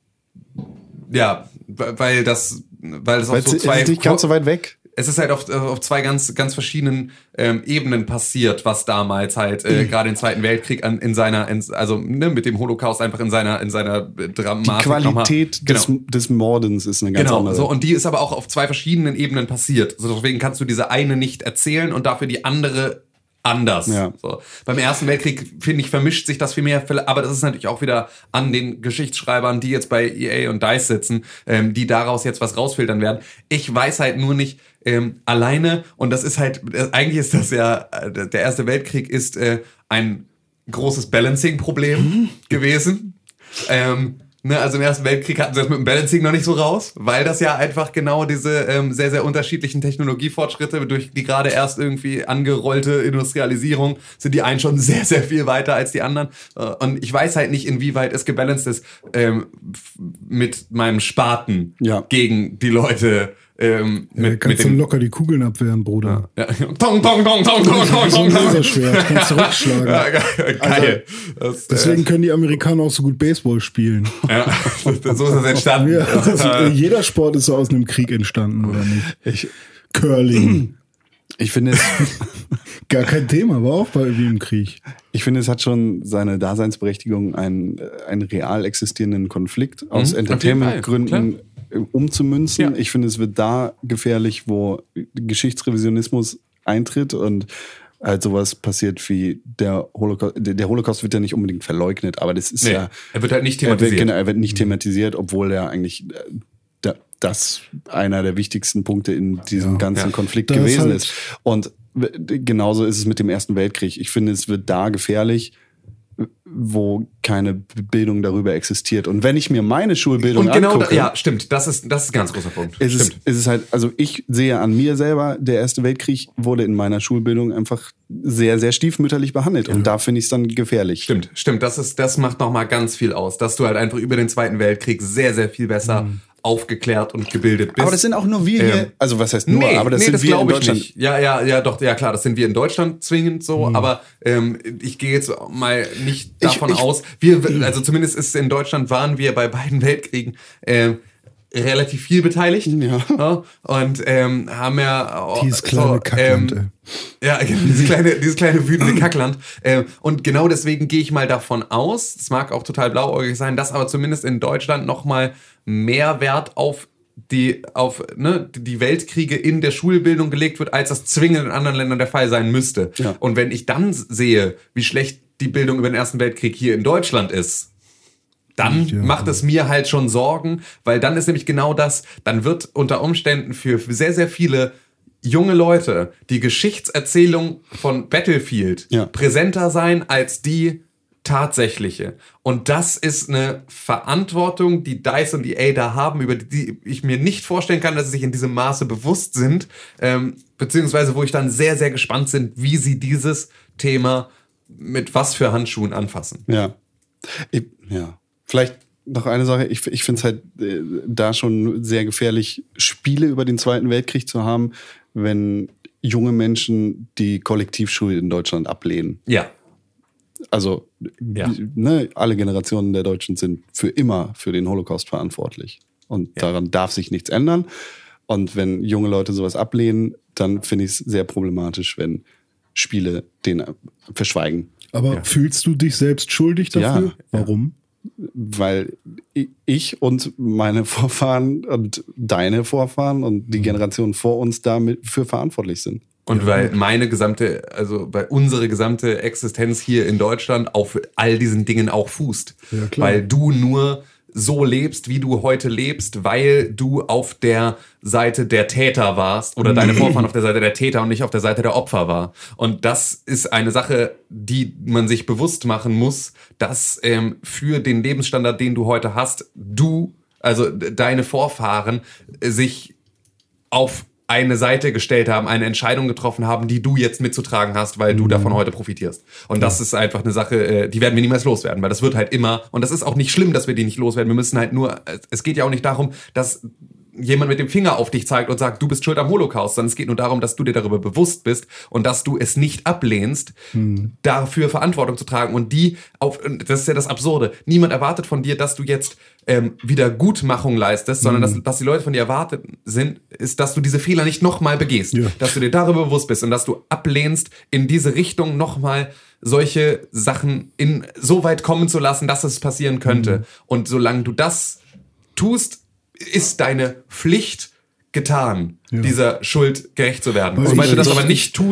weil das auf so zwei... Es ist nicht ganz so weit weg. Es ist halt auf zwei ganz, ganz verschiedenen Ebenen passiert, was damals halt gerade im Zweiten Weltkrieg mit dem Holocaust einfach in seiner Dramatik. Die Qualität des Mordens ist eine ganz andere. So, und die ist aber auch auf zwei verschiedenen Ebenen passiert. So, deswegen kannst du diese eine nicht erzählen und dafür die andere anders. Ja. So. Beim Ersten Weltkrieg, finde ich, vermischt sich das viel mehr, aber das ist natürlich auch wieder an den Geschichtsschreibern, die jetzt bei EA und DICE sitzen, die daraus jetzt was rausfiltern werden. Ich weiß halt nur nicht, alleine, und das ist halt, eigentlich ist das ja, der Erste Weltkrieg ist ein großes Balancing-Problem gewesen. Also im Ersten Weltkrieg hatten sie das mit dem Balancing noch nicht so raus, weil das ja einfach genau diese sehr, sehr unterschiedlichen Technologiefortschritte, durch die gerade erst irgendwie angerollte Industrialisierung, sind die einen schon sehr, sehr viel weiter als die anderen. Und ich weiß halt nicht, inwieweit es gebalanced ist mit meinem Spaten gegen die Leute. Kannst du locker die Kugeln abwehren, Bruder. Ja. Tong, tong, tong, tong, tong, tong, So ein Laserschwert, kannst zurückschlagen. Ja, geil. Deswegen können die Amerikaner auch so gut Baseball spielen. Ja, so ist das entstanden. Ja, also, jeder Sport ist so aus einem Krieg entstanden, oder nicht? Curling. Ich finde es gar kein Thema, war auch wie im Krieg. Ich finde, es hat schon seine Daseinsberechtigung, einen real existierenden Konflikt aus Entertainment-Gründen umzumünzen. Ja. Ich finde, es wird da gefährlich, wo Geschichtsrevisionismus eintritt und halt sowas passiert wie der Holocaust. Der Holocaust wird ja nicht unbedingt verleugnet, aber das ist er wird halt nicht thematisiert. Er wird nicht thematisiert, obwohl er eigentlich das einer der wichtigsten Punkte in diesem ganzen Konflikt gewesen ist. Und genauso ist es mit dem Ersten Weltkrieg. Ich finde, es wird da gefährlich, wo keine Bildung darüber existiert. Und wenn ich mir meine Schulbildung angucke... Stimmt. Das ist ein ganz großer Punkt. Ist es halt, also ich sehe an mir selber, der Erste Weltkrieg wurde in meiner Schulbildung einfach sehr, sehr stiefmütterlich behandelt. Und da finde ich es dann gefährlich. Stimmt. Das macht nochmal ganz viel aus, dass du halt einfach über den Zweiten Weltkrieg sehr, sehr viel besser aufgeklärt und gebildet bist. Aber das sind auch nur wir hier, also was heißt nur, aber das sind wir in Deutschland. Nicht. Ja, klar, das sind wir in Deutschland zwingend so, aber ich gehe jetzt mal nicht davon aus, also zumindest ist in Deutschland waren wir bei beiden Weltkriegen relativ viel beteiligt. Ja. Und haben ja dieses kleine Kackland. Dieses kleine wütende Kackland. Und genau deswegen gehe ich mal davon aus, es mag auch total blauäugig sein, dass aber zumindest in Deutschland nochmal mehr Wert auf die Weltkriege in der Schulbildung gelegt wird, als das zwingend in anderen Ländern der Fall sein müsste. Ja. Und wenn ich dann sehe, wie schlecht die Bildung über den Ersten Weltkrieg hier in Deutschland ist, dann macht es mir halt schon Sorgen, weil dann ist nämlich genau das, dann wird unter Umständen für sehr, sehr viele junge Leute die Geschichtserzählung von Battlefield präsenter sein als die tatsächliche. Und das ist eine Verantwortung, die DICE und EA da haben, über die ich mir nicht vorstellen kann, dass sie sich in diesem Maße bewusst sind, beziehungsweise wo ich dann sehr, sehr gespannt bin, wie sie dieses Thema mit was für Handschuhen anfassen. Ja. Vielleicht noch eine Sache, ich finde es halt da schon sehr gefährlich, Spiele über den Zweiten Weltkrieg zu haben, wenn junge Menschen die Kollektivschule in Deutschland ablehnen. Ja. Also alle Generationen der Deutschen sind für immer für den Holocaust verantwortlich. Und daran darf sich nichts ändern. Und wenn junge Leute sowas ablehnen, dann finde ich es sehr problematisch, wenn Spiele den verschweigen. Aber fühlst du dich selbst schuldig dafür? Ja. Warum? Weil ich und meine Vorfahren und deine Vorfahren und die Generationen vor uns damit für verantwortlich sind. Und weil weil unsere gesamte Existenz hier in Deutschland auf all diesen Dingen auch fußt. Ja, klar. Weil du nur so lebst, wie du heute lebst, weil du auf der Seite der Täter warst oder deine Vorfahren auf der Seite der Täter und nicht auf der Seite der Opfer war. Und das ist eine Sache, die man sich bewusst machen muss, dass für den Lebensstandard, den du heute hast, also deine Vorfahren, sich auf eine Seite gestellt haben, eine Entscheidung getroffen haben, die du jetzt mitzutragen hast, weil du davon heute profitierst. Und das ist einfach eine Sache, die werden wir niemals loswerden, weil das wird halt immer, und das ist auch nicht schlimm, dass wir die nicht loswerden, wir müssen halt nur, es geht ja auch nicht darum, dass jemand mit dem Finger auf dich zeigt und sagt, du bist schuld am Holocaust, sondern es geht nur darum, dass du dir darüber bewusst bist und dass du es nicht ablehnst, dafür Verantwortung zu tragen. Und das ist ja das Absurde, niemand erwartet von dir, dass du jetzt Wiedergutmachung leistest, sondern dass die Leute von dir erwartet sind, ist, dass du diese Fehler nicht nochmal begehst, dass du dir darüber bewusst bist und dass du ablehnst, in diese Richtung nochmal solche Sachen so weit kommen zu lassen, dass es passieren könnte. Und solange du das tust, ist deine Pflicht getan, dieser Schuld gerecht zu werden. Sobald du das aber nicht tust,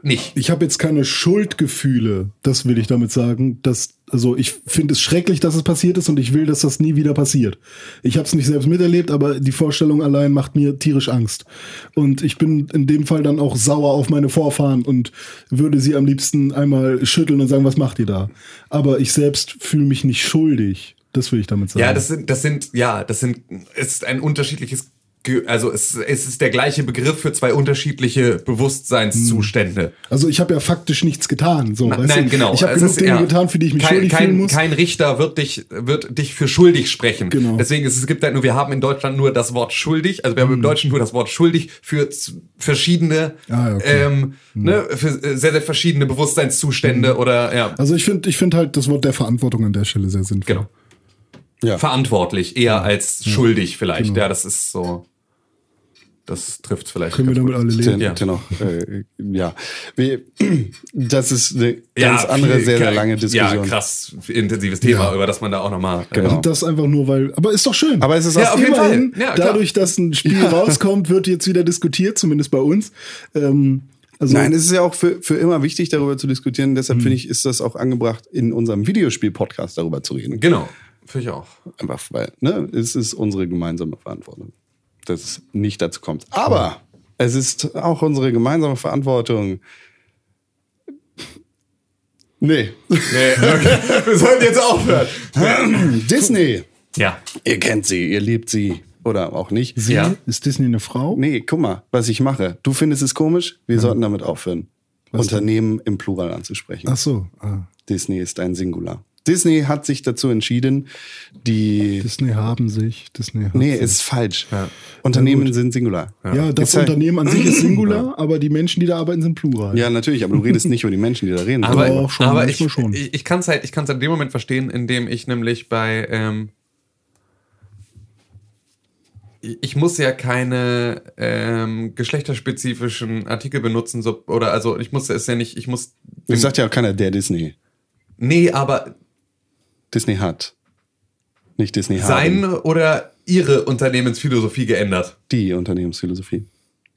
nicht. Ich habe jetzt keine Schuldgefühle, das will ich damit sagen. Also ich finde es schrecklich, dass es passiert ist und ich will, dass das nie wieder passiert. Ich habe es nicht selbst miterlebt, aber die Vorstellung allein macht mir tierisch Angst. Und ich bin in dem Fall dann auch sauer auf meine Vorfahren und würde sie am liebsten einmal schütteln und sagen, was macht ihr da? Aber ich selbst fühle mich nicht schuldig. Das will ich damit sagen. Ja, es ist ein unterschiedliches, also es ist der gleiche Begriff für zwei unterschiedliche Bewusstseinszustände. Also ich habe ja faktisch nichts getan. So, weißt Nein, du? genau. Ich habe genug Dinge getan, für die ich mich schuldig fühlen muss. Kein Richter wird dich für schuldig sprechen. Genau. Deswegen es gibt halt nur, wir haben in Deutschland nur das Wort schuldig, also wir haben im Deutschen nur das Wort schuldig für verschiedene, für sehr, sehr verschiedene Bewusstseinszustände oder, ja. Also ich finde halt das Wort der Verantwortung an der Stelle sehr sinnvoll. Genau. Ja. Verantwortlich, eher als schuldig vielleicht. Genau. Ja, das ist so. Das trifft vielleicht. Können wir damit alle leben? Dennoch, das ist eine ganz andere, sehr, sehr lange Diskussion. Ja, krass intensives Thema, Ja. über das man da auch nochmal. Genau. Und das einfach nur, aber ist doch schön. Aber es ist Ja, auch auf jeden immerhin, Fall. Ja, klar. dadurch, dass ein Spiel rauskommt, wird jetzt wieder diskutiert, zumindest bei uns. Also, Nein, es ist ja auch für immer wichtig, darüber zu diskutieren. Deshalb finde ich, ist das auch angebracht, in unserem Videospiel-Podcast darüber zu reden. Genau, finde ich auch. Einfach, weil, es ist unsere gemeinsame Verantwortung, dass es nicht dazu kommt. Aber es ist auch unsere gemeinsame Verantwortung. Nee. Okay. Wir sollten jetzt aufhören. Disney. Ja. Ihr kennt sie, ihr liebt sie. Oder auch nicht. Ja. ist Disney eine Frau? Nee, guck mal, was ich mache. Du findest es komisch? Wir sollten damit aufhören, Unternehmen im Plural anzusprechen. Ach so. Disney ist ein Singular. Disney hat sich dazu entschieden, Disney hat sich. ist falsch. Ja. Unternehmen sind Singular. Ja, das Ist halt- Unternehmen an sich ist Singular, aber die Menschen, die da arbeiten, sind Plural. Ja, natürlich, aber du redest nicht über die Menschen, die da reden. Aber, Doch, schon, aber manchmal schon. ich kann es halt in dem Moment verstehen, in dem ich nämlich bei ich muss ja keine geschlechterspezifischen Artikel benutzen, ich muss es ja nicht, Das sagt ja auch keiner, der Disney. Nee, aber Disney hat. Nicht Disney haben. sein oder ihre Unternehmensphilosophie geändert. Die Unternehmensphilosophie.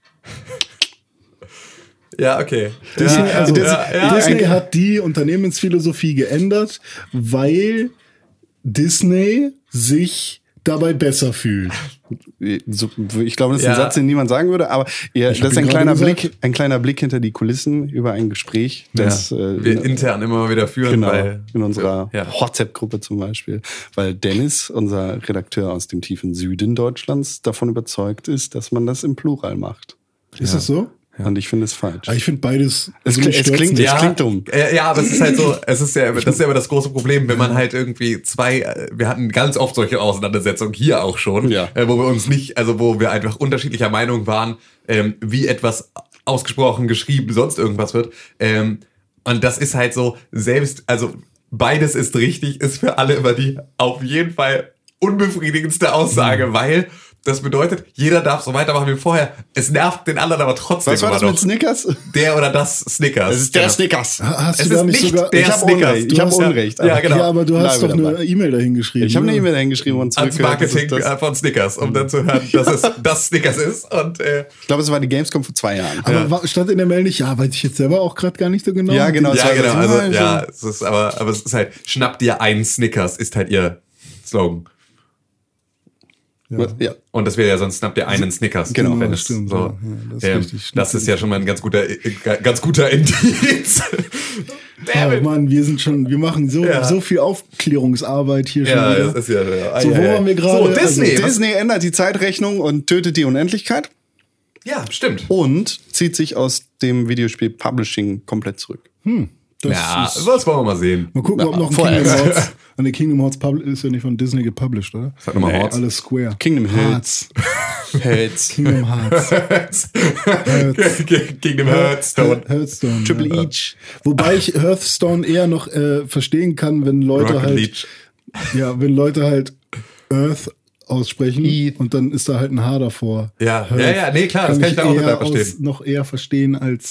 Ja, okay. Disney, ja, Disney hat die Unternehmensphilosophie geändert, weil Disney sich dabei besser fühlt. Ich glaube, das ist Ja. ein Satz, den niemand sagen würde, aber das ist ihn ein gerade kleiner Blick hinter die Kulissen über ein Gespräch, das wir intern immer mal wieder führen, genau, weil in unserer ja. WhatsApp-Gruppe zum Beispiel, weil Dennis, unser Redakteur aus dem tiefen Süden Deutschlands, davon überzeugt ist, dass man das im Plural macht. Ist das so? Und ich finde es falsch. Aber ich finde beides. Es mich stört's klingt- nicht. Es klingt dumm. Ja, aber es ist halt so, das ist ja immer das große Problem, wenn man halt irgendwie wir hatten ganz oft solche Auseinandersetzungen hier auch schon, Ja. wo wir uns nicht, also wo wir einfach unterschiedlicher Meinung waren, wie etwas ausgesprochen, geschrieben, sonst irgendwas wird. Und das ist halt so, also beides ist richtig, ist für alle immer die auf jeden Fall unbefriedigendste Aussage, weil das bedeutet, jeder darf so weitermachen wie vorher. Es nervt den anderen aber trotzdem Was war das immer mit noch. Snickers? Der oder das Snickers. Es ist der Snickers. Hast Es du da ist nicht nicht sogar. der Ich habe Snickers. Unrecht. Ich habe Unrecht. Ja, genau. Ja, aber du hast Bleibe doch dabei. eine E-Mail dahin geschrieben. Ich habe eine oder? E-Mail hingeschrieben und Ans zurückgehört. Marketing von Snickers, um dann zu hören, dass es das Snickers ist. Und Ich glaube, es war die Gamescom vor 2 Jahren. Aber stand in der Mail nicht, ja, weiß ich jetzt selber auch gerade gar nicht so genau. Ja, genau. ja, genau. Also, so- ja, es ist aber es ist halt, schnapp dir einen Snickers, ist halt ihr Slogan. Ja. Und das wäre ja sonst, schnapp dir einen Snickers. Genau, wenn das es stimmt, so, ja. Ja, das ist richtig. das ist ja schon mal ein ganz guter Indiz. Oh Mann, wir machen Ja. so viel Aufklärungsarbeit hier schon Ja, wieder. das ist ja. So, wo waren wir gerade? So, Disney. Also, Disney ändert die Zeitrechnung und tötet die Unendlichkeit Ja, stimmt. und zieht sich aus dem Videospiel-Publishing komplett zurück. das Ja, ist, was wollen wir mal sehen? mal gucken, ob noch ein vorher. Kingdom Hearts. Eine Kingdom Hearts ist ja nicht von Disney gepublished, oder? Sag nochmal Nee. Horts. Alles Square. Kingdom Hearts. Heads. Kingdom Hearts. Gegen den Hearthstone. Hearthstone. Triple ja. H. Wobei ich Hearthstone eher noch verstehen kann, wenn Leute Rocket halt, League. ja, wenn Leute halt Earth aussprechen und dann ist da halt ein H davor. Ja, Hearth ja, nee, klar, das kann ich da auch eher total verstehen. noch eher verstehen als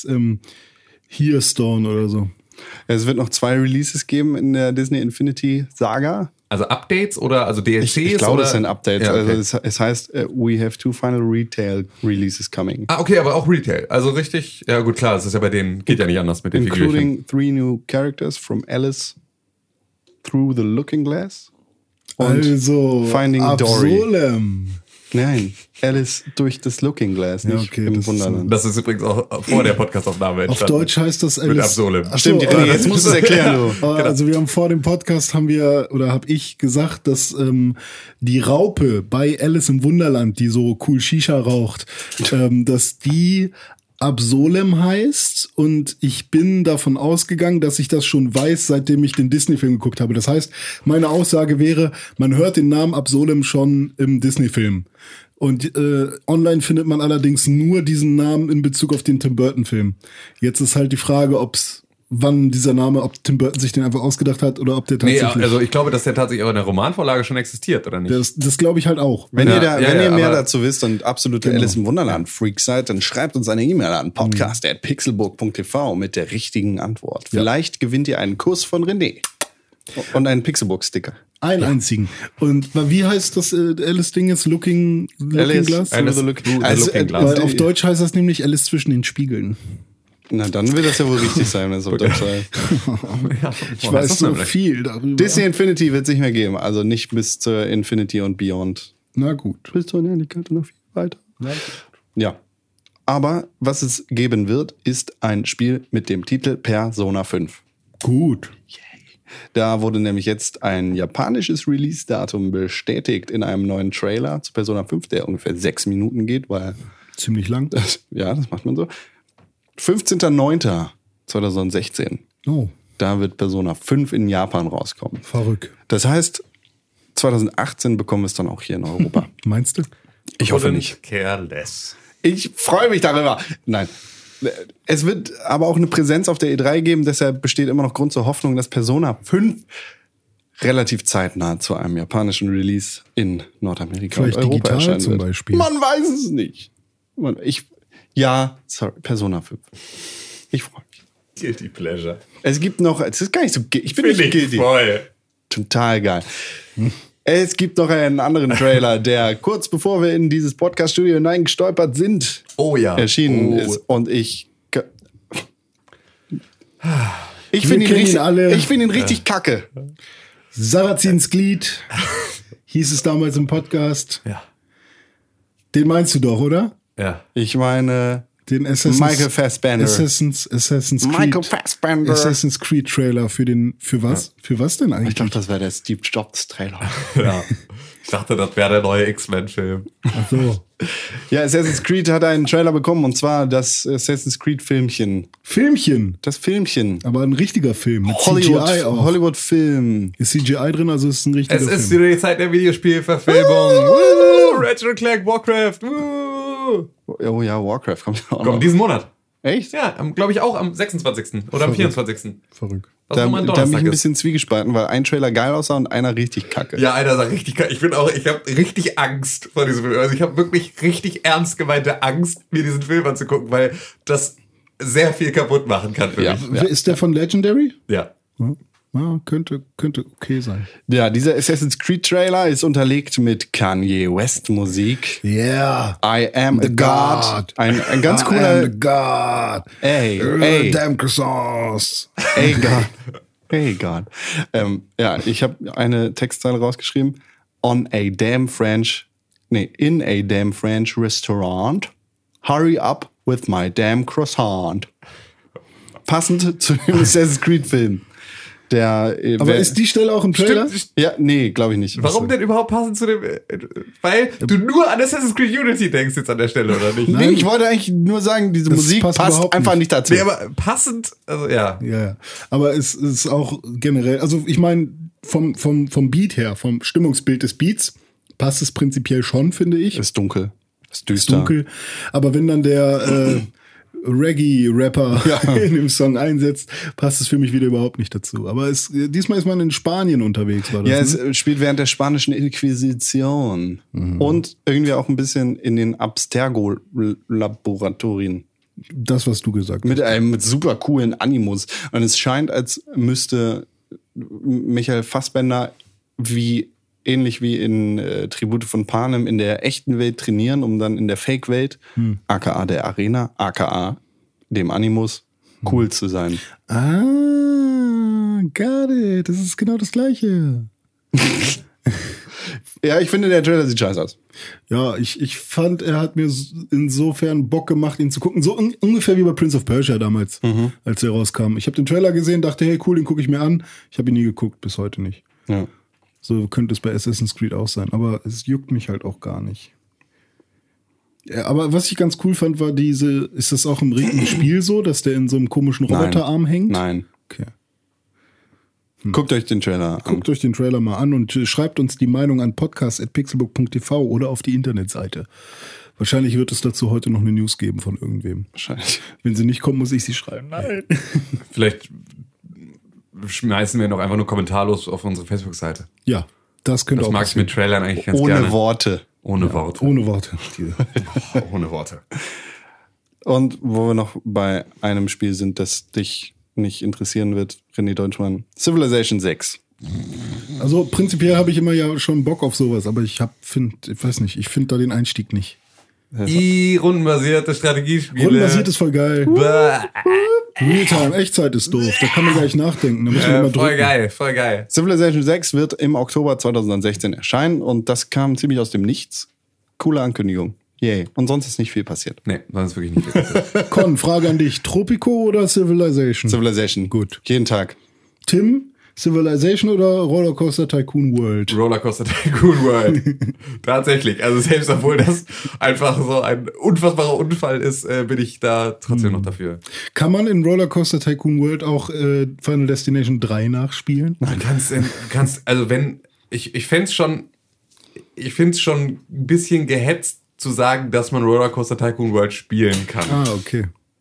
Hearthstone oder so. Es wird noch 2 Releases geben in der Disney Infinity Saga. Also Updates oder also DLCs? Ich glaube, oder? es sind Updates. Ja, okay. Also es heißt, we have 2 final retail releases coming. Ah, okay, aber auch Retail. Also richtig, ja gut, klar, das ist ja bei denen, geht ja nicht anders mit den Figürchen. Including 3 new characters from Alice Through the Looking Glass. Und Also, Finding Dory. Absolem. Nein, Alice durch das Looking Glass, Ja, nicht okay, im das- Wunderland. Das ist übrigens auch vor der Podcastaufnahme Auf entstanden. Deutsch heißt das Mit Absolem. Ach so, Stimmt, René, jetzt musst du es erklären, du. Also wir haben vor dem Podcast habe ich gesagt, dass die Raupe bei Alice im Wunderland, die so cool Shisha raucht, dass die Absolem heißt, und ich bin davon ausgegangen, dass ich das schon weiß, seitdem ich den Disney-Film geguckt habe. Das heißt, meine Aussage wäre, man hört den Namen Absolem schon im Disney-Film. Und online findet man allerdings nur diesen Namen in Bezug auf den Tim Burton-Film. Jetzt ist halt die Frage, wann dieser Name, ob Tim Burton sich den einfach ausgedacht hat oder ob der Nee, also tatsächlich... ich glaube, dass der tatsächlich auch in der Romanvorlage schon existiert, oder nicht? Das glaube ich halt auch. Wenn Ja, ihr, ja, mehr aber- dazu wisst und absolute Genau. Alice im Wunderland Freak seid, dann schreibt uns eine E-Mail an podcast@pixelburg.tv mit der richtigen Antwort. Vielleicht gewinnt ihr einen Kuss von René und einen Pixelburg-Sticker. Einen einzigen. Und wie heißt das Alice-Ding jetzt? Looking Glass? Alice Through the Through the Looking Glass. Weil auf Deutsch heißt das nämlich Alice zwischen den Spiegeln. Na, dann will das ja wohl richtig sein, wenn es auf Deutsch sei. Ja, Ich weiß so viel darüber. Disney Infinity wird es nicht mehr geben. Also nicht bis zur Infinity und Beyond. Na gut. Bis zur Unendlichkeit und noch viel weiter. Ja. Aber was es geben wird, ist ein Spiel mit dem Titel Persona 5. Gut. Da wurde nämlich jetzt ein japanisches Release-Datum bestätigt in einem neuen Trailer zu Persona 5, der ungefähr 6 Minuten geht, weil, Ziemlich lang. ja, das macht man so. 15.09.2016. Oh, Da wird Persona 5 in Japan rauskommen. verrückt. Das heißt, 2018 bekommen wir es dann auch hier in Europa. Meinst du? Ich hoffe nicht. Careless. Ich freue mich darüber. Nein. Es wird aber auch eine Präsenz auf der E3 geben, deshalb besteht immer noch Grund zur Hoffnung, dass Persona 5 relativ zeitnah zu einem japanischen Release in Nordamerika Vielleicht und Europa digital erscheinen zum wird. Beispiel. Man weiß es nicht. Persona 5. Ich freue mich. Guilty Pleasure. Es gibt noch, es ist gar nicht so, ich bin nicht guilty. voll. Total geil. Es gibt noch einen anderen Trailer, der kurz bevor wir in dieses Podcast-Studio hineingestolpert sind, Oh ja. erschienen Oh. ist. Und ich Wir finde ihn, kennen ihn richtig- alle. ich finde ihn richtig kacke. Sarrazins Glied hieß es damals im Podcast. Ja. Den meinst du doch, oder? Ja. Ich meine, Den Michael Fassbender. Assassin's Michael Creed. Fassbender. Assassin's Creed Trailer für was? Für was denn eigentlich? Ich dachte, das wäre der Steve Jobs-Trailer. Ja. Ich dachte, das wäre der neue X-Men-Film. Ach so. Ja, Assassin's Creed hat einen Trailer bekommen, und zwar das Assassin's Creed-Filmchen. Filmchen. Das Filmchen. Aber ein richtiger Film mit CGI auch. Hollywood-Film. Ist CGI drin, also ist es ein richtiger Es ist Film. wieder die Zeit der Videospielverfilmung. Woo! Ratchet Clank, Warcraft. Woo! Oh ja, Warcraft kommt auch Kommt noch. diesen Monat. Echt? Ja, glaube ich auch am 26. oder am 24. Verrückt. Was Da nochmal ein bin ich Donnerstag ein ist. bisschen zwiegespalten, weil ein Trailer geil aussah und einer richtig kacke. Ja, einer sagt richtig, ich habe richtig Angst vor diesem Film. Also ich habe wirklich richtig ernst gemeinte Angst, mir diesen Film anzugucken, weil das sehr viel kaputt machen kann für Ja. mich. Ist der von Legendary? Ja. Ja, könnte okay sein. Ja, dieser Assassin's Creed Trailer ist unterlegt mit Kanye West Musik. Yeah. I am a God. Ein ganz I am cooler. the God. Ey. Damn croissants. Hey God. Hey God. Ja, ich habe eine Textzeile rausgeschrieben. In a damn French restaurant. Hurry up with my damn croissant. Passend zu dem Assassin's Creed Film. Aber ist die Stelle auch im Trailer? Stimmt. Ja, nee, glaube ich nicht. Warum denn überhaupt passend zu dem... Weil du nur an Assassin's Creed Unity denkst jetzt an der Stelle, oder nicht? Nee, ich wollte eigentlich nur sagen, diese Das Musik passt passt überhaupt einfach nicht. nicht dazu. Nee, aber passend, also ja. Ja. Aber es ist auch generell, also ich meine, vom Beat her, vom Stimmungsbild des Beats, passt es prinzipiell schon, finde ich. Ist dunkel. Ist Ist düster. dunkel. Aber wenn dann der Reggae-Rapper in dem Song einsetzt, passt es für mich wieder überhaupt nicht dazu. Aber diesmal ist man in Spanien unterwegs, war das? Ja, ne? es spielt während der spanischen Inquisition. Und irgendwie auch ein bisschen in den Abstergo-Laboratorien. Das, was du gesagt hast. Mit einem super coolen Animus. Und es scheint, als müsste Michael Fassbender ähnlich wie in Tribute von Panem in der echten Welt trainieren, um dann in der Fake-Welt, aka der Arena, aka dem Animus, cool zu sein. Ah, got it. Das ist genau das Gleiche. Ja, ich finde, der Trailer sieht scheiße aus. Ja, ich fand, er hat mir insofern Bock gemacht, ihn zu gucken. So ungefähr wie bei Prince of Persia damals, als er rauskam. Ich habe den Trailer gesehen, dachte, hey, cool, den gucke ich mir an. Ich habe ihn nie geguckt, bis heute nicht. Ja. So könnte es bei Assassin's Creed auch sein. Aber es juckt mich halt auch gar nicht. Ja, aber was ich ganz cool fand, war ist das auch im richtigen Spiel so, dass der in so einem komischen Roboterarm hängt? Nein. Okay. Guckt euch den Trailer an. Guckt euch den Trailer mal an und schreibt uns die Meinung an podcast@pixelbook.tv oder auf die Internetseite. Wahrscheinlich wird es dazu heute noch eine News geben von irgendwem. Wahrscheinlich. Wenn sie nicht kommt, muss ich sie schreiben. Nein. Vielleicht schmeißen wir noch einfach nur kommentarlos auf unsere Facebook-Seite. Ja, das könnte Das auch mag ich mit Trailern eigentlich ganz Ohne gerne. Worte. Ohne Worte. Ohne Worte. Ohne Worte. Und wo wir noch bei einem Spiel sind, das dich nicht interessieren wird, René Deutschmann. Civilization 6. Also prinzipiell habe ich immer ja schon Bock auf sowas, aber ich finde da den Einstieg nicht. Rundenbasierte Strategiespiele. Rundenbasiert ist voll geil. Bäh. Realtime, Echtzeit ist doof. Da kann man gar nicht nachdenken. Da muss man immer drücken. Voll geil, voll geil. Civilization 6 wird im Oktober 2016 erscheinen und das kam ziemlich aus dem Nichts. Coole Ankündigung. Yay. Und sonst ist nicht viel passiert. Nee, sonst wirklich nicht viel passiert. Con, Frage an dich. Tropico oder Civilization? Civilization. Gut. Jeden Tag. Tim, Civilization oder Rollercoaster Tycoon World? Rollercoaster Tycoon World. Tatsächlich. Also selbst obwohl das einfach so ein unfassbarer Unfall ist, bin ich da trotzdem noch dafür. Kann man in Rollercoaster Tycoon World auch Final Destination 3 nachspielen? Du kannst, also wenn, ich find's schon ein bisschen gehetzt zu sagen, dass man Rollercoaster Tycoon World spielen kann. Ah, okay.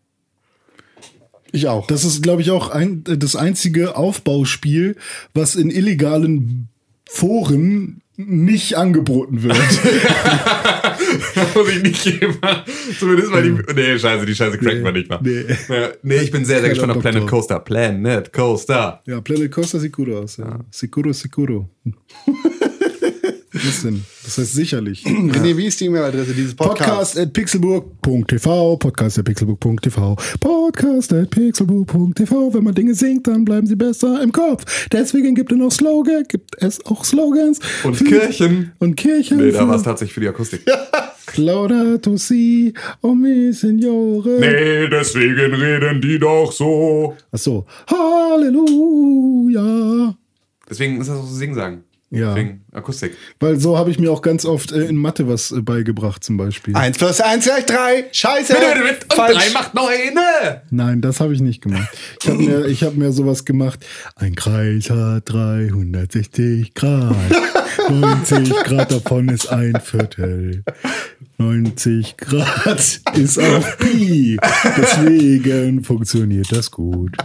Ich auch. Das ist, glaube ich, auch das einzige Aufbauspiel, was in illegalen Foren nicht angeboten wird. Muss ich nicht immer. Zumindest mal die. Nee, scheiße, die Scheiße crackt man nicht mal. Nee, ich bin sehr, sehr gespannt auf Planet Coaster. Planet Coaster. Ja, Planet Coaster sieht gut aus. Ja. Sicuro. Was ist denn? Das heißt sicherlich. René, wie ist die E-Mail-Adresse dieses Podcasts? Podcast@pixelburg.tv, podcast@pixelburg.tv, podcast@pixelburg.tv. Wenn man Dinge singt, dann bleiben sie besser im Kopf. Deswegen gibt es auch Slogans. Und Kirchen. Und Kirchen. Nee, da war es tatsächlich für die Akustik. Laudato si, o mi Signore. Nee, deswegen reden die doch so. Ach so. Halleluja. Deswegen ist das auch so Sing-Sagen. Ja. Wegen Akustik. Weil so habe ich mir auch ganz oft in Mathe was beigebracht zum Beispiel. 1 + 1 = 3. Scheiße. Und Falsch. 3 macht 9. Nein, das habe ich nicht gemacht. Ich hab mir sowas gemacht. Ein Kreis hat 360 Grad. 90 Grad davon ist ein Viertel. 90 Grad ist auch Pi. Deswegen funktioniert das gut.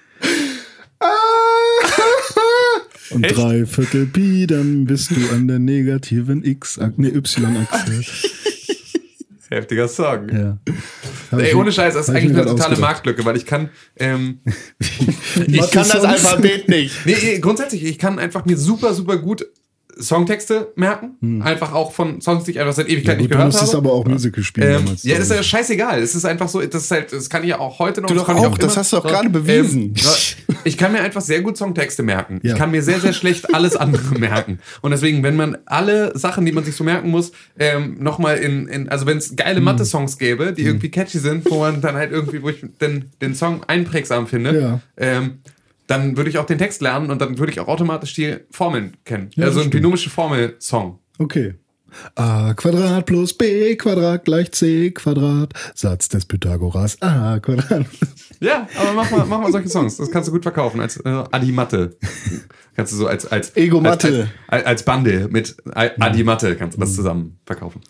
Und Echt? 3/4 Pi, dann bist du an der negativen Y-Achse. Heftiger Song. Ja. Ey, ohne Scheiß, das ist Hab ich eigentlich mir eine grad totale ausgedacht. Marktlücke, weil ich kann. Ich kann das Alphabet nicht. Nee, grundsätzlich, ich kann einfach mir super, super gut Songtexte merken. Einfach auch von Songs, die ich einfach seit Ewigkeit nicht Du gehört musstest habe. aber auch Musical spielen damals. Ja, das ist ja scheißegal. Es ist einfach so, das kann ich ja auch heute noch. Du das doch kann ich auch, das immer. hast du doch gerade bewiesen. Ich kann mir einfach sehr gut Songtexte merken. Ja. Ich kann mir sehr, sehr schlecht alles andere merken. Und deswegen, wenn man alle Sachen, die man sich so merken muss, nochmal also wenn es geile Mathe-Songs gäbe, die irgendwie catchy sind, wo man dann halt irgendwie, wo ich den Song einprägsam finde, dann würde ich auch den Text lernen und dann würde ich auch automatisch die Formeln kennen. Ja, also das ein stimmt. binomische Formel-Song. Okay. A Quadrat plus B Quadrat gleich C Quadrat. Satz des Pythagoras. A Quadrat. Ja, aber mach mal solche Songs. Das kannst du gut verkaufen als Adi-Matte. Kannst du so als Ego-Matte. als Bundle mit Adi-Matte kannst du das zusammen verkaufen.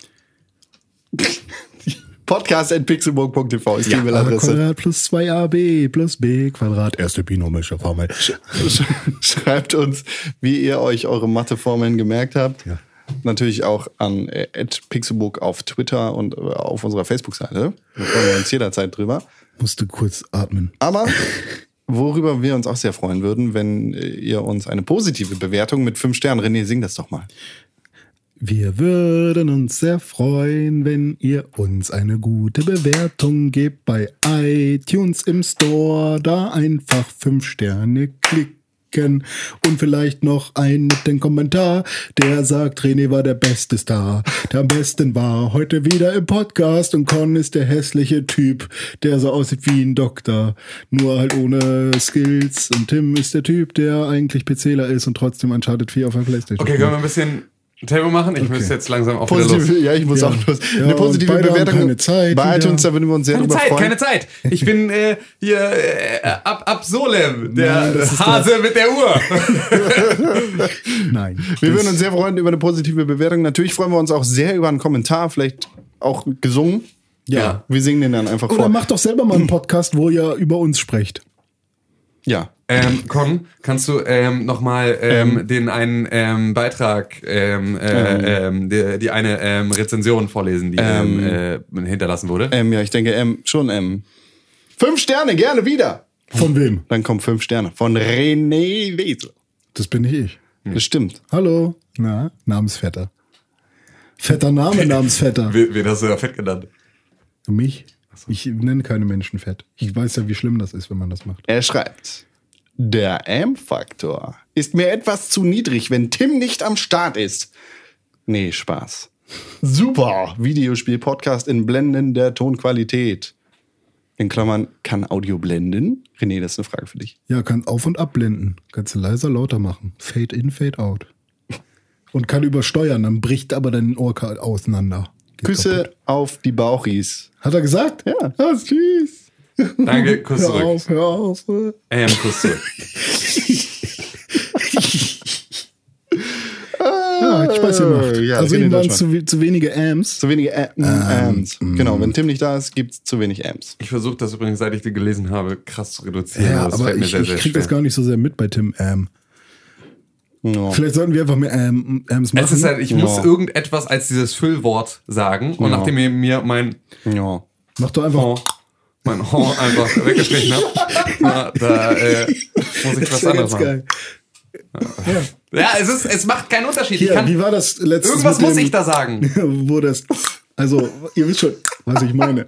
Podcast@pixelburg.tv ist die A E-Mail-Adresse. Quadrat plus 2AB plus B Quadrat. Erste binomische Formel. Schreibt uns, wie ihr euch eure Matheformeln gemerkt habt. Ja. Natürlich auch an @pixelburg auf Twitter und auf unserer Facebook-Seite. Da freuen wir uns jederzeit drüber. Musste kurz atmen. Aber worüber wir uns auch sehr freuen würden, wenn ihr uns eine positive Bewertung mit 5 Sternen, René, sing das doch mal. Wir würden uns sehr freuen, wenn ihr uns eine gute Bewertung gebt bei iTunes im Store. Da einfach 5 Sterne klicken und vielleicht noch einen netten Kommentar, der sagt, René war der beste Star. Der am besten war heute wieder im Podcast und Con ist der hässliche Typ, der so aussieht wie ein Doktor, nur halt ohne Skills. Und Tim ist der Typ, der eigentlich PCler ist und trotzdem Uncharted 4 auf der Playstation. Okay, können wir ein bisschen Tempo machen? Ich müsste jetzt langsam auch wieder los. Ja, ich muss auch los. Ja, Eine positive beide haben Bewertung keine Zeit bei wieder. iTunes, da würden wir uns sehr drüber freuen. Keine Zeit. Ich bin hier Absolem, der Nein, das ist Hase mit der Uhr. Nein. Wir würden uns sehr freuen über eine positive Bewertung. Natürlich freuen wir uns auch sehr über einen Kommentar, vielleicht auch gesungen. Ja. Wir singen den dann einfach Oder vor. macht doch selber mal einen Podcast, wo ihr über uns sprecht. Ja. Con, kannst du nochmal den einen Beitrag, die eine Rezension vorlesen, die hinterlassen wurde? Ja, ich denke schon. 5 Sterne, gerne wieder. Von wem? Dann kommen 5 Sterne. Von René Wesel. Das bin nicht ich. Das stimmt. Hallo. Na, Namensvetter. Fetter Name, Namensvetter. Wen hast du da fett genannt? Mich? Ich nenne keine Menschen fett. Ich weiß ja, wie schlimm das ist, wenn man das macht. Er schreibt: Der M-Faktor ist mir etwas zu niedrig, wenn Tim nicht am Start ist. Nee, Spaß. Super Videospiel-Podcast in blendender Tonqualität. In Klammern, kann Audio blenden? René, das ist eine Frage für dich. Ja, kann auf- und abblenden. Kannst du leiser, lauter machen. Fade in, fade out. Und kann übersteuern, dann bricht aber dein Ohr auseinander. Geht Küsse kaputt. auf die Bauchis. Hat er gesagt? Ja. Ah, tschüss. Danke, Kuss Hör zurück. auf. Kuss zurück. Ja, hat Spaß gemacht. Ja, also René ihm waren Deutschmann. zu wenige Amps. Zu wenige Amps. Genau, wenn Tim nicht da ist, gibt's zu wenig Amps. Ich versuche das übrigens, seit ich den gelesen habe, krass zu reduzieren. Ja, das aber fällt mir ich sehr krieg das schwer. gar nicht so sehr mit bei Tim Am. Ja. Vielleicht sollten wir einfach mehr Ams machen. Es ist halt, ich muss irgendetwas als dieses Füllwort sagen. Und Ja. nachdem ihr mir mein Ja. Mach doch einfach. Horn einfach weggestrichen habt, da muss ich was anderes machen. geil. Ja, es macht keinen Unterschied. Ich Hier, kann, wie war das letztes irgendwas mit muss dem- ich da sagen. Wo das. Also, ihr wisst schon, was ich meine.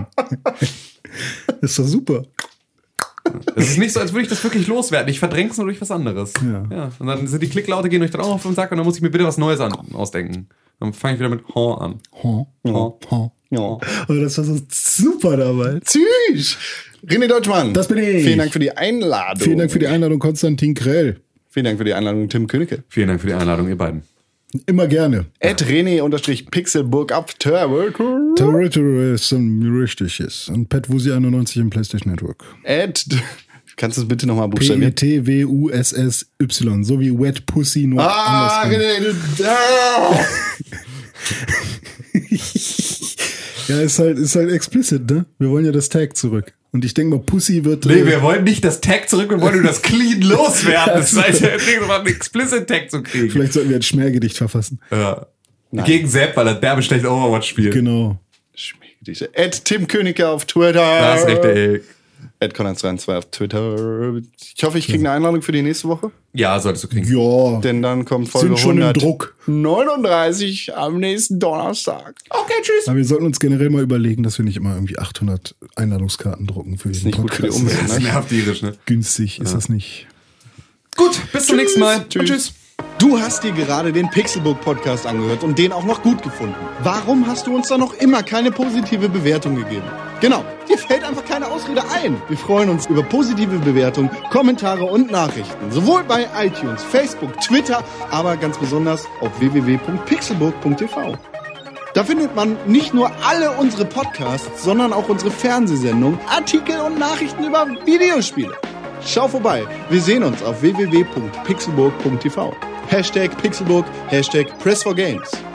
Ist doch super. Es ist nicht so, als würde ich das wirklich loswerden. Ich verdränge es nur durch was anderes. Ja. Und dann sind die Klicklaute, gehen euch dann auch auf den Sack und dann muss ich mir bitte was Neues ausdenken. Dann fange ich wieder mit Horn an. Ja. Aber das war so super damals. Tschüss. René Deutschmann. Das bin ich. Vielen Dank für die Einladung. Vielen Dank für die Einladung, Konstantin Krell. Vielen Dank für die Einladung, Tim Königke. Vielen Dank für die Einladung, ihr beiden. Immer gerne. @René_Pixelburg auf Twitter. Territory richtig ist. Und Pat Wusi 91 im PlayStation Network. Kannst du es bitte nochmal buchstabieren? PETWUSSY. So wie Wet Pussy, nur andersrum. René, du. Ja, ist halt explicit, ne? Wir wollen ja das Tag zurück. Und ich denke mal, Pussy wird... Nee, wir wollen nicht das Tag zurück, wir wollen nur das Clean loswerden. Das heißt, wir kriegen mal einen Explicit Tag zu kriegen. Vielleicht sollten wir ein Schmähgedicht verfassen. Ja. Gegen Sepp, weil er derbe schlecht Overwatch spielt. Genau. Tim Königke auf Twitter. Das ist richtig. @Conan32 auf Twitter. Ich hoffe, ich kriege eine Einladung für die nächste Woche. Ja, solltest du kriegen. Ja. Denn dann kommt Folge Sind schon im Druck. 139 am nächsten Donnerstag. Okay, tschüss. Aber wir sollten uns generell mal überlegen, dass wir nicht immer irgendwie 800 Einladungskarten drucken für jeden nicht gut für die Podcast. Umwelt, Das ne? nervt tierisch, ne? Günstig ist das nicht. Gut, bis zum nächsten Mal. Tschüss. Und tschüss. Du hast dir gerade den Pixelbook Podcast angehört und den auch noch gut gefunden. Warum hast du uns da noch immer keine positive Bewertung gegeben? Genau, dir fällt einfach keine Ausrede ein. Wir freuen uns über positive Bewertungen, Kommentare und Nachrichten. Sowohl bei iTunes, Facebook, Twitter, aber ganz besonders auf www.pixelbook.tv. Da findet man nicht nur alle unsere Podcasts, sondern auch unsere Fernsehsendungen, Artikel und Nachrichten über Videospiele. Schau vorbei. Wir sehen uns auf www.pixelburg.tv. #Pixelburg, #Press4Games.